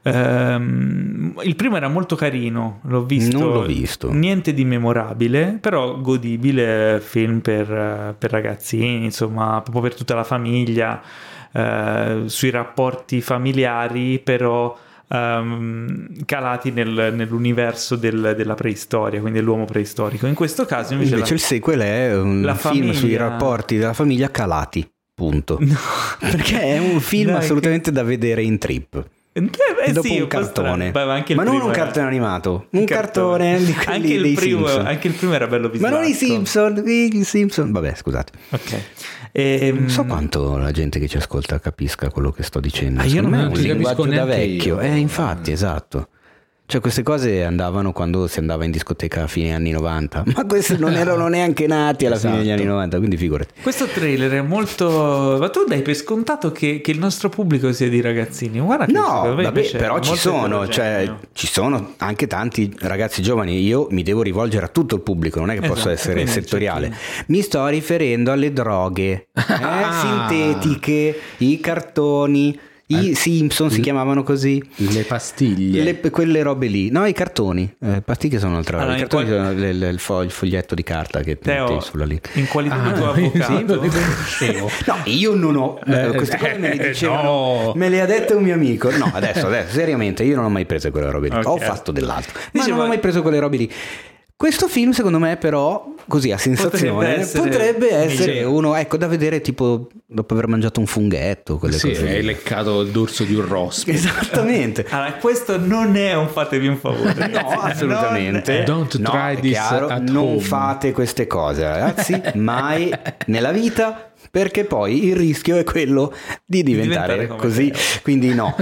Ehm, il primo era molto carino, l'ho visto. Non l'ho visto. Niente di memorabile, però godibile film per, per ragazzini, insomma, proprio per tutta la famiglia. Eh, sui rapporti familiari, però ehm, calati nel- nell'universo del- della preistoria, quindi dell'uomo preistorico. In questo caso invece, Invece la- il sequel è un la film sui famiglia- rapporti della famiglia calati, punto. Perché è un film No, è assolutamente da vedere in trip. Eh, Dopo sì, un po' strano. cartone, Beh, ma, anche il ma non primo un era- cartone animato, un cartone di quelli anche il dei primo, Simpson. anche il primo era bello Ma bislacco. non i Simpson, i Simpson. Vabbè, scusate. Ok. Ehm, Non so quanto la gente che ci ascolta capisca quello che sto dicendo. Ah, io Secondo non- me è non un ci capisco linguaggio da neanche vecchio. io. Eh, infatti, esatto. Cioè queste cose andavano quando si andava in discoteca a fine anni novanta, ma questi non erano neanche nati alla fine degli Esatto. anni novanta, quindi figurati. Questo trailer è molto... Ma tu dai per scontato che, che il nostro pubblico sia di ragazzini? Guarda che No, secondo me vabbè, invece è però ci molto sono, cioè, eterogeneo. ci sono anche tanti ragazzi giovani. Io mi devo rivolgere a tutto il pubblico, non è che posso Esatto, essere quindi settoriale. c'è Mi sto riferendo alle droghe eh, sintetiche, i cartoni, i Simpson si chiamavano così. Le pastiglie. Le- quelle robe lì, no, i cartoni. Eh, pasticche sono un'altra roba. Allora, I in cartoni qual- sono le- le- il, fo- il foglietto di carta che Teo, metti sulla lì. in qualità di Ah, tuo no, avvocato, sì, non le conoscevo. No, io non ho eh, queste cose me le dicevano, no. me le ha dette un mio amico. No, adesso, adesso seriamente, io non ho mai preso quelle robe lì. Ok. Ho fatto dell'altro, ma Dicevo- non ho mai preso quelle robe lì. Questo film, secondo me, però, così a sensazione, Potrebbe essere potrebbe essere migliore. uno, ecco, da vedere tipo dopo aver mangiato un funghetto, quelle Sì, cose lì. hai leccato il dorso di un rospo. Esattamente. Allora, questo non è un fatevi un favore. No, assolutamente. Non è- Don't No, try è this chiaro, at non home. fate queste cose, ragazzi, mai nella vita, perché poi il rischio è quello di diventare, diventare come così, Teo. quindi no.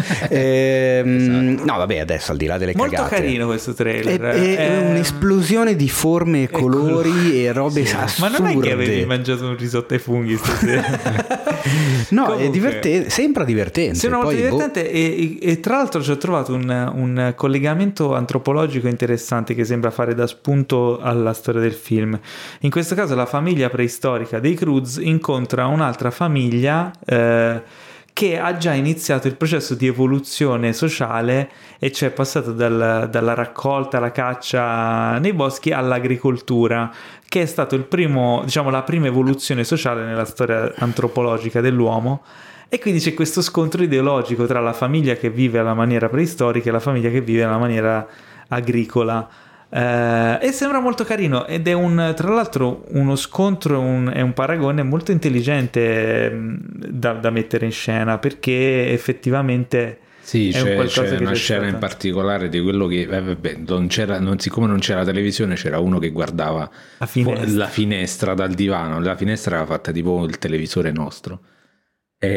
Ehm, No, vabbè, adesso al di là delle Molto cagate. carino questo trailer. È, è Ehm, un'esplosione di forme e colori e robe Ma assurde. non è che avevi mangiato un risotto ai funghi stasera? No, Comunque, è divertente, sembra divertente. Sembra molto poi, boh, divertente e, e tra l'altro ci ho trovato un, un collegamento antropologico interessante che sembra fare da spunto alla storia del film. In questo caso la famiglia preistorica dei Croods incontra un'altra famiglia eh, che ha già iniziato il processo di evoluzione sociale e cioè è passato dal- dalla raccolta, alla caccia nei boschi all'agricoltura, che è stato il primo, diciamo, la prima evoluzione sociale nella storia antropologica dell'uomo. E quindi c'è questo scontro ideologico tra la famiglia che vive alla maniera preistorica e la famiglia che vive alla maniera agricola. Eh, e sembra molto carino ed è un, tra l'altro uno scontro, un, è un paragone molto intelligente mh, da, da mettere in scena, perché effettivamente Sì, è un c'è, qualcosa c'è che una ci scena in sta- particolare di quello che, eh, vabbè, non c'era, non, siccome non c'era televisione, c'era uno che guardava La finestra. la finestra dal divano. La finestra era fatta tipo il televisore nostro. E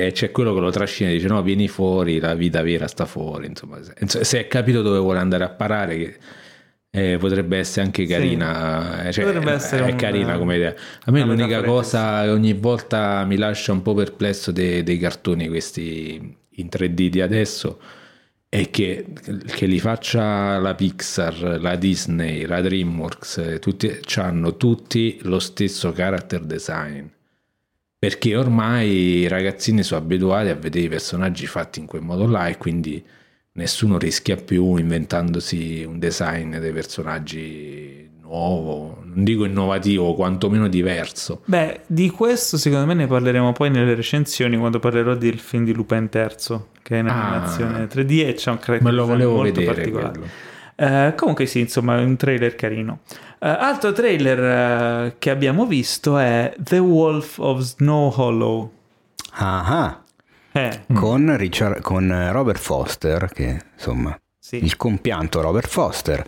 e c'è quello che lo trascina e dice no, vieni fuori, la vita vera sta fuori, insomma, se è capito dove vuole andare a parare, che eh, potrebbe essere anche carina, sì, cioè, potrebbe essere è un, carina come idea. A me l'unica cosa che ogni volta mi lascia un po' perplesso dei, dei cartoni questi in tre D di adesso è che, che li faccia la Pixar, la Disney, la DreamWorks, tutti hanno tutti lo stesso character design, perché ormai i ragazzini sono abituati a vedere i personaggi fatti in quel modo là e quindi nessuno rischia più inventandosi un design dei personaggi nuovo, non dico innovativo, quantomeno diverso. Beh, di questo secondo me ne parleremo poi nelle recensioni quando parlerò del film di Lupin terzo, che è un'animazione ah, tre D e c'è un carattere molto vedere, particolare. Uh, comunque sì, insomma, è un trailer carino. Uh, altro trailer uh, che abbiamo visto è The Wolf of Snow Hollow. Ah, eh. con, Richard, con Robert Foster, che insomma, sì. Il compianto Robert Foster.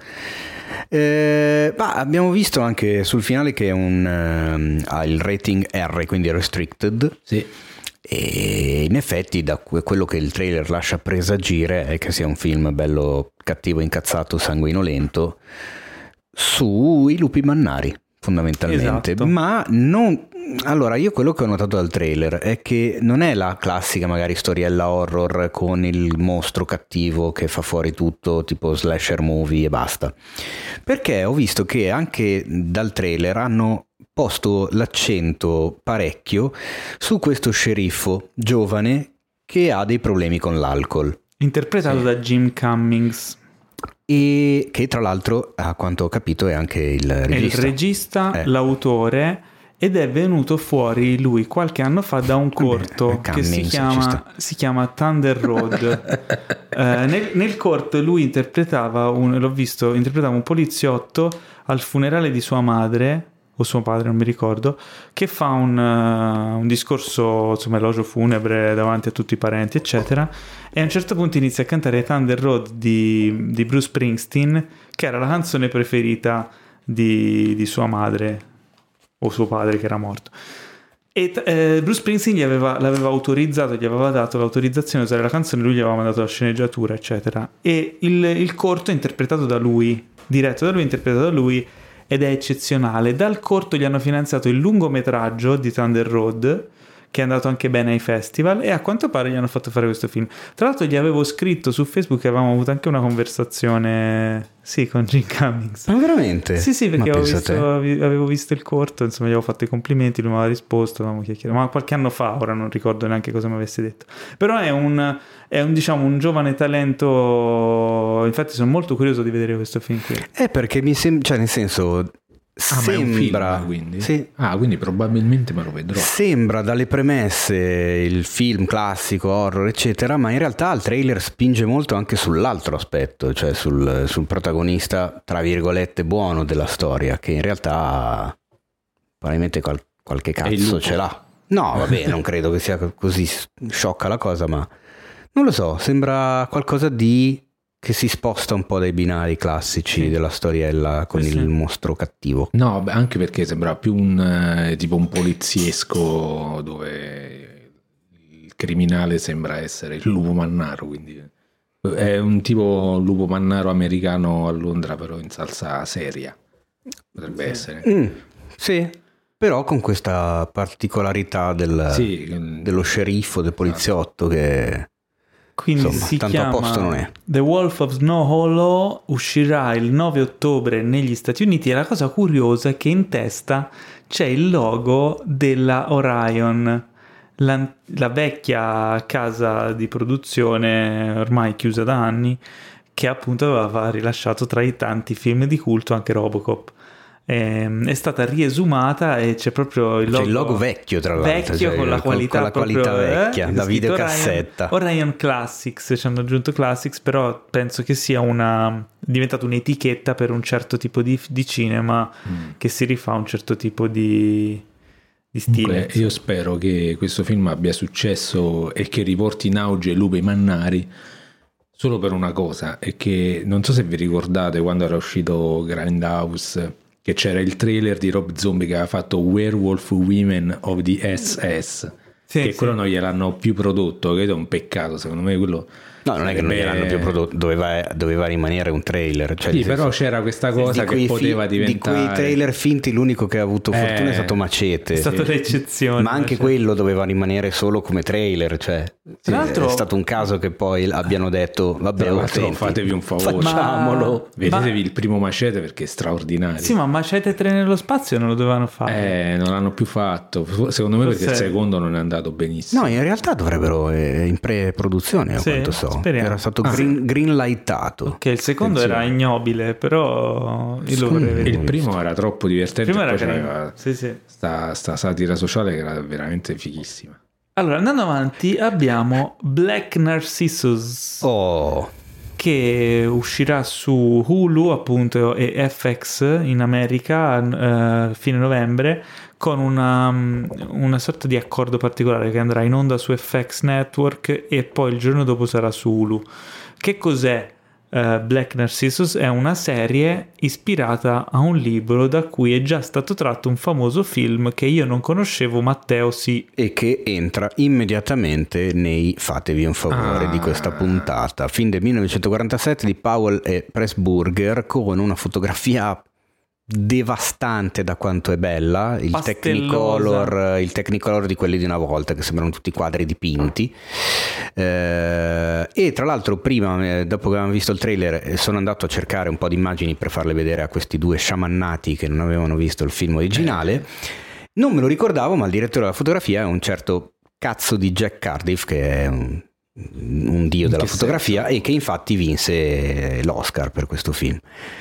Eh, bah, abbiamo visto anche sul finale che è un, uh, ha il rating R, quindi restricted. Sì. E in effetti da quello che il trailer lascia presagire è che sia un film bello cattivo, incazzato, sanguinolento sui lupi mannari fondamentalmente. Esatto. Ma non, allora io quello che ho notato dal trailer è che non è la classica magari storiella horror con il mostro cattivo che fa fuori tutto tipo slasher movie e basta, perché ho visto che anche dal trailer hanno posto l'accento parecchio su questo sceriffo giovane che ha dei problemi con l'alcol, interpretato sì. da Jim Cummings, e che tra l'altro a quanto ho capito è anche il regista, è il regista eh. l'autore, ed è venuto fuori lui qualche anno fa da un corto Beh, che si chiama, si chiama Thunder Road. eh, nel, nel corto lui interpretava un, l'ho visto, interpretava un poliziotto al funerale di sua madre o suo padre, non mi ricordo, che fa un, uh, un discorso, insomma, elogio funebre davanti a tutti i parenti, eccetera, e a un certo punto inizia a cantare Thunder Road di, di Bruce Springsteen, che era la canzone preferita di, di sua madre o suo padre che era morto. E eh, Bruce Springsteen gli aveva, l'aveva autorizzato, gli aveva dato l'autorizzazione a usare la canzone, lui gli aveva mandato la sceneggiatura, eccetera, e il, il corto è interpretato da lui, diretto da lui, interpretato da lui, ed è eccezionale. Dal corto gli hanno finanziato il lungometraggio di Thunder Road, che è andato anche bene ai festival, e a quanto pare gli hanno fatto fare questo film. Tra l'altro gli avevo scritto su Facebook che avevamo avuto anche una conversazione sì con Jim Cummings. Ma veramente? Sì sì, perché avevo visto, avevo visto il corto, insomma gli avevo fatto i complimenti, lui mi aveva risposto, avevamo chiacchierato, ma qualche anno fa, ora non ricordo neanche cosa mi avesse detto. Però è un, è un diciamo un giovane talento, infatti sono molto curioso di vedere questo film qui. È perché mi sembra, cioè nel senso Ah, sembra, ma è un film, quindi? Sì. Ah, quindi probabilmente me lo vedrò. Sembra dalle premesse il film classico, horror, eccetera, ma in realtà il trailer spinge molto anche sull'altro aspetto, cioè sul, sul protagonista, tra virgolette, buono della storia, che in realtà probabilmente qual, qualche cazzo ce l'ha. No, vabbè, non credo che sia così sciocca la cosa, ma non lo so, sembra qualcosa di... che si sposta un po' dai binari classici sì. della storiella con sì. il mostro cattivo. No, beh, anche perché sembra più un eh, tipo un poliziesco dove il criminale sembra essere il lupo mannaro, quindi è un tipo lupo mannaro americano a Londra, però in salsa seria. Potrebbe sì. essere. Mm, sì, però con questa particolarità del, sì. dello sceriffo, del poliziotto che... Quindi insomma, si tanto chiama a posto non è. The Wolf of Snow Hollow, uscirà il nove ottobre negli Stati Uniti, e la cosa curiosa è che in testa c'è il logo della Orion, la, la vecchia casa di produzione ormai chiusa da anni, che appunto aveva rilasciato tra i tanti film di culto anche Robocop. È stata riesumata e c'è proprio il logo, c'è il logo vecchio, tra l'altro, vecchio cioè, con la qualità, con la qualità proprio, vecchia, eh, da videocassetta. Orion, Orion Classics, ci hanno aggiunto Classics, però penso che sia una è diventata un'etichetta per un certo tipo di, di cinema mm. che si rifà a un certo tipo di, di stile. Comunque, io spero che questo film abbia successo e che riporti in auge i lupi mannari solo per una cosa, è che non so se vi ricordate quando era uscito Grindhouse, che c'era il trailer di Rob Zombie che aveva fatto Werewolf Women of the S S. Sì, che sì. quello non gliel'hanno più prodotto, che è un peccato, secondo me quello... No, non è che non sarebbe- gliel'hanno più prodotto, doveva, doveva rimanere un trailer. Cioè, Sì, nel senso- però c'era questa cosa di che quei poteva fi- diventare... Di quei trailer finti l'unico che ha avuto fortuna Eh, è stato Macete. È stata Sì. l'eccezione. Ma anche cioè. quello doveva rimanere solo come trailer, cioè Tra l'altro- è stato un caso che poi abbiano detto vabbè, Tra oh, l'altro senti, fatevi un favore. facciamolo. Vedetevi Ma- il primo Macete perché è straordinario. Sì, ma Macete tre nello spazio non lo dovevano fare. Eh, non l'hanno più fatto, secondo me, perché il Forse- secondo non è andato benissimo. No, in realtà dovrebbero eh, in pre-produzione, a Sì, quanto so. speriamo. Era stato Ah, green, greenlightato. Che il secondo era Attenzione. ignobile, però io lo Secondo vorrei me- vedere. Il primo era troppo divertente, Prima e era poi carino. c'aveva Sì, sì. sta, sta satira sociale che era veramente fighissima. Allora, andando avanti, abbiamo Black Narcissus, Oh, che uscirà su Hulu, appunto, e F X in America eh, fine novembre, con una, una sorta di accordo particolare che andrà in onda su F X Network e poi il giorno dopo sarà su Hulu. Che cos'è eh, Black Narcissus? È una serie ispirata a un libro da cui è già stato tratto un famoso film che io non conoscevo, Matteo sì. e che entra immediatamente nei fatevi un favore Ah. di questa puntata. Film del millenovecentoquarantasette di Powell e Pressburger, con una fotografia devastante da quanto è bella, il Pastellosa. Technicolor, il Technicolor di quelli di una volta, che sembrano tutti quadri dipinti. Eh, e tra l'altro prima, eh, dopo che avevamo visto il trailer, eh, sono andato a cercare un po' di immagini per farle vedere a questi due sciamannati che non avevano visto il film originale. Non me lo ricordavo, ma il direttore della fotografia è un certo cazzo di Jack Cardiff, che è un, un dio della che fotografia e che infatti vinse l'Oscar per questo film.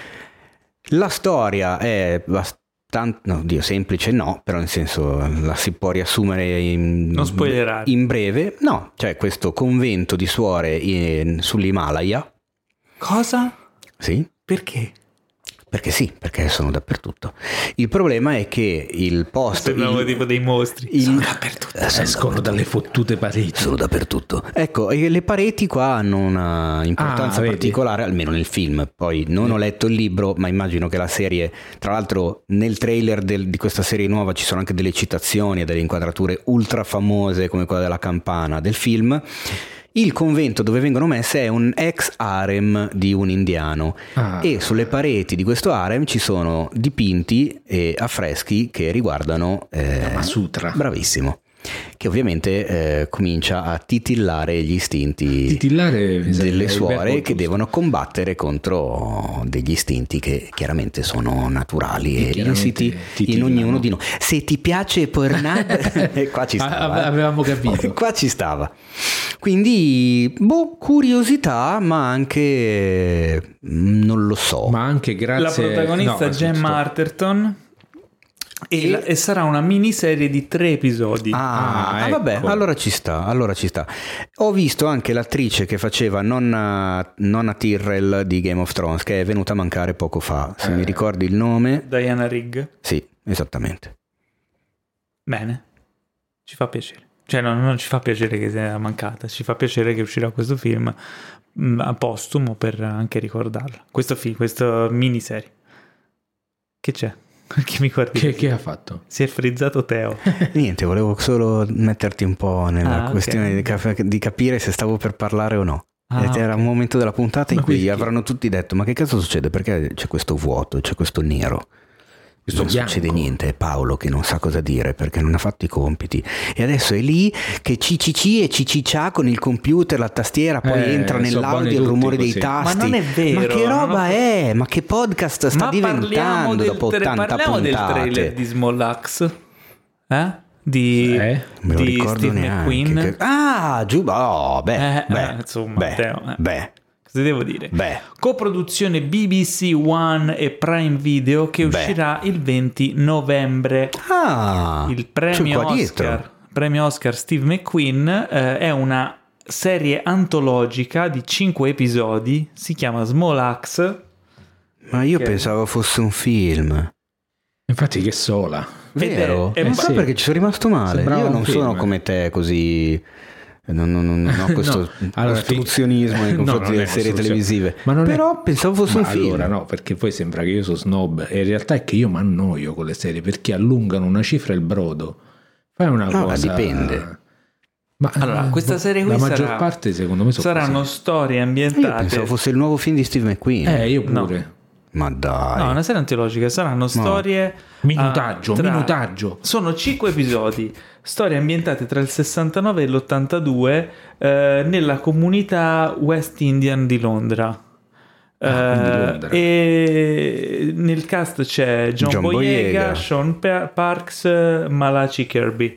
La storia è abbastanza, no, Dio, semplice no, però nel senso la si può riassumere in, Non spoilerare. in breve. No, c'è questo convento di suore in- sull'Himalaya. Cosa? Sì, Perché? perché sì, perché sono dappertutto. Il problema è che il posto... Sembrano il- tipo dei mostri. il- Sono dappertutto. Eh, sono Escono dalle fottute pareti. Sono dappertutto. Ecco, e le pareti qua hanno una importanza Ah, vedi. particolare, almeno nel film. Poi non ho letto il libro, ma immagino che la serie, tra l'altro nel trailer del- di questa serie nuova ci sono anche delle citazioni e delle inquadrature ultra famose come quella della campana del film. Il convento dove vengono messe è un ex harem di un indiano Ah. e sulle pareti di questo harem ci sono dipinti e affreschi che riguardano eh, Kama Sutra. bravissimo, che ovviamente eh, comincia a titillare gli istinti Titillare mi sa delle che è il suore verbo che giusto. devono combattere contro degli istinti che chiaramente sono naturali e chiaramente insiti in titillano. ognuno di noi. Se ti piace Pornhub, e qua ci Ah, stava, eh. avevamo capito. Qua ci stava. Quindi, boh, curiosità, ma anche mm, non lo so. Ma anche grazie... La protagonista no, Gemma sto- Arterton e, E- la- e sarà una miniserie di tre episodi. Ah, Ah, ah, vabbè, ecco. allora ci sta, allora ci sta. Ho visto anche l'attrice che faceva nonna, nonna Tyrrell di Game of Thrones, che è venuta a mancare poco fa. Se Eh. mi ricordi il nome, Diana Rigg. sì, esattamente. Bene, ci fa piacere. Cioè no, non ci fa piacere che sia mancata, ci fa piacere che uscirà questo film mh, a postumo per anche ricordarla. Questo film, questa miniserie. Che c'è? Perché mi guardi? Che, così? che ha fatto? Si è frizzato Teo. Niente, volevo solo metterti un po' nella Ah, ok. questione di, cap- di capire se stavo per parlare o no. Ah, Ed era ok. un momento della puntata in Ma cui perché? avranno tutti detto: ma che cazzo succede? Perché c'è questo vuoto, c'è questo nero? Questo non bianco. succede niente, è Paolo che non sa cosa dire perché non ha fatto i compiti e adesso è lì che cicc e ciccia con il computer, la tastiera, poi Eh, entra sono nell'audio buoni il tutti rumore così. dei tasti. Ma non è vero, Ma che non roba ho- è? Ma che podcast sta Ma parliamo diventando del, dopo tra- ottanta parliamo del puntate? trailer di Small Axe, eh? Di, Eh? Me lo di ricordo Steve neanche. McQueen. Che- Ah, giù, oh, beh, Eh, beh, eh, insomma, beh, Teo, eh. beh, Cosa devo dire? beh. Coproduzione B B C One e Prime Video che Beh. uscirà il venti novembre. Ah, Il c'è premio qua dietro. Oscar, premio Oscar Steve McQueen eh, è una serie antologica di cinque episodi, si chiama Small Axe. Ma io Che- pensavo fosse un film. Infatti che sola. Vero? Ed è- è non so sì. perché ci sono rimasto male. Sembrava Io un non film. sono come te così. Non, non- non ho questo No, allora, ostruzionismo nei no, confronti non è delle serie ostruzio- televisive. Ma non è- Però pensavo fosse un Ma film. allora no, perché poi sembra che io sono snob e in realtà è che io mi annoio con le serie perché allungano una cifra e il brodo. Fai una No, cosa... dipende. Ma Allora, questa serie qui la maggior sarà- parte secondo me sono Saranno così. storie Io ambientate. pensavo fosse il nuovo film di Steve McQueen. Eh, io pure. Ma dai. No, una serie antologica, saranno storie Minutaggio, ah, tra- minutaggio. Sono cinque episodi, storie ambientate tra il sessantanove e l'ottantadue eh, nella comunità West Indian di Londra. Ah, quindi Eh, Londra. e nel cast c'è John, John Boyega, Boyega. Sean Pa- Parks, Malachi Kirby.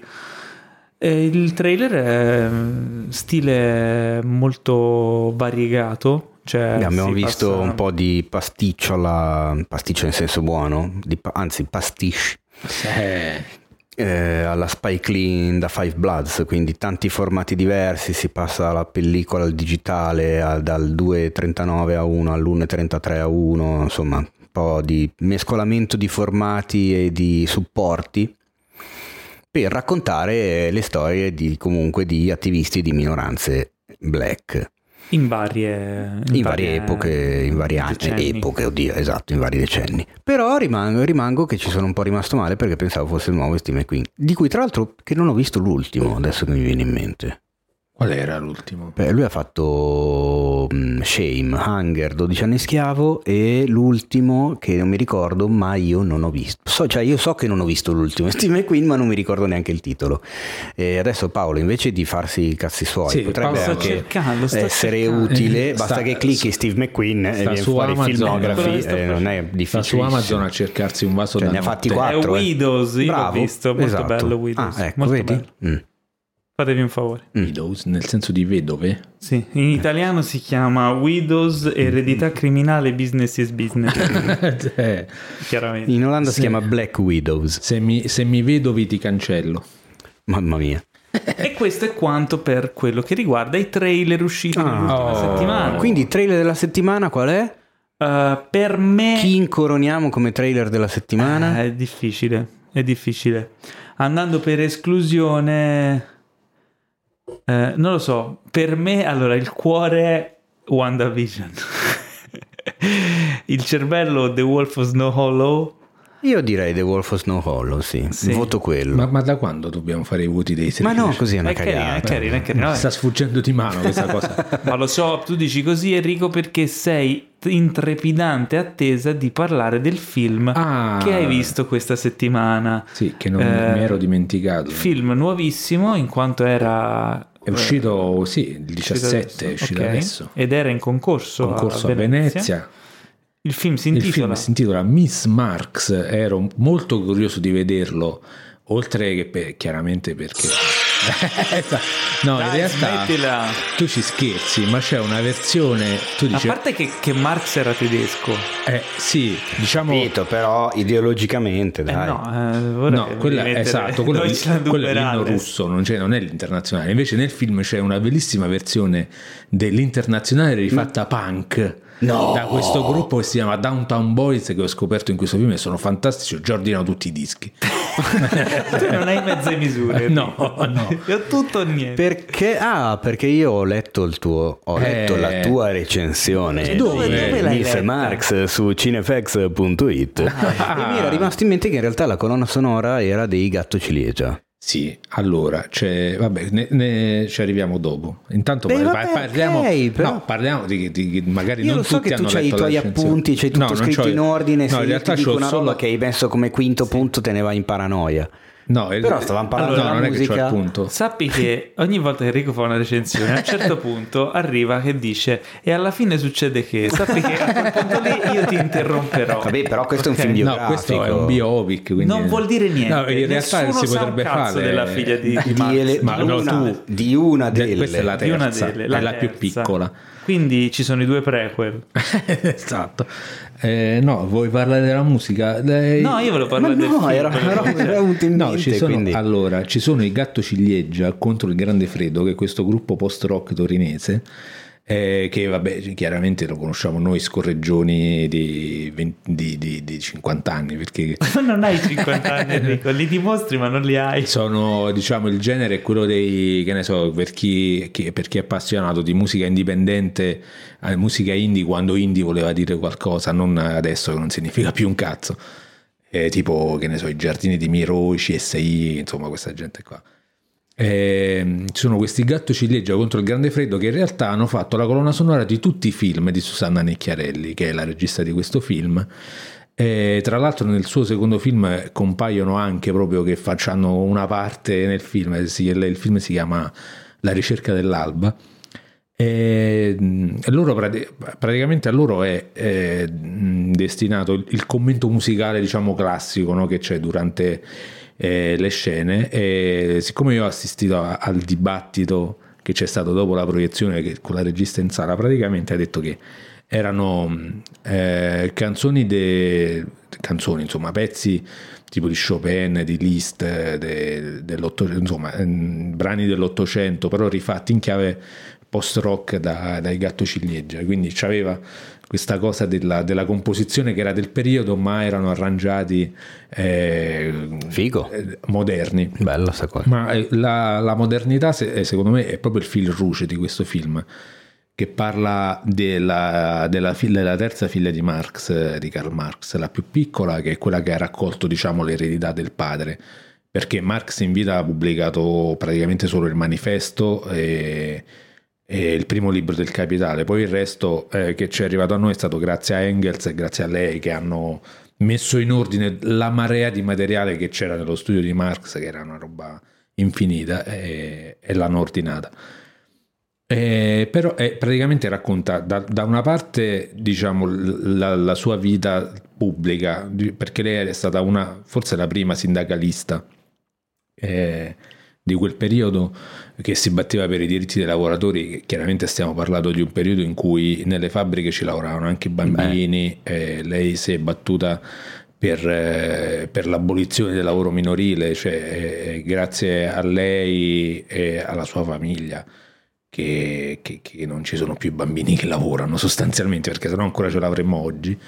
E il trailer è mm, stile molto variegato. Cioè, Beh, abbiamo si visto passa- un po' di pasticcio alla pasticcio in senso buono, di pa- anzi pastiche Eh, eh, alla Spike Lee in The Five Bloods, quindi tanti formati diversi, si passa dalla pellicola al digitale, al- dal due virgola trentanove a uno all'uno virgola trentatré a uno, insomma un po' di mescolamento di formati e di supporti per raccontare le storie di comunque di attivisti di minoranze black. in varie, In varie epoche, in varie anni, decenni. epoche, oddio, esatto, in vari decenni. Però rimango, rimango che ci sono un po' rimasto male perché pensavo fosse il nuovo Steve McQueen, di cui tra l'altro che non ho visto l'ultimo, adesso che mi viene in mente. qual era l'ultimo? Beh, lui ha fatto mm, Shame, Hunger, dodici anni schiavo e l'ultimo che non mi ricordo, ma io non ho visto. So, cioè io so che non ho visto l'ultimo Steve McQueen, ma non mi ricordo neanche il titolo. E adesso Paolo, invece di farsi i cazzi suoi, Sì, potrebbe Paolo- Sto anche cercando, sto essere cercando. utile, Eh, basta sta- che clicchi Steve McQueen e sta viene su fuori Amazon, filmografi, quello che sto eh, non è Sta difficile. su Amazon a cercarsi un vaso Cioè, da ne ha fatti notte. quattro. È eh. Widows, io Bravo, l'ho visto, molto esatto. bello Widows, Ah, ecco, molto vedi? bello. Mm. Fatevi un favore. Widows, nel senso di vedove? Sì, in italiano si chiama Widows, eredità criminale, business is business, Eh, chiaramente. In Olanda si Sì. chiama Black Widows. se, mi, se mi vedovi ti cancello. Mamma mia. E questo è quanto per quello che riguarda i trailer usciti Ah. nell'ultima Oh. settimana. Quindi il trailer della settimana qual è? Uh, per me Chi incoroniamo come trailer della settimana? Eh, è difficile, è difficile. Andando per esclusione, eh, non lo so, per me allora il cuore è WandaVision. Il cervello The Wolf of Snow Hollow. Io direi The Wolf of Snow Hollow, sì. Sì. Voto quello. Ma, ma da quando dobbiamo fare i voti dei Ma trailer? no, così è una È carina, cagata. è carina, è carina. Sta sfuggendo di mano questa cosa. Ma lo so, tu dici così Enrico perché sei in trepidante attesa di parlare del film Ah. che hai visto questa settimana. Sì, che non Eh, mi ero dimenticato. Film nuovissimo in quanto era È uscito, sì, il uscito diciassette, è uscito ok. adesso. Ed era in concorso, Concorso a Venezia. Il film si Il intitola film si intitola Miss Marx, ero molto curioso di vederlo, oltre che per- chiaramente perché... no, in Dai, realtà smettila. tu ci scherzi, ma c'è una versione, tu A dici... parte che, che Marx era tedesco. Eh, sì, diciamo... Capito, però ideologicamente, Eh dai. no, eh, vorrei No, quella, mettere esatto, quello, Deutschland quello è über l'inno alles. russo, non, c'è, non è l'internazionale. Invece nel film c'è una bellissima versione dell'internazionale rifatta punk. No. Da questo gruppo che si chiama Downtown Boys, che ho scoperto in questo film e sono fantastici. Ho già ordinato tutti i dischi. Tu non hai mezze misure. No, Enrico. no. Io ho tutto o niente. Perché? Ah, perché io ho letto il tuo, ho letto Eh. la tua recensione Dove? di Dove l'hai Miss letta? Marx su cinefx punto it Ah. e mi era rimasto in mente che in realtà la colonna sonora era dei Gatto Ciliegia. Sì, allora, c'è, vabbè, ne, ne- ci arriviamo dopo. Intanto Beh, par- vabbè, parliamo, ok, però- no, parliamo di, di- di- magari Io non lo so tutti che tu hanno c'hai i letto la tuoi recensione. appunti, c'hai tutto No, non scritto c'ho- in ordine, no, se in io realtà ti dico c'ho una solo... roba che hai messo come quinto punto te ne vai in paranoia. No, il- Però stavamo parlando no, della non è che c'ho musica. il punto. Sappi che ogni volta che Enrico fa una recensione, a un certo punto arriva che dice e alla fine succede che, sappi che a quel punto lì io ti interromperò. Vabbè, però questo Ok? è un film No, biografico. questo è un biopic. Quindi... Non vuol dire niente. No, in realtà Nessuno si sa potrebbe un cazzo fare della figlia di, di di, Marx. ele- Ma di no, una, tu- di una De- delle questa è la Di una terza, delle, è la più terza. piccola. Quindi ci sono i due prequel. Esatto. Eh, no, vuoi parlare della musica? Lei- No, io volevo parlare Ma del no, film. era una roba che era venuta in No, mente, ci sono, quindi- allora, ci sono i Gatto Ciliegia contro il Grande Freddo, che è questo gruppo post-rock torinese, eh, che vabbè, chiaramente lo conosciamo noi scorreggioni di, venti di, di, di cinquanta anni, perché Non hai cinquanta anni, Enrico, li dimostri ma non li hai. sono, diciamo, il genere è quello dei, che ne so, per chi, chi- per chi è appassionato di musica indipendente, eh, musica indie, quando indie voleva dire qualcosa, non adesso che non significa più un cazzo. Eh, tipo, che ne so, i Giardini di Miro, i C S I, insomma, questa gente qua. Eh, ci sono questi Gatto Ciliegia contro il Grande Freddo che in realtà hanno fatto la colonna sonora di tutti i film di Susanna Nicchiarelli, che è la regista di questo film. E tra l'altro nel suo secondo film compaiono anche proprio che facciano una parte nel film, il film si chiama La ricerca dell'alba, e loro praticamente a loro è, è destinato il, il commento musicale, diciamo, classico, no, che c'è durante eh, le scene. E siccome io ho assistito a, al dibattito che c'è stato dopo la proiezione, che con la regista in sala praticamente ha detto che erano eh, canzoni de, canzoni insomma pezzi tipo di Chopin, di Liszt, de, dell'Ottocento, insomma brani dell'Ottocento, però rifatti in chiave post rock da, dai Gatto Ciliegia, quindi c'aveva questa cosa della, della composizione che era del periodo, ma erano arrangiati eh, figo eh, moderni. Bella sta cosa. Ma eh, la, la modernità se, secondo me è proprio il fil rouge di questo film, che parla della, della, figlia, della terza figlia di Marx, di Karl Marx, la più piccola, che è quella che ha raccolto, diciamo, l'eredità del padre, perché Marx in vita ha pubblicato praticamente solo il manifesto e, e il primo libro del Capitale, poi il resto eh, che ci è arrivato a noi è stato grazie a Engels e grazie a lei, che hanno messo in ordine la marea di materiale che c'era nello studio di Marx, che era una roba infinita, e, e l'hanno ordinata. Eh, però eh, praticamente racconta da, da una parte, diciamo, la, la sua vita pubblica, perché lei è stata una, forse la prima sindacalista eh, di quel periodo, che si batteva per i diritti dei lavoratori. Chiaramente stiamo parlando di un periodo in cui nelle fabbriche ci lavoravano anche bambini. Eh, lei si è battuta per, eh, per l'abolizione del lavoro minorile, cioè eh, grazie a lei e alla sua famiglia Che, che, che non ci sono più bambini che lavorano sostanzialmente, perché sennò ancora ce l'avremmo oggi.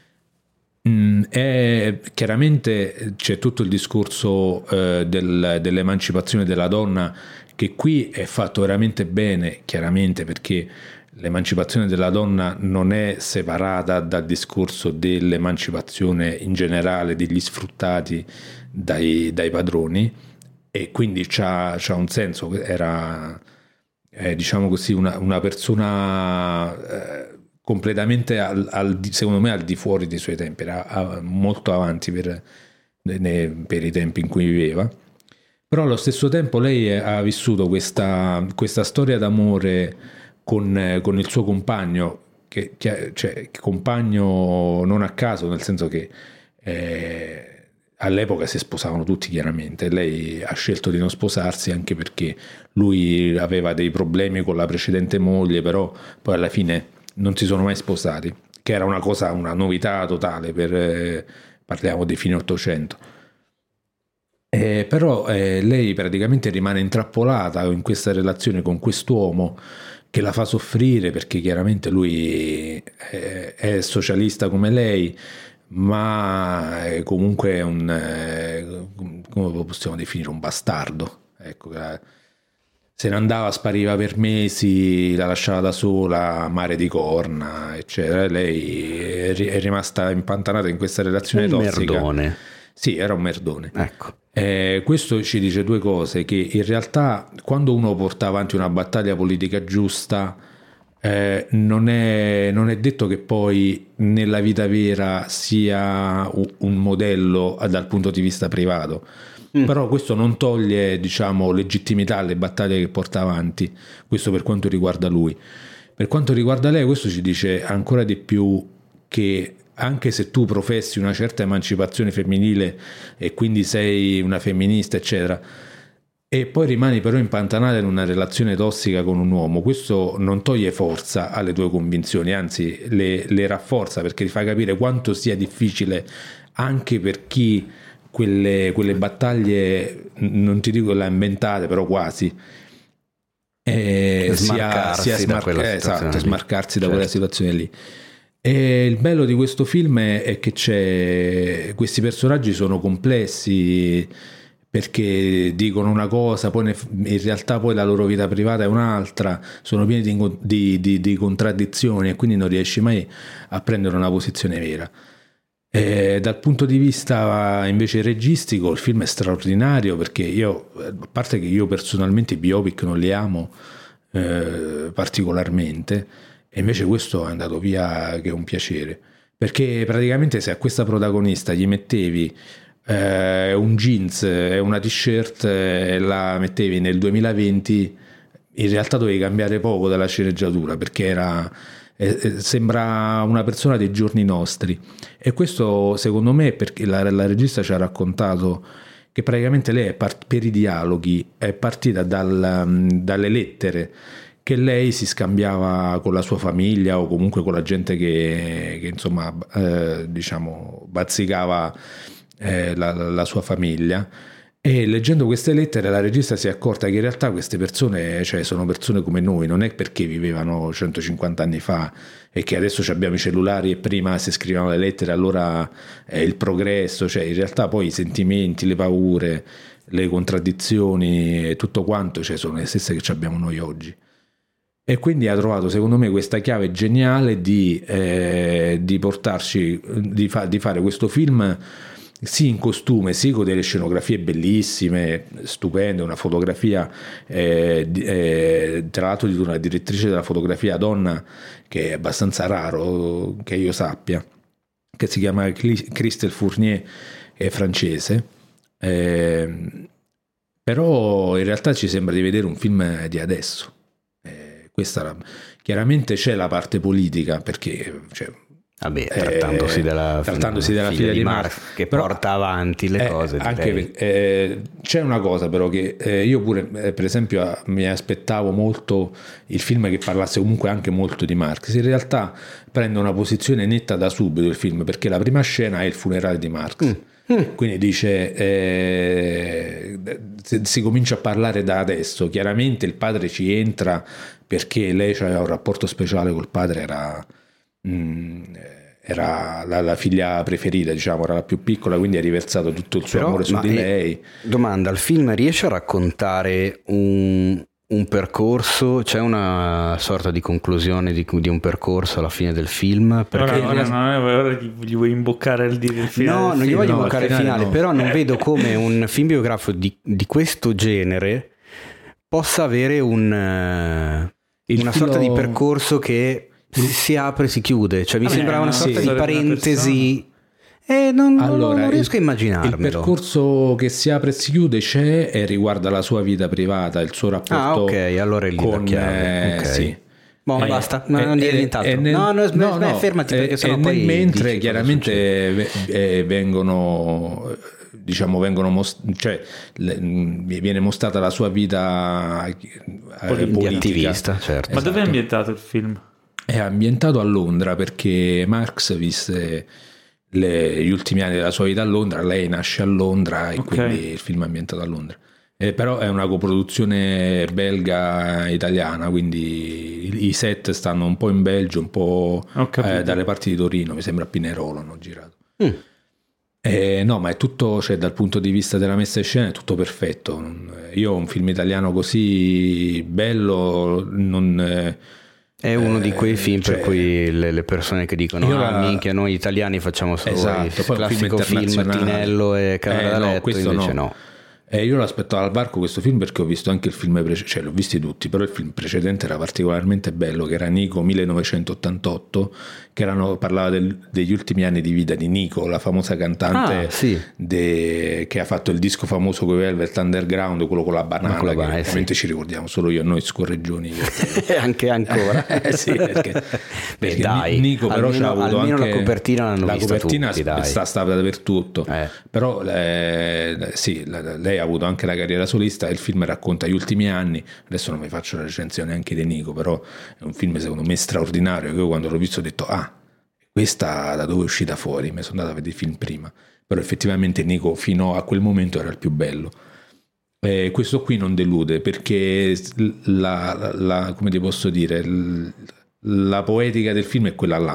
Mm, e chiaramente c'è tutto il discorso eh, del, dell'emancipazione della donna, che qui è fatto veramente bene, chiaramente, perché l'emancipazione della donna non è separata dal discorso dell'emancipazione in generale degli sfruttati dai, dai padroni, e quindi c'ha, c'ha un senso. Era Eh, diciamo così, una, una persona eh, completamente al, al, secondo me al di fuori dei suoi tempi, era a, molto avanti per, ne, per i tempi in cui viveva, però allo stesso tempo lei ha vissuto questa, questa storia d'amore con, con il suo compagno, che, che, cioè compagno non a caso, nel senso che eh, all'epoca si sposavano tutti, chiaramente. Lei ha scelto di non sposarsi anche perché lui aveva dei problemi con la precedente moglie, però poi alla fine non si sono mai sposati, che era una cosa, una novità totale per, eh, parliamo di fine Ottocento. Eh, però eh, lei praticamente rimane intrappolata in questa relazione con quest'uomo che la fa soffrire, perché chiaramente lui è, è socialista come lei, ma è comunque un, eh, come lo possiamo definire, un bastardo, ecco. Se ne andava, spariva per mesi, la lasciava da sola, mare di corna, eccetera. Lei è rimasta impantanata in questa relazione un tossica. Merdone. Sì, era un merdone. Ecco. Eh, questo ci dice due cose: che in realtà quando uno porta avanti una battaglia politica giusta, Eh, non è, non è detto che poi nella vita vera sia un modello dal punto di vista privato, mm. però questo non toglie, diciamo, legittimità alle battaglie che porta avanti. Questo per quanto riguarda lui. Per quanto riguarda lei, questo ci dice ancora di più che anche se tu professi una certa emancipazione femminile e quindi sei una femminista, eccetera, e poi rimani però impantanata in una relazione tossica con un uomo, questo non toglie forza alle tue convinzioni, anzi le, le rafforza, perché ti fa capire quanto sia difficile anche per chi quelle, quelle battaglie, non ti dico le ha inventate, però quasi, eh, smarcarsi sia, sia da smar- quella eh, esatto, smarcarsi da certo. quella situazione lì. E il bello di questo film è, è che c'è, questi personaggi sono complessi, perché dicono una cosa, poi ne, in realtà poi la loro vita privata è un'altra, sono pieni di, di, di, di contraddizioni, e quindi non riesci mai a prendere una posizione vera. E dal punto di vista invece registico il film è straordinario, perché io, a parte che io personalmente i biopic non li amo eh, particolarmente, e invece questo è andato via che è un piacere, perché praticamente se a questa protagonista gli mettevi eh, un jeans e una t-shirt e la mettevi nel duemilaventi, in realtà dovevi cambiare poco dalla sceneggiatura, perché era eh, sembra una persona dei giorni nostri. E questo secondo me è perché la, la regista ci ha raccontato che praticamente lei è part- per i dialoghi è partita dal, dalle lettere che lei si scambiava con la sua famiglia o comunque con la gente che, che insomma eh, diciamo bazzicava eh, la, la sua famiglia. E leggendo queste lettere la regista si è accorta che in realtà queste persone, cioè, sono persone come noi, non è perché vivevano centocinquanta anni fa e che adesso abbiamo i cellulari e prima si scrivevano le lettere, allora è il progresso, cioè in realtà poi i sentimenti, le paure, le contraddizioni e tutto quanto, cioè, sono le stesse che abbiamo noi oggi. E quindi ha trovato secondo me questa chiave geniale di, eh, di portarci, di, fa, di fare questo film sì in costume, sì con delle scenografie bellissime, stupende, una fotografia eh, eh, tra l'altro di una direttrice della fotografia donna che è abbastanza raro che io sappia, che si chiama Christelle Fournier, è francese, eh, però in realtà ci sembra di vedere un film di adesso. Eh, questa chiaramente c'è la parte politica, perché cioè, Vabbè, trattandosi eh, della, trattandosi della figlia, figlia di, di Marx, Marx, che però, porta avanti le eh, cose di anche lei. Per, eh, c'è una cosa però che eh, io pure eh, per esempio mi aspettavo molto il film che parlasse comunque anche molto di Marx. In realtà prende una posizione netta da subito il film, perché la prima scena è il funerale di Marx. Mm. Mm. Quindi dice eh, si comincia a parlare da adesso. Chiaramente il padre ci entra perché lei aveva un rapporto speciale col padre, era mh, era la, la figlia preferita, diciamo, era la più piccola, quindi ha riversato tutto il suo Però, amore su di lei. Domanda, il film riesce a raccontare un, un percorso, c'è una sorta di conclusione di, di un percorso alla fine del film? Perché ora, ora, non è, ora gli vuoi imboccare il, il finale? No, non gli voglio no, imboccare il finale, finale no. Però non vedo come un film biografico di, di questo genere possa avere un, uh, una filo... sorta di percorso che si apre e si chiude, cioè mi Vabbè, sembra una sorta sì, di parentesi e non, allora, non riesco il, a immaginarmelo. Il percorso che si apre e si chiude c'è e riguarda la sua vita privata, il suo rapporto ah, ok, allora è lì con eh, okay. Sì. Boh, Ma basta, no, non dire nient'altro. Nel, no, no, no, no, fermati perché e, sennò e poi nel mentre dici chiaramente eh, vengono diciamo vengono most- cioè le, viene mostrata la sua vita eh, politica, attivista, certo. Ma esatto. dove è ambientato il film? È ambientato a Londra, perché Marx visse le, gli ultimi anni della sua vita a Londra, lei nasce a Londra e okay. Quindi il film è ambientato a Londra. Eh, però è una coproduzione belga-italiana, quindi i, i set stanno un po' in Belgio, un po' eh, dalle parti di Torino, mi sembra a Pinerolo hanno girato. Mm. Eh, no, ma è tutto, cioè dal punto di vista della messa in scena è tutto perfetto. Io un film italiano così bello non... Eh, È uno di quei film cioè, per cui le, le persone che dicono ah, la... minchia, noi italiani facciamo solo esatto, il classico film, film Tinello e Camera eh, da no, letto, invece no, no. Eh, io l'aspettavo al varco questo film perché ho visto anche il film precedente, cioè l'ho visti tutti, però il film precedente era particolarmente bello, che era Nico millenovecentottantotto, che erano, parlava del, degli ultimi anni di vita di Nico, la famosa cantante ah, sì. de, che ha fatto il disco famoso con i Velvet Underground, quello con la banana, con la banana, che ovviamente sì. Ci ricordiamo solo io e noi scorreggioni. anche ancora. sì, perché, perché dai, Nico però almeno, c'ha avuto almeno anche la copertina l'hanno la vista copertina tutti, dai. sta stata dappertutto, eh. Però eh, sì, lei ha avuto anche la carriera solista e il film racconta gli ultimi anni. Adesso non mi faccio la recensione anche di Nico, però è un film secondo me straordinario, che io quando l'ho visto ho detto ah, questa da dove è uscita fuori, mi sono andato a vedere i film prima, però effettivamente Nico fino a quel momento era il più bello. E questo qui non delude, perché la, la, come ti posso dire, la poetica del film è quella là,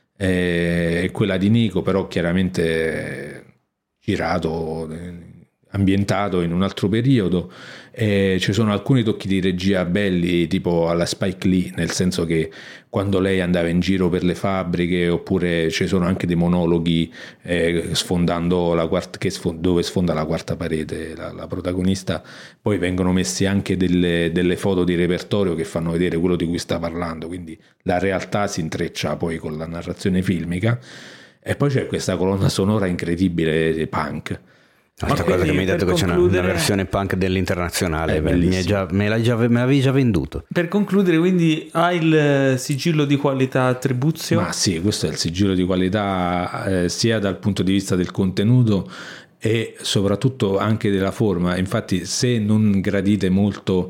è quella di Nico, però chiaramente girato ambientato in un altro periodo, e ci sono alcuni tocchi di regia belli tipo alla Spike Lee, nel senso che quando lei andava in giro per le fabbriche, oppure ci sono anche dei monologhi eh, sfondando la quarta, che sfond- dove sfonda la quarta parete la, la protagonista, poi vengono messi anche delle, delle foto di repertorio che fanno vedere quello di cui sta parlando, quindi la realtà si intreccia poi con la narrazione filmica. E poi c'è questa colonna sonora incredibile punk. Altra cosa che mi hai detto, che c'è una, una versione punk dell'Internazionale, beh, mi, già, me, l'hai già, me l'avevi già venduto. Per concludere, quindi hai il sigillo di qualità Tribuzio? Ma sì, questo è il sigillo di qualità eh, sia dal punto di vista del contenuto e soprattutto anche della forma. Infatti, se non gradite molto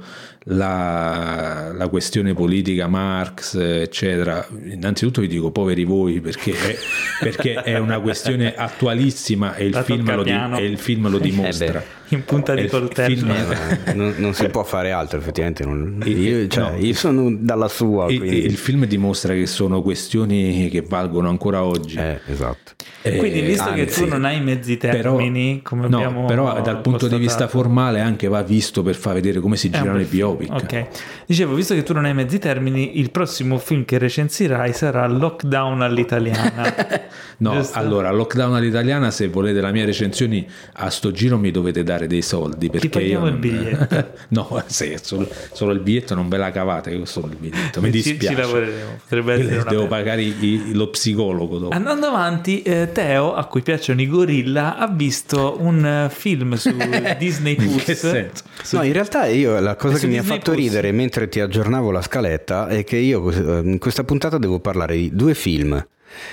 la, la questione politica, Marx eccetera, innanzitutto vi dico poveri voi, perché è, perché è una questione attualissima e il, film lo, di, e il film lo dimostra. Eh in punta di coltello eh, non, non si può fare altro, effettivamente non, io, cioè, no, io sono dalla sua, il, quindi. Il film dimostra che sono questioni che valgono ancora oggi, eh, esatto. Eh, quindi visto anzi, che tu non hai mezzi termini, però, come no, abbiamo però dal punto constatato. di vista formale anche va visto per far vedere come si girano i biopic. Ok, dicevo, visto che tu non hai mezzi termini, il prossimo film che recensirai sarà Lockdown all'italiana. No, giusto? allora Lockdown all'italiana, se volete la mia recensione a sto giro mi dovete dare dei soldi, perché ti paghiamo io il biglietto. no, sì, solo, solo il biglietto non ve la cavate, io solo il biglietto, mi ci, dispiace, ci lavoreremo, potrebbe essere una devo bella. pagare i, lo psicologo dopo. Andando avanti, eh, Teo, a cui piacciono i gorilla, ha visto un uh, film su Disney In Plus. che senso? No, in realtà io la cosa Su che mi ha Disney fatto Plus. ridere mentre ti aggiornavo la scaletta è che io eh, in questa puntata devo parlare di due film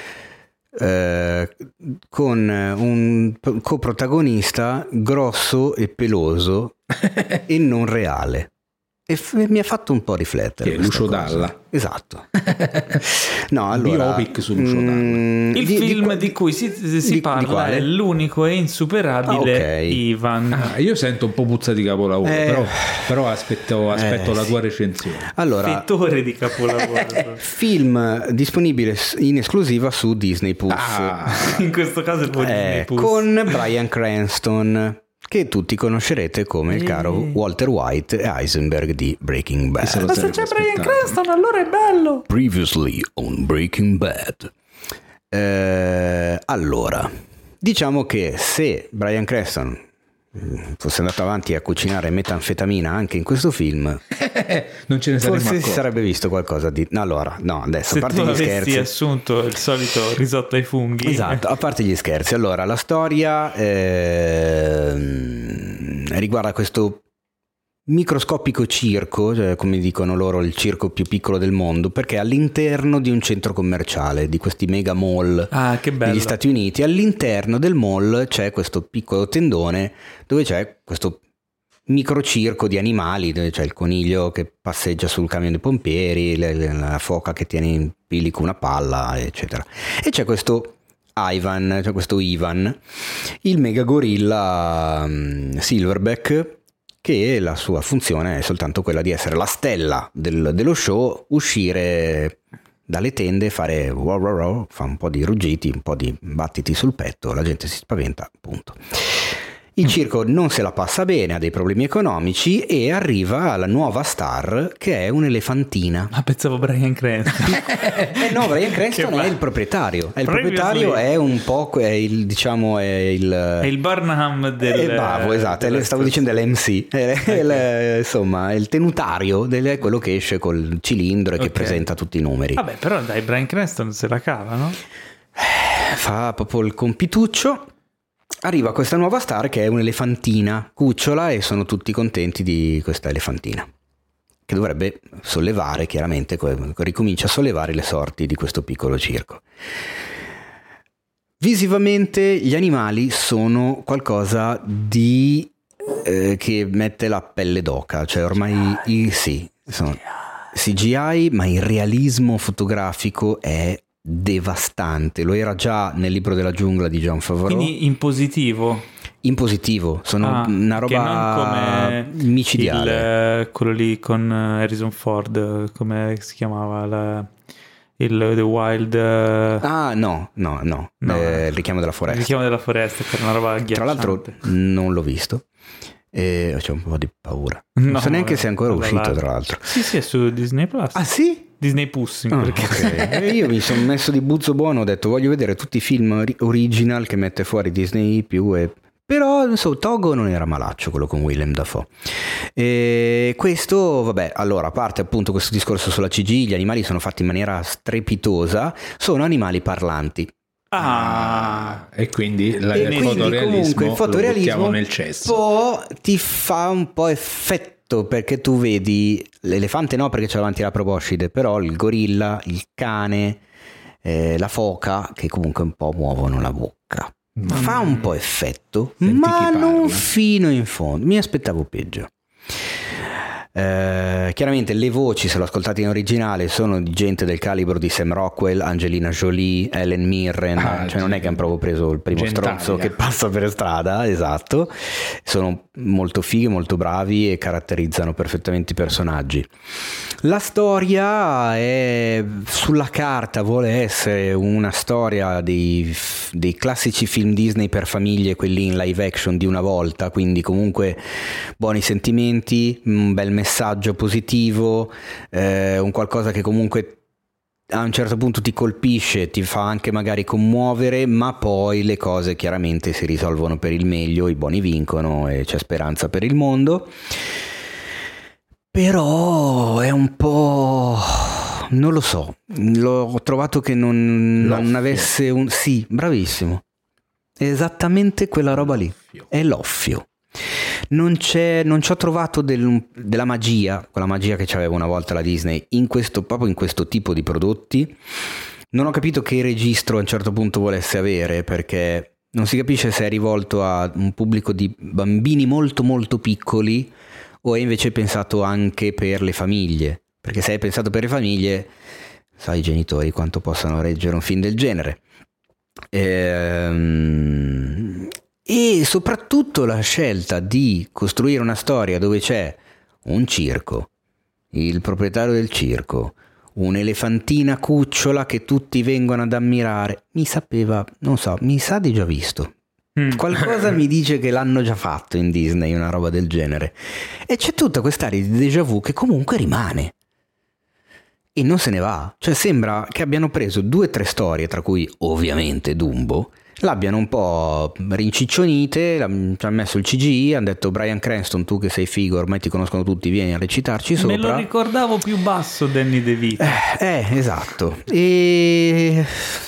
eh, con un p- coprotagonista grosso e peloso e non reale. E f- mi ha fatto un po' riflettere. Che è questa Lucio cosa. Dalla. Esatto. No, allora, Biopic su Lucio Dalla. mm, Il di- film di, di, cui si, si di- di parla quale? è l'unico e insuperabile Ah, ok. Ivan. Ah, io sento un po' puzza di capolavoro, Eh, però, però aspetto, aspetto eh, la sì. tua recensione. Allora, Fettore di capolavoro. film disponibile in esclusiva su Disney Plus. Ah, In questo caso è pure Disney Eh, Plus. con Bryan Cranston, che tutti conoscerete come il caro Walter White e Heisenberg di Breaking se lo Bad. Ma se c'è sarebbe Bryan aspettato. Cranston, allora è bello. Previously on Breaking Bad. Eh, allora, diciamo che se Bryan Cranston mm, fosse andato avanti a cucinare metanfetamina anche in questo film, non ce ne saremmo forse si accorti. sarebbe visto qualcosa di... No, allora, no, adesso, Se a parte tu gli avessi scherzi... assunto il solito risotto ai funghi. Esatto, a parte gli scherzi. Allora, la storia ehm, riguarda questo microscopico circo, cioè, come dicono loro, il circo più piccolo del mondo, perché all'interno di un centro commerciale, di questi mega mall Ah, che bello. degli Stati Uniti, all'interno del mall c'è questo piccolo tendone dove c'è questo microcirco di animali, dove c'è il coniglio che passeggia sul camion dei pompieri, le- le- la foca che tiene in bilico una palla, eccetera. E c'è questo Ivan, cioè questo Ivan, il mega gorilla um, Silverback, che la sua funzione è soltanto quella di essere la stella del- dello show, uscire dalle tende, fare wow wow wow, fa un po' di ruggiti, un po' di battiti sul petto, la gente si spaventa, punto. Il circo non se la passa bene, ha dei problemi economici e arriva alla nuova star che è un'elefantina. Ma pensavo Bryan Cranston. Eh no, Bryan Cranston Che è il proprietario. È il Previously. proprietario è un po' è il diciamo è il È il Burnham del... è bravo, esatto, del- stavo dicendo l'M C, è, è il, insomma, è il tenutario, del, è quello che esce col cilindro e che Ok. presenta tutti i numeri. Vabbè, però dai, Bryan Cranston se la cava, no? Fa proprio il compituccio. Arriva questa nuova star che è un'elefantina cucciola e sono tutti contenti di questa elefantina, che dovrebbe sollevare, chiaramente, ricomincia a sollevare le sorti di questo piccolo circo. Visivamente gli animali sono qualcosa di eh, che mette la pelle d'oca, cioè ormai i, sì, sono C G I, ma il realismo fotografico è devastante. Lo era già nel libro della giungla di Jon Favreau. Quindi in positivo. In positivo, sono Ah, una che non roba come micidiale. il, quello lì con Harrison Ford, come si chiamava la- il The Wild... eh, Ah, no, no, no, No. eh, il richiamo della il foresta. richiamo della foresta, che è una roba Tra agghiacciante. l'altro non l'ho visto e c'è un po' di paura. No, Non so neanche vabbè, se è ancora tra uscito, l'altro. tra l'altro. Sì, sì, è su Disney Plus. Ah sì? Disney Plus, in Ah, quel caso. ok. E io mi sono messo di buzzo buono, ho detto voglio vedere tutti i film ori- original che mette fuori Disney più e... Però non so, Togo non era malaccio, quello con Willem Dafoe. E questo, vabbè, allora, a parte appunto questo discorso sulla C G I, gli animali sono fatti in maniera strepitosa, sono animali parlanti. Ah, E quindi la- E il quindi fotorealismo, comunque il lo fotorealismo buttiamo nel un cesso. po' ti fa un po' effetto, perché tu vedi l'elefante no perché c'è davanti la proboscide, però il gorilla, il cane, eh, la foca che comunque un po' muovono la bocca. Fa un po' effetto, Senti ma chi non parla. fino in fondo. Mi aspettavo peggio. Eh, chiaramente le voci, se lo ascoltate in originale, sono di gente del calibro di Sam Rockwell, Angelina Jolie, Helen Mirren, Ah, cioè non è che hanno proprio preso il primo Gentaglia. stronzo che passa per strada, esatto. Sono molto fighi, molto bravi e caratterizzano perfettamente i personaggi. La storia è, sulla carta vuole essere una storia dei, dei classici film Disney per famiglie, quelli in live action di una volta, quindi comunque buoni sentimenti, un bel messaggio positivo, eh, un qualcosa che comunque a un certo punto ti colpisce, ti fa anche magari commuovere, ma poi le cose chiaramente si risolvono per il meglio, i buoni vincono e c'è speranza per il mondo. Però è un po'... non lo so, l'ho trovato che non, non L'offio. avesse un... Sì, bravissimo. È esattamente quella roba lì. È l'offio. Non c'è, non ci ho trovato del- della magia, quella magia che c'aveva una volta la Disney, in questo, proprio in questo tipo di prodotti. Non ho capito che registro a un certo punto volesse avere, perché non si capisce se è rivolto a un pubblico di bambini molto molto piccoli o è invece pensato anche per le famiglie, perché se è pensato per le famiglie sai i genitori quanto possano reggere un film del genere. Ehm, e soprattutto la scelta di costruire una storia dove c'è un circo, il proprietario del circo, un'elefantina cucciola che tutti vengono ad ammirare, mi sapeva, non so, mi sa di già visto. Mm. Qualcosa mi dice che l'hanno già fatto in Disney, una roba del genere. E c'è tutta quest'area di déjà vu che comunque rimane. E non se ne va. Cioè sembra che abbiano preso due o tre storie, tra cui ovviamente Dumbo, l'abbiano un po' rinciccionite, l'han- ci hanno messo il C G I, hanno detto Bryan Cranston, tu che sei figo, ormai ti conoscono tutti, vieni a recitarci Me lo sopra. ricordavo più basso Danny DeVito. Eh, esatto. E...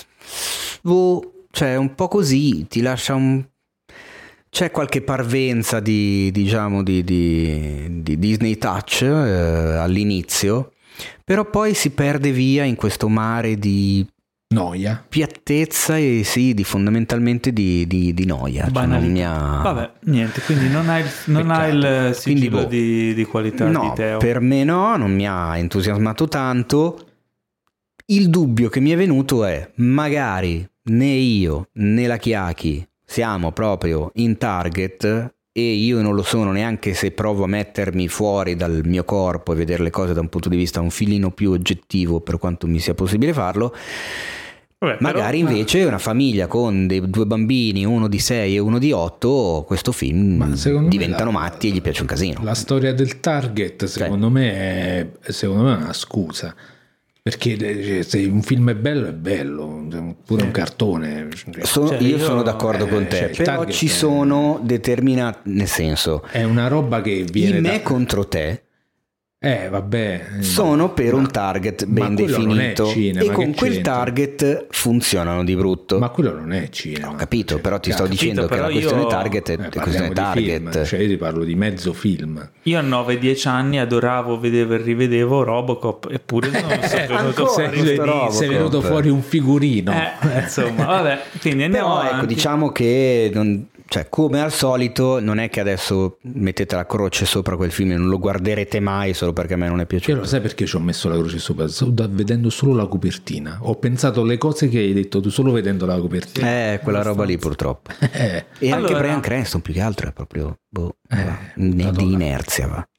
boh, cioè un po' così, ti lascia un... C'è qualche parvenza di, diciamo, di, di, di Disney Touch eh, all'inizio, però poi si perde via in questo mare di Noia. piattezza e sì, di fondamentalmente di, di, di noia. Cioè, non mi ha... Vabbè, niente, quindi non hai il, non hai il Quindi, sigillo boh. di, di qualità No, di Teo. per me no, non mi ha entusiasmato tanto. Il dubbio che mi è venuto è magari né io né la Chiachi siamo proprio in target e io non lo sono neanche se provo a mettermi fuori dal mio corpo e vedere le cose da un punto di vista un filino più oggettivo per quanto mi sia possibile farlo. Vabbè, Magari però- invece una famiglia con dei due bambini, uno di sei e uno di otto, questo film Ma secondo me diventano la- matti e gli piace un casino. La storia del target, secondo me, è, secondo me è una scusa. Perché eh, se un film è bello, è bello, pure un cartone. Sono- Cioè, io, io- sono d'accordo eh, con te, cioè, il però target ci è- sono determinati, nel senso, È una roba che viene i me da... contro te Eh, vabbè. sono per ma- un target ma ben quello non è definito cinema, e che con quel c'entra? target funzionano di brutto. Ma quello non è cinema. Ho capito, Cioè, però ti sto cazzo. dicendo che però la questione io- target è Eh, è parliamo questione di target. film, cioè io ti parlo di mezzo film. Io a nove dieci anni adoravo, vedevo e rivedevo Robocop, eppure non sono venuto Ancora fuori. questo Sei, Robocop. sei venuto fuori un figurino. Eh, insomma, vabbè, quindi andiamo Però avanti. ecco, diciamo che non- cioè, come al solito non è che adesso mettete la croce sopra quel film e non lo guarderete mai solo perché a me non è Io piaciuto. lo sai perché ci ho messo la croce sopra? Sto da- vedendo solo la copertina. Ho pensato le cose che hai detto tu solo vedendo la copertina. Eh, quella roba lì purtroppo. Eh, E anche Allora- Bryan Cranston più che altro è proprio boh, Eh, va, ne- Madonna. di inerzia va.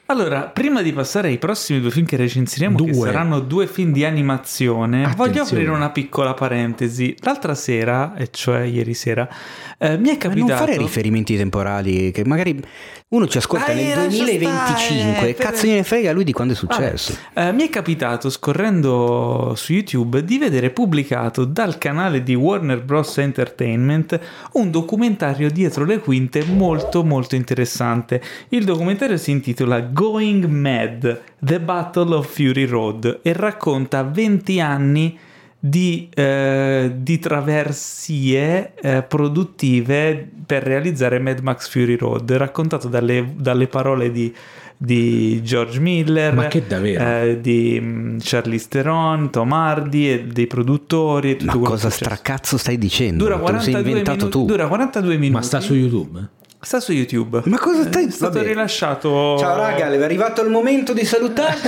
Allora, prima di passare ai prossimi due film che recensiremo, Due. che saranno due film di animazione, Attenzione. voglio aprire una piccola parentesi. L'altra sera, e cioè ieri sera, eh, mi è Ma capitato... non fare riferimenti temporali, che magari uno ci ascolta Dai, nel lascia duemilaventicinque, stare, cazzo gliene frega lui di quando è successo. Eh, mi è capitato, scorrendo su YouTube, di vedere pubblicato dal canale di Warner Bros. Entertainment un documentario dietro le quinte molto molto interessante. Il documentario si intitola Going Mad, The Battle of Fury Road e racconta venti anni di, eh, di traversie eh, produttive per realizzare Mad Max Fury Road, raccontato dalle, dalle parole di, di George Miller, Ma che davvero? eh, di um, Charlize Theron, Tom Hardy e dei produttori e tutto Ma quello cosa che è successo. stracazzo stai dicendo? Dura Te lo sei quarantadue, inventato minuti, tu. dura quarantadue minuti. Ma sta su YouTube? Sta su YouTube. Ma cosa stai... È stato Vabbè. rilasciato. Ciao raga, è arrivato il momento di salutarci.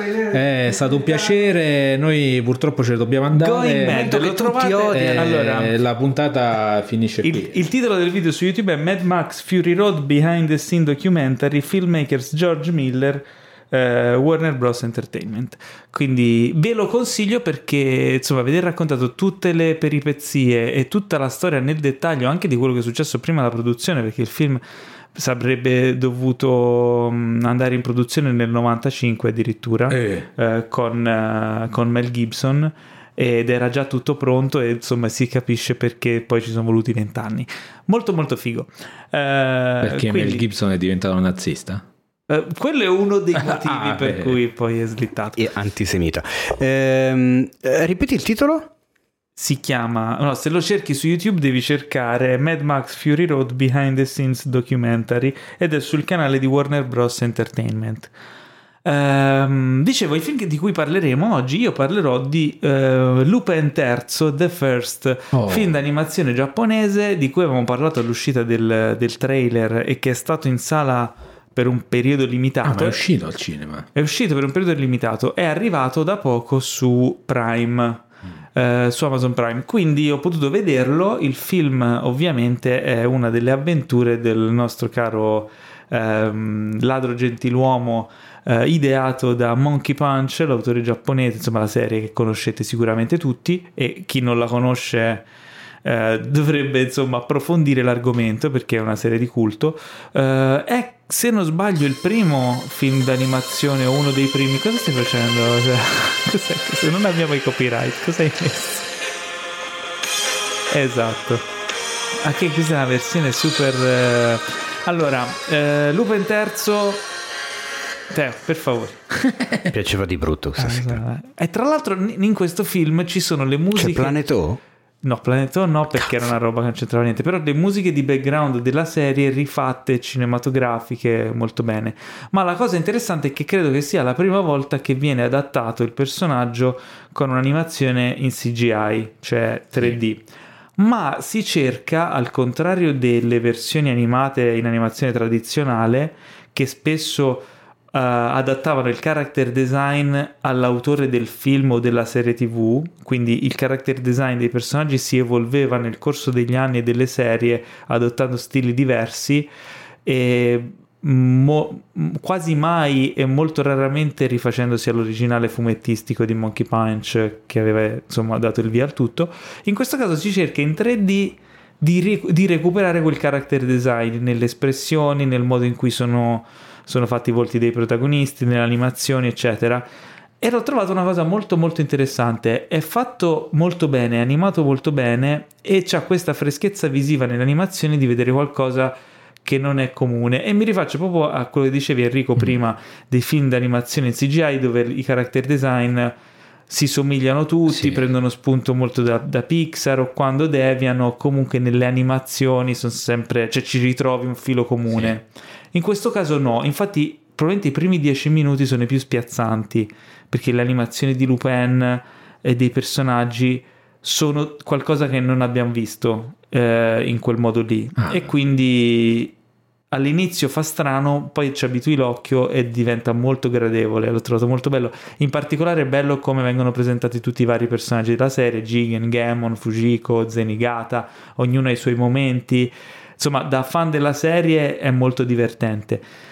È stato un piacere, noi purtroppo ce ne dobbiamo andare. Going Mad, momento lo che tutti trovate? odiano. Eh, Allora, la puntata finisce il, qui. il titolo del video su YouTube è Mad Max Fury Road Behind the Scene Documentary, Filmmakers George Miller, eh, Warner Bros. Entertainment. Quindi ve lo consiglio perché insomma vedere raccontato tutte le peripezie e tutta la storia nel dettaglio anche di quello che è successo prima della produzione, perché il film sarebbe dovuto mh, andare in produzione nel novantacinque addirittura, Eh. eh, con, eh, con Mel Gibson, ed era già tutto pronto e insomma si capisce perché poi ci sono voluti vent'anni. Molto molto figo. Eh, Perché quindi, Mel Gibson è diventato un nazista? eh, quello è uno dei motivi Ah, per beh. cui poi è slittato. E antisemita. Ehm, eh, ripeti il titolo? Si chiama, no, se lo cerchi su YouTube devi cercare Mad Max Fury Road Behind the Scenes Documentary ed è sul canale di Warner Bros. Entertainment. Ehm, dicevo, i film di cui parleremo oggi, io parlerò di eh, Lupin terzo, The First, Oh. film d'animazione giapponese di cui avevamo parlato all'uscita del, del trailer e che è stato in sala per un periodo Ah, limitato. ma è uscito al cinema. È uscito per un periodo limitato, è arrivato da poco su Prime, eh, su Amazon Prime, quindi ho potuto vederlo. Il film ovviamente è una delle avventure del nostro caro ehm, ladro gentiluomo, eh, ideato da Monkey Punch, l'autore giapponese, insomma la serie che conoscete sicuramente tutti, e chi non la conosce eh, dovrebbe insomma approfondire l'argomento perché è una serie di culto. Eh, è, se non sbaglio, il primo film d'animazione o uno dei primi. Cosa stai facendo? Cioè, cos'è? Se non abbiamo i copyright, cosa hai messo? Esatto. Anche questa è una versione super eh, allora eh, Lupin terzo. Teo, per favore. Piaceva di brutto questa sigla. E tra l'altro in questo film ci sono le musiche. C'è Planeto? No, Planeto no, perché era una roba che non c'entrava niente. Però le musiche di background della serie rifatte cinematografiche molto bene. Ma la cosa interessante è che credo che sia la prima volta che viene adattato il personaggio con un'animazione in C G I, cioè tre D. Ma si cerca, al contrario delle versioni animate in animazione tradizionale, che spesso Uh, adattavano il character design all'autore del film o della serie tv, quindi il character design dei personaggi si evolveva nel corso degli anni e delle serie adottando stili diversi, e mo- quasi mai e molto raramente rifacendosi all'originale fumettistico di Monkey Punch, che aveva insomma dato il via al tutto. In questo caso si cerca in tre D di, ri- di recuperare quel character design nelle espressioni, nel modo in cui sono sono fatti i volti dei protagonisti, nelle animazioni, eccetera. E l'ho trovato una cosa molto molto interessante. È fatto molto bene, è animato molto bene e c'ha questa freschezza visiva nell'animazione di vedere qualcosa che non è comune. E mi rifaccio proprio a quello che dicevi Enrico prima, dei film d'animazione in C G I dove i character design si somigliano tutti, Sì. prendono spunto molto da, da Pixar, o quando deviano comunque nelle animazioni sono sempre, cioè ci ritrovi un filo comune. Sì. In questo caso no, infatti probabilmente i primi dieci minuti sono i più spiazzanti, perché le animazioni di Lupin e dei personaggi sono qualcosa che non abbiamo visto eh, in quel modo lì, ah. e quindi all'inizio fa strano, poi ci abitui l'occhio e diventa molto gradevole. L'ho trovato molto bello, in particolare è bello come vengono presentati tutti i vari personaggi della serie: Jigen, Gammon, Fujiko, Zenigata, ognuno ha i suoi momenti. Insomma, da fan della serie è molto divertente.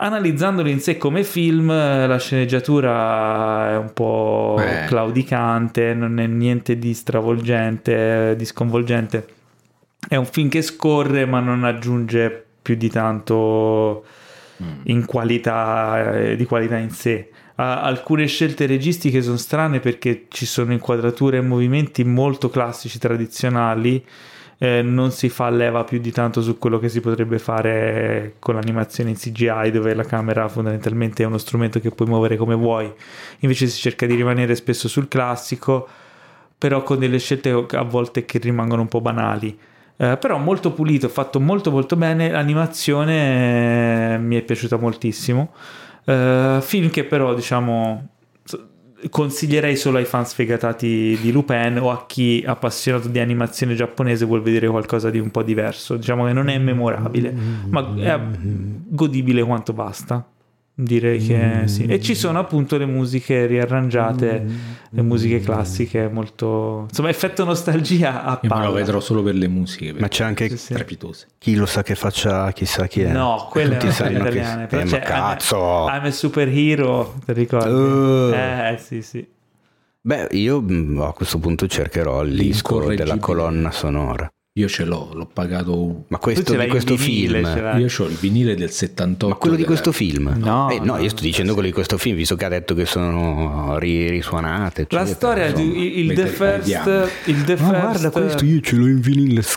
Analizzandolo in sé come film, la sceneggiatura è un po' eh. claudicante, non è niente di stravolgente, di sconvolgente. È un film che scorre ma non aggiunge più di tanto in qualità, eh, di qualità in sé. Ha alcune scelte registiche sono strane perché ci sono inquadrature e movimenti molto classici, tradizionali. Eh, non si fa leva più di tanto su quello che si potrebbe fare con l'animazione in C G I, dove la camera fondamentalmente è uno strumento che puoi muovere come vuoi. Invece si cerca di rimanere spesso sul classico, però con delle scelte a volte che rimangono un po' banali. Eh, però molto pulito, fatto molto molto bene. L'animazione eh, mi è piaciuta moltissimo. Eh, film che però, diciamo, consiglierei solo ai fan sfegatati di Lupin o a chi appassionato di animazione giapponese vuol vedere qualcosa di un po' diverso. Diciamo che non è memorabile, ma è godibile quanto basta. Direi che sì. E ci sono appunto le musiche riarrangiate, le musiche classiche, molto, insomma, effetto nostalgia a palla. Io me lo vedrò solo per le musiche, ma c'è anche sì, sì. strepitose. Chi lo sa che faccia, chissà chi è. No, quelle Tutti sono sanno italiane. che... Però eh, c'è ma cazzo! I'm a Superhero, ti ricordi? Uh. Eh sì sì. Beh, io a questo punto cercherò il disco della colonna sonora. Io ce l'ho, l'ho pagato. Ma questo di questo vinile, film? Io ho il vinile del settantotto. Ma quello di della... questo film? No, eh, no, no, io sto dicendo quello di questo film, visto che ha detto che sono ri- risuonate. La eccetera, storia insomma. di il The Vediamo. First, il The Ma First, guarda questo, io ce l'ho in vinile. il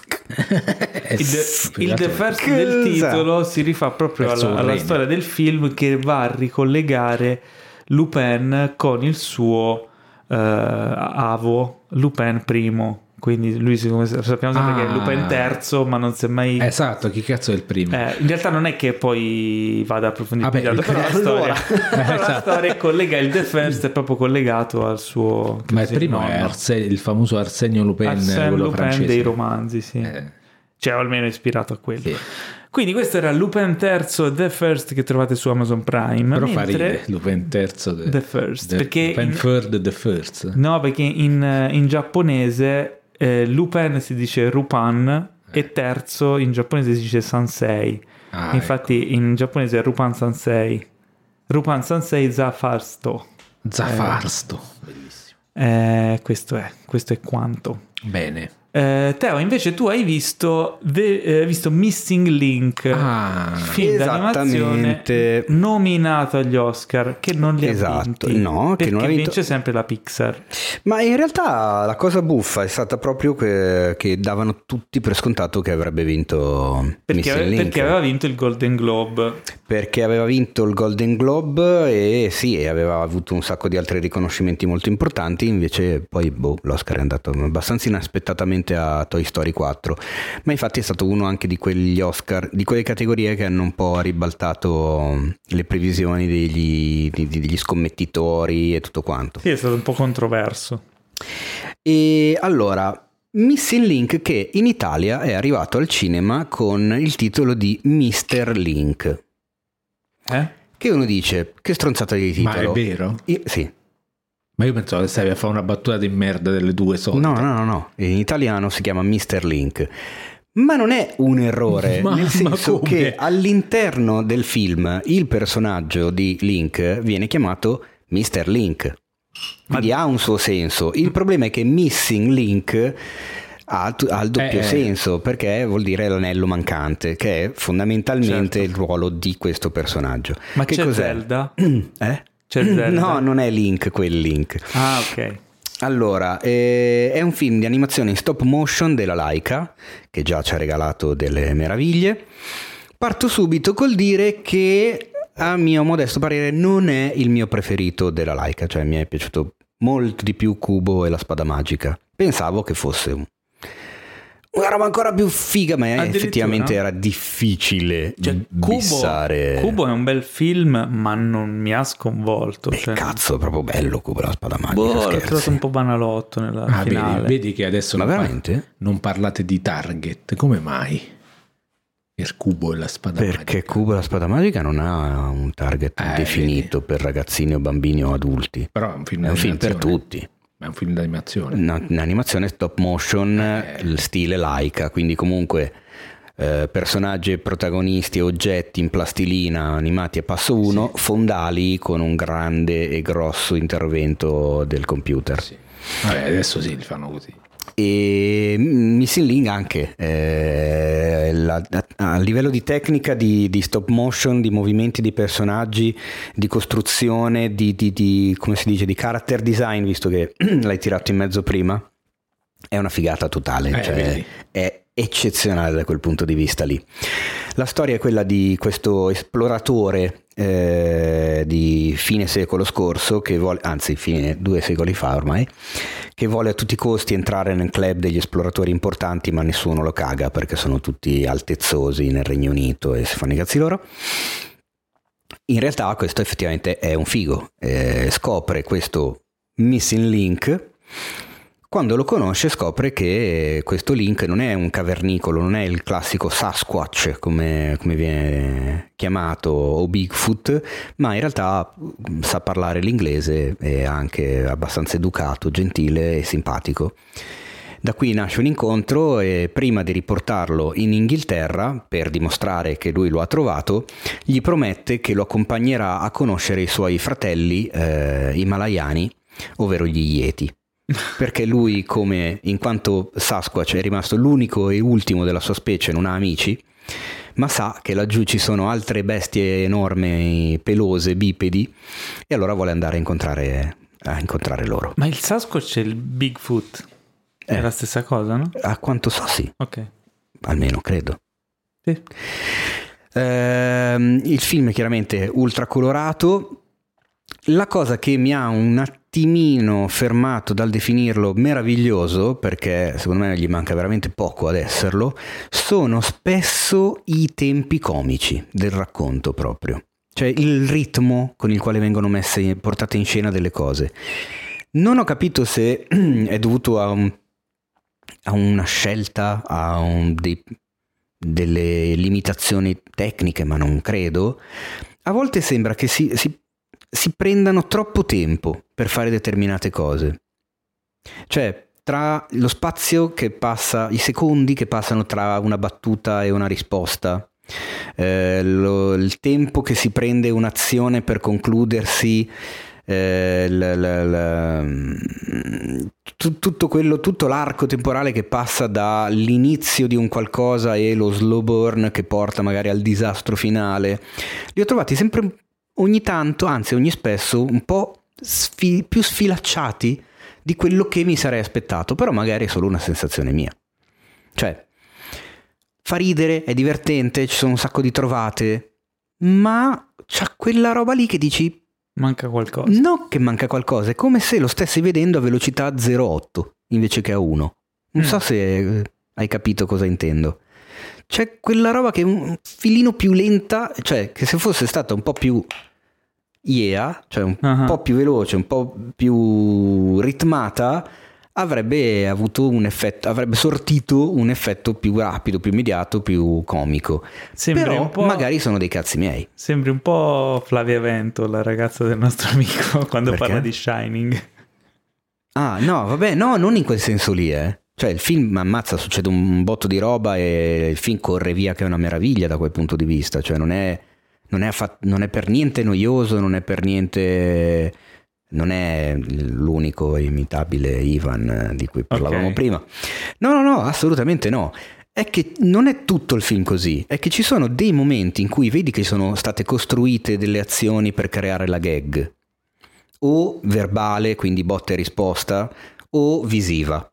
The, il The First del titolo si rifà proprio Verso alla, un alla regno. storia del film, che va a ricollegare Lupin con il suo eh, avo Lupin primo. Quindi lui si, come sappiamo sempre Ah. che è Lupin terzo, ma non si è mai... Esatto, chi cazzo è il primo? Eh, in realtà non è che poi vada a approfondire, Vabbè, però, il- però la storia, però la Esatto. storia collega il The First, è proprio collegato al suo... Ma il così, primo è nonno. Arse- il famoso Arsenio Lupin, Arsène quello Lupin francese. dei romanzi, sì. Eh, Cioè, almeno ispirato a quello. sì. Quindi questo era Lupin terzo, The First, che trovate su Amazon Prime. Però fa mentre... ridere Lupin terzo de- The First, de- perché Lupin in- third, the first. No, perché in, in giapponese eh, Lupin si dice Rupan e terzo in giapponese si dice Sansei. Ah, Infatti in giapponese è Rupan Sansei. Rupan Sansei Zafarsto. Zafarsto, bellissimo. Eh, questo è, questo è quanto. Bene. Eh, Teo, invece tu hai visto, The, eh, visto Missing Link, Ah, film d'animazione esattamente. nominato agli Oscar, che non li Esatto, ha vinti, no, che perché non ha vinto. vince sempre la Pixar. Ma in realtà la cosa buffa è stata proprio che, che davano tutti per scontato che avrebbe vinto Perché, Missing ave- Link. perché aveva vinto il Golden Globe. Perché aveva vinto il Golden Globe e sì, e aveva avuto un sacco di altri riconoscimenti molto importanti, invece poi boh, l'Oscar è andato abbastanza inaspettatamente a Toy Story quattro, ma infatti è stato uno anche di quegli Oscar, di quelle categorie che hanno un po' ribaltato le previsioni degli, di- degli scommettitori e tutto quanto. Sì, è stato un po' controverso. E allora, Missing Link, che in Italia è arrivato al cinema con il titolo di mister Link. Eh? Che uno dice, che stronzata di ma titolo. è vero? Io- sì. Ma io pensavo che stavi a fare una battuta di merda delle due solite. No, no, no, no. In italiano si chiama mister Link. Ma non è un errore, Ma- nel ma senso come? che all'interno del film il personaggio di Link viene chiamato mister Link. Quindi ha un suo senso. Il problema è che Missing Link ha, ha il doppio Eh, eh. senso, perché vuol dire l'anello mancante, che è fondamentalmente Certo. il ruolo di questo personaggio. Ma che c'è cos'è? Zelda? Eh? C'è Zelda? No, non è Link quel Link. Ah, ok. Allora, eh, è un film di animazione in stop motion della Laika, che già ci ha regalato delle meraviglie. Parto subito col dire che, a mio modesto parere, non è il mio preferito della Laika, cioè mi è piaciuto molto di più Kubo e la spada magica. Pensavo che fosse un- una roba ancora più figa, ma Addirittura? effettivamente era difficile Cioè, Kubo, bissare. Kubo è un bel film, ma non mi ha sconvolto. Beh, cioè, cazzo, è proprio bello Kubo e la spada magica. boh, l'ho scherzi. trovato un po' banalotto nella Ah, finale. vedi, vedi che adesso Ma non, veramente? non parlate di Target. Come mai? Per Cubo e la spada Perché magica. Kubo e la spada magica non ha un target Eh, definito per ragazzini o bambini o adulti. Però è un film È un film per d'animazione. tutti. È un film d'animazione. Una- Un'animazione stop motion, Eh. il stile Laika, quindi comunque eh, personaggi e protagonisti e oggetti in plastilina animati a passo uno, sì. fondali con un grande e grosso intervento del computer. Sì. Vabbè, adesso sì, li fanno così. E Missing Link anche eh, la, a, a livello di tecnica di, di stop motion, di movimenti di personaggi, di costruzione, di, di, di come si dice, di character design, visto che l'hai tirato in mezzo prima, è una figata totale, eh, cioè, è eccezionale da quel punto di vista lì. La storia è quella di questo esploratore eh, di fine secolo scorso, che vuole, anzi fine due secoli fa ormai, che vuole a tutti i costi entrare nel club degli esploratori importanti, ma nessuno lo caga perché sono tutti altezzosi nel Regno Unito e si fanno i cazzi loro. In realtà questo effettivamente è un figo, eh, scopre questo Missing Link. Quando lo conosce scopre che questo Link non è un cavernicolo, non è il classico Sasquatch come, come viene chiamato, o Bigfoot, ma in realtà sa parlare l'inglese, è anche abbastanza educato, gentile e simpatico. Da qui nasce un incontro e prima di riportarlo in Inghilterra, per dimostrare che lui lo ha trovato, gli promette che lo accompagnerà a conoscere i suoi fratelli eh, himalayani, ovvero gli Yeti. Perché lui, come in quanto Sasquatch è rimasto l'unico e ultimo della sua specie, non ha amici, ma sa che laggiù ci sono altre bestie enormi, pelose, bipedi, e allora vuole andare a incontrare, a incontrare loro. Ma il Sasquatch e il Bigfoot è eh, la stessa cosa, no? A quanto so sì. Ok. Almeno credo. Sì. Ehm, il film è chiaramente ultra colorato. La cosa che mi ha un attimino fermato dal definirlo meraviglioso, perché secondo me gli manca veramente poco ad esserlo, sono spesso i tempi comici del racconto proprio. Cioè il ritmo con il quale vengono messe, portate in scena delle cose. Non ho capito se è dovuto a, un, a una scelta, a un, dei, delle limitazioni tecniche, ma non credo. A volte sembra che si... si si prendano troppo tempo per fare determinate cose. Cioè, tra lo spazio che passa, i secondi che passano tra una battuta e una risposta, eh, lo, il tempo che si prende un'azione per concludersi, eh, la, la, la, t- tutto quello, tutto l'arco temporale che passa dall'inizio di un qualcosa e lo slow burn che porta magari al disastro finale, li ho trovati sempre ogni tanto, anzi ogni spesso, un po' sfi- più sfilacciati di quello che mi sarei aspettato, però magari è solo una sensazione mia. Cioè, fa ridere, è divertente, ci sono un sacco di trovate, ma c'ha quella roba lì che dici... Manca qualcosa. No, che manca qualcosa, è come se lo stessi vedendo a velocità zero virgola otto invece che a uno. Non mm. so se hai capito cosa intendo. C'è quella roba che è un filino più lenta, cioè che se fosse stata un po' più yeah, cioè un uh-huh. po' più veloce, un po' più ritmata, avrebbe avuto un effetto, avrebbe sortito un effetto più rapido, più immediato, più comico. Sembri Però un po', magari sono dei cazzi miei. Sembri un po' Flavia Vento, la ragazza del nostro amico, quando Perché? parla di Shining. Ah no, vabbè, no, non in quel senso lì, eh. Cioè il film, ammazza, succede un botto di roba e il film corre via che è una meraviglia da quel punto di vista, cioè non è, non è, affatto, non è per niente noioso, non è per niente, non è l'unico imitabile Ivan di cui parlavamo okay. prima. No, no, no, assolutamente no. È che non è tutto il film così, è che ci sono dei momenti in cui vedi che sono state costruite delle azioni per creare la gag, o verbale, quindi botta e risposta, o visiva.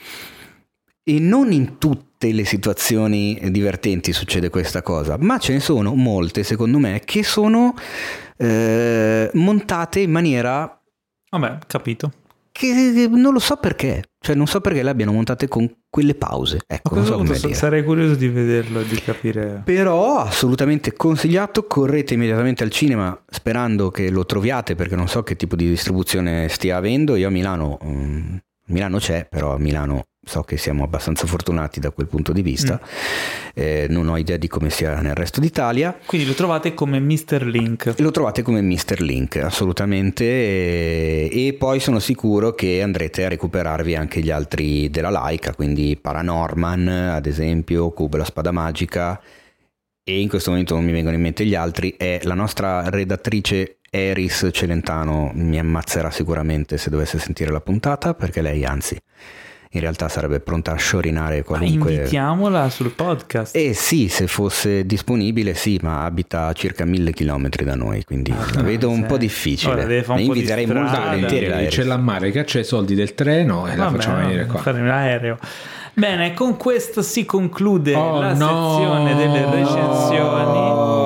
E non in tutte le situazioni divertenti succede questa cosa, ma ce ne sono molte, secondo me, che sono eh, montate in maniera... Vabbè, capito. Che non lo so perché, cioè non so perché le abbiano montate con quelle pause. Ecco, non so come dire. Sarei curioso di vederlo, di capire. Però assolutamente consigliato, correte immediatamente al cinema sperando che lo troviate, perché non so che tipo di distribuzione stia avendo. Io a Milano, um, Milano c'è, però a Milano so che siamo abbastanza fortunati da quel punto di vista, mm. eh, non ho idea di come sia nel resto d'Italia. Quindi lo trovate come mister Link? Lo trovate come mister Link, assolutamente, e, e poi sono sicuro che andrete a recuperarvi anche gli altri della Laika, quindi Paranorman ad esempio, Cubo la spada magica, e in questo momento non mi vengono in mente gli altri. È la nostra redattrice Eris Celentano, mi ammazzerà sicuramente se dovesse sentire la puntata, perché lei anzi in realtà sarebbe pronta a sciorinare qualunque... Ma invitiamola sul podcast. Eh sì, se fosse disponibile sì, ma abita a circa mille chilometri da noi, quindi ah, la vedo un po' difficile. Ora deve fare la un po' inviterei di molto volentieri la c'è la mare che c'è i soldi del treno e Vabbè, la facciamo venire qua. Fare l'aereo. Bene, con questo si conclude oh, la no. sezione delle recensioni.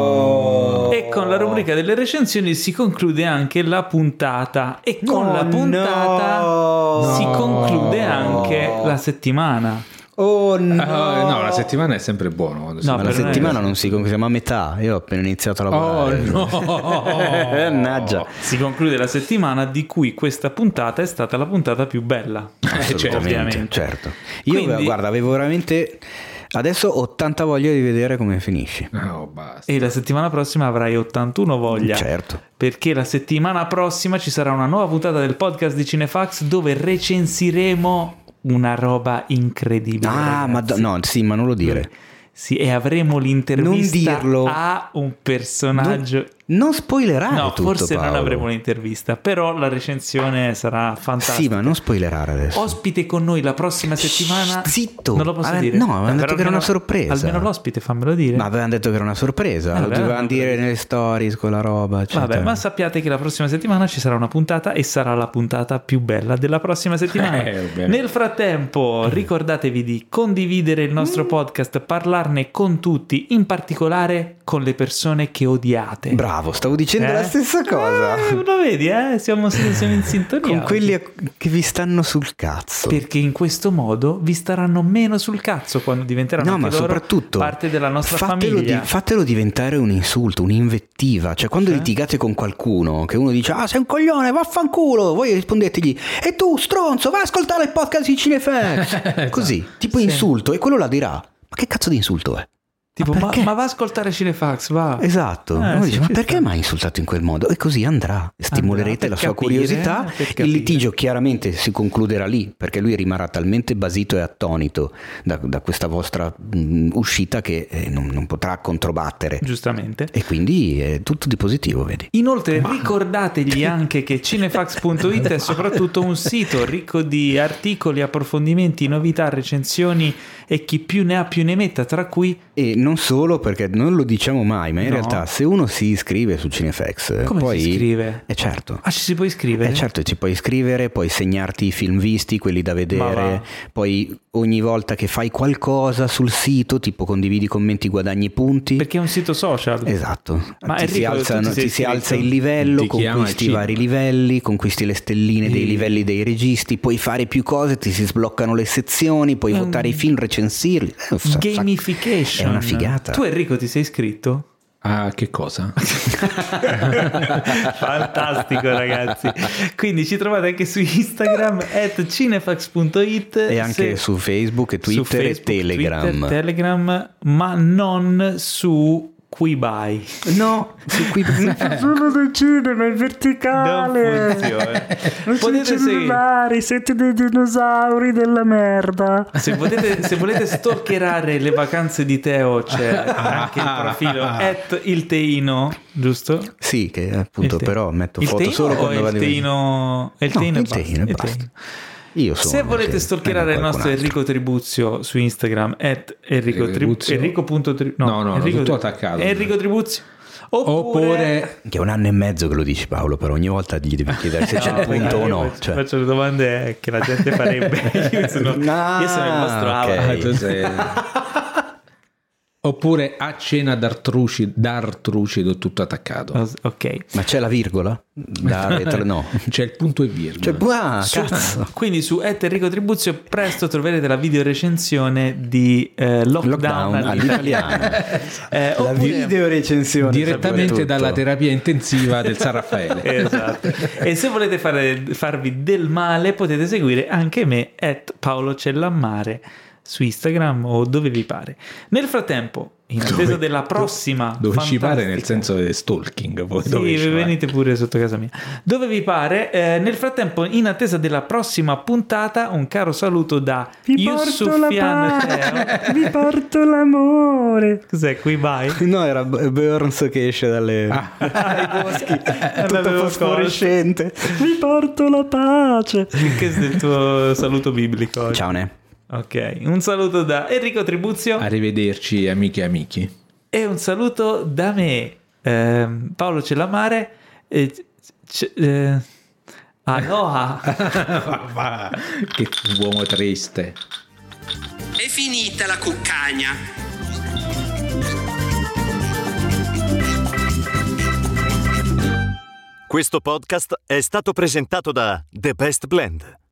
Oh. E con la rubrica delle recensioni si conclude anche la puntata. E con no, la puntata no. si conclude anche la settimana. Oh no. Uh, no, la settimana è sempre buono. Quando No, ma la settimana non si conclude, siamo a metà. Io ho appena iniziato a lavorare. Oh no. Mannaggia. Si conclude la settimana di cui questa puntata è stata la puntata più bella. Assolutamente, certo. Io Quindi... guarda, avevo veramente... Adesso ho tanta voglia di vedere come finisci. Oh, basta. E la settimana prossima avrai ottantuno voglia. Certo. Perché la settimana prossima ci sarà una nuova puntata del podcast di Cinefax dove recensiremo una roba incredibile. Ah, ma do- no, sì, ma non lo dire. Sì, e avremo l'intervista non dirlo. a un personaggio. Non, non spoilerare no, tutto, forse Paolo. non avremo l'intervista, però la recensione sarà fantastica. Sì, ma non spoilerare adesso. Ospite con noi la prossima settimana. Shh, zitto. Non lo posso Ah, dire. no, avevano detto Però che era una almeno- sorpresa. Almeno l'ospite, fammelo dire. Ma avevano detto che era una sorpresa. Eh, lo vabbè, dovevano no, dire perché- nelle stories con la roba, eccetera. Vabbè, ma sappiate che la prossima settimana ci sarà una puntata e sarà la puntata più bella della prossima settimana. Eh, bene. Nel frattempo, ricordatevi di condividere il nostro podcast, parlarne con tutti, in particolare con le persone che odiate. Bravo, stavo dicendo Eh? la stessa cosa. Eh, lo vedi, eh? Siamo, siamo in sintonia. Con oggi. quelli a- che vi stanno sul cazzo. Perché in questo modo vi staranno meno sul cazzo quando diventeranno No, anche ma loro soprattutto parte della nostra fatelo, famiglia. di- fatelo diventare un insulto, un'invettiva. Cioè, quando Sì. litigate con qualcuno, che uno dice: ah, sei un coglione, vaffanculo. Voi rispondetegli: e tu, stronzo, vai a ascoltare il podcast di Cinefax. Così, tipo Sì. insulto. E quello la dirà: ma che cazzo di insulto è? Tipo, Ma ma, perché? ma va a ascoltare Cinefax, va. Esatto. Eh, Uno sì, dice: ma ci perché sta. mi ha insultato in quel modo? E così andrà. Stimolerete per la sua capire, curiosità. per Il capire. litigio chiaramente si concluderà lì, perché lui rimarrà talmente basito e attonito da, da questa vostra mh, uscita che eh, non, non potrà controbattere. Giustamente. E quindi è tutto di positivo, vedi? Inoltre ricordategli anche che cinefax punto it è soprattutto un sito ricco di articoli, approfondimenti, novità, recensioni e chi più ne ha più ne metta, tra cui... E non solo, perché non lo diciamo mai, ma in No. realtà se uno si iscrive su Cinefax, Come poi... si iscrive? Eh certo. Ah, ci si può iscrivere? Eh certo, ci puoi iscrivere, puoi segnarti i film visti, quelli da Ma vedere, va. poi ogni volta che fai qualcosa sul sito, tipo condividi commenti, guadagni punti. Perché è un sito social. Esatto, Ma ti, si, Enrico, alzano- tu ti sei ti si iscritto? alza il livello, Ti chiama conquisti il i vari cinema. livelli, conquisti le stelline dei Sì. livelli dei registi, puoi fare più cose, ti si sbloccano le sezioni, puoi È votare un- i film, recensirli. È un sa- Gamification. È una figata. Tu Enrico ti sei iscritto? Ah, che cosa? Fantastico ragazzi. Quindi ci trovate anche su Instagram at cinefax punto it E anche se- su Facebook, e Twitter su Facebook, e Telegram. Twitter, Telegram, ma non su Quibuy. No, su qui Solo del cinema in verticale. Non funziona. Non c'è Potete seguire. cellulari, siete dei dinosauri della merda. Se volete, se volete stalkerare le vacanze di Teo c'è anche il profilo at il teino, giusto? Sì, che appunto Il te- però metto il foto teino solo o quando il vado in- teino, il No, teino e il basta, teino e il basta. teino. Io sono Se volete che- stalkerare il qualcun nostro altro. Enrico Tribuzio su Instagram at Enrico Tri- Tribuzio. Enrico punto tri- no, No, no, no, Enrico tutto Tri- attaccato. Enrico Tribuzio oppure, Oppure Che è un anno e mezzo che lo dici, Paolo, però ogni volta gli devi chiedere se c'è No, il punto o io no. faccio, Cioè. faccio le domande che la gente farebbe. Io sono, Ah, io sono il vostro ok. avatar. tu sei... Oppure a cena d'Artruci, d'Artrucido tutto attaccato. Oh, ok. Ma c'è la virgola? Da retro, no. C'è il punto e virgola. Cioè, ah, Su- cazzo. quindi su at Enrico Tribuzio presto troverete la video recensione di eh, Lockdown, Lockdown all'italiano. all'italiano. Eh, La oppure- video recensione. Direttamente soprattutto. dalla terapia intensiva del San Raffaele. Esatto. E se volete fare, farvi del male potete seguire anche me at Paolo Cellammare su Instagram o dove vi pare. Nel frattempo, in attesa Dove- della prossima Dove ci pare, nel fantastica- senso di stalking. Poi Sì, dove ci pare. venite pure sotto casa mia. Dove vi pare. Eh, nel frattempo, in attesa della prossima puntata, un caro saluto da Vi porto la Yusufian Teo. pace, vi porto l'amore. Cos'è qui vai? No, era B- Burns che esce dalle dai boschi, tutto l'avevo fosforescente. Vi porto la pace. Che è il tuo saluto biblico oggi? Ciao Ne. Ok, un saluto da Enrico Tribuzio Arrivederci amiche e amici. e un saluto da me, ehm, Paolo Cellammare. E, c- eh, aloha. Va, che uomo triste. È finita la cuccagna. Questo podcast è stato presentato da The Best Blend,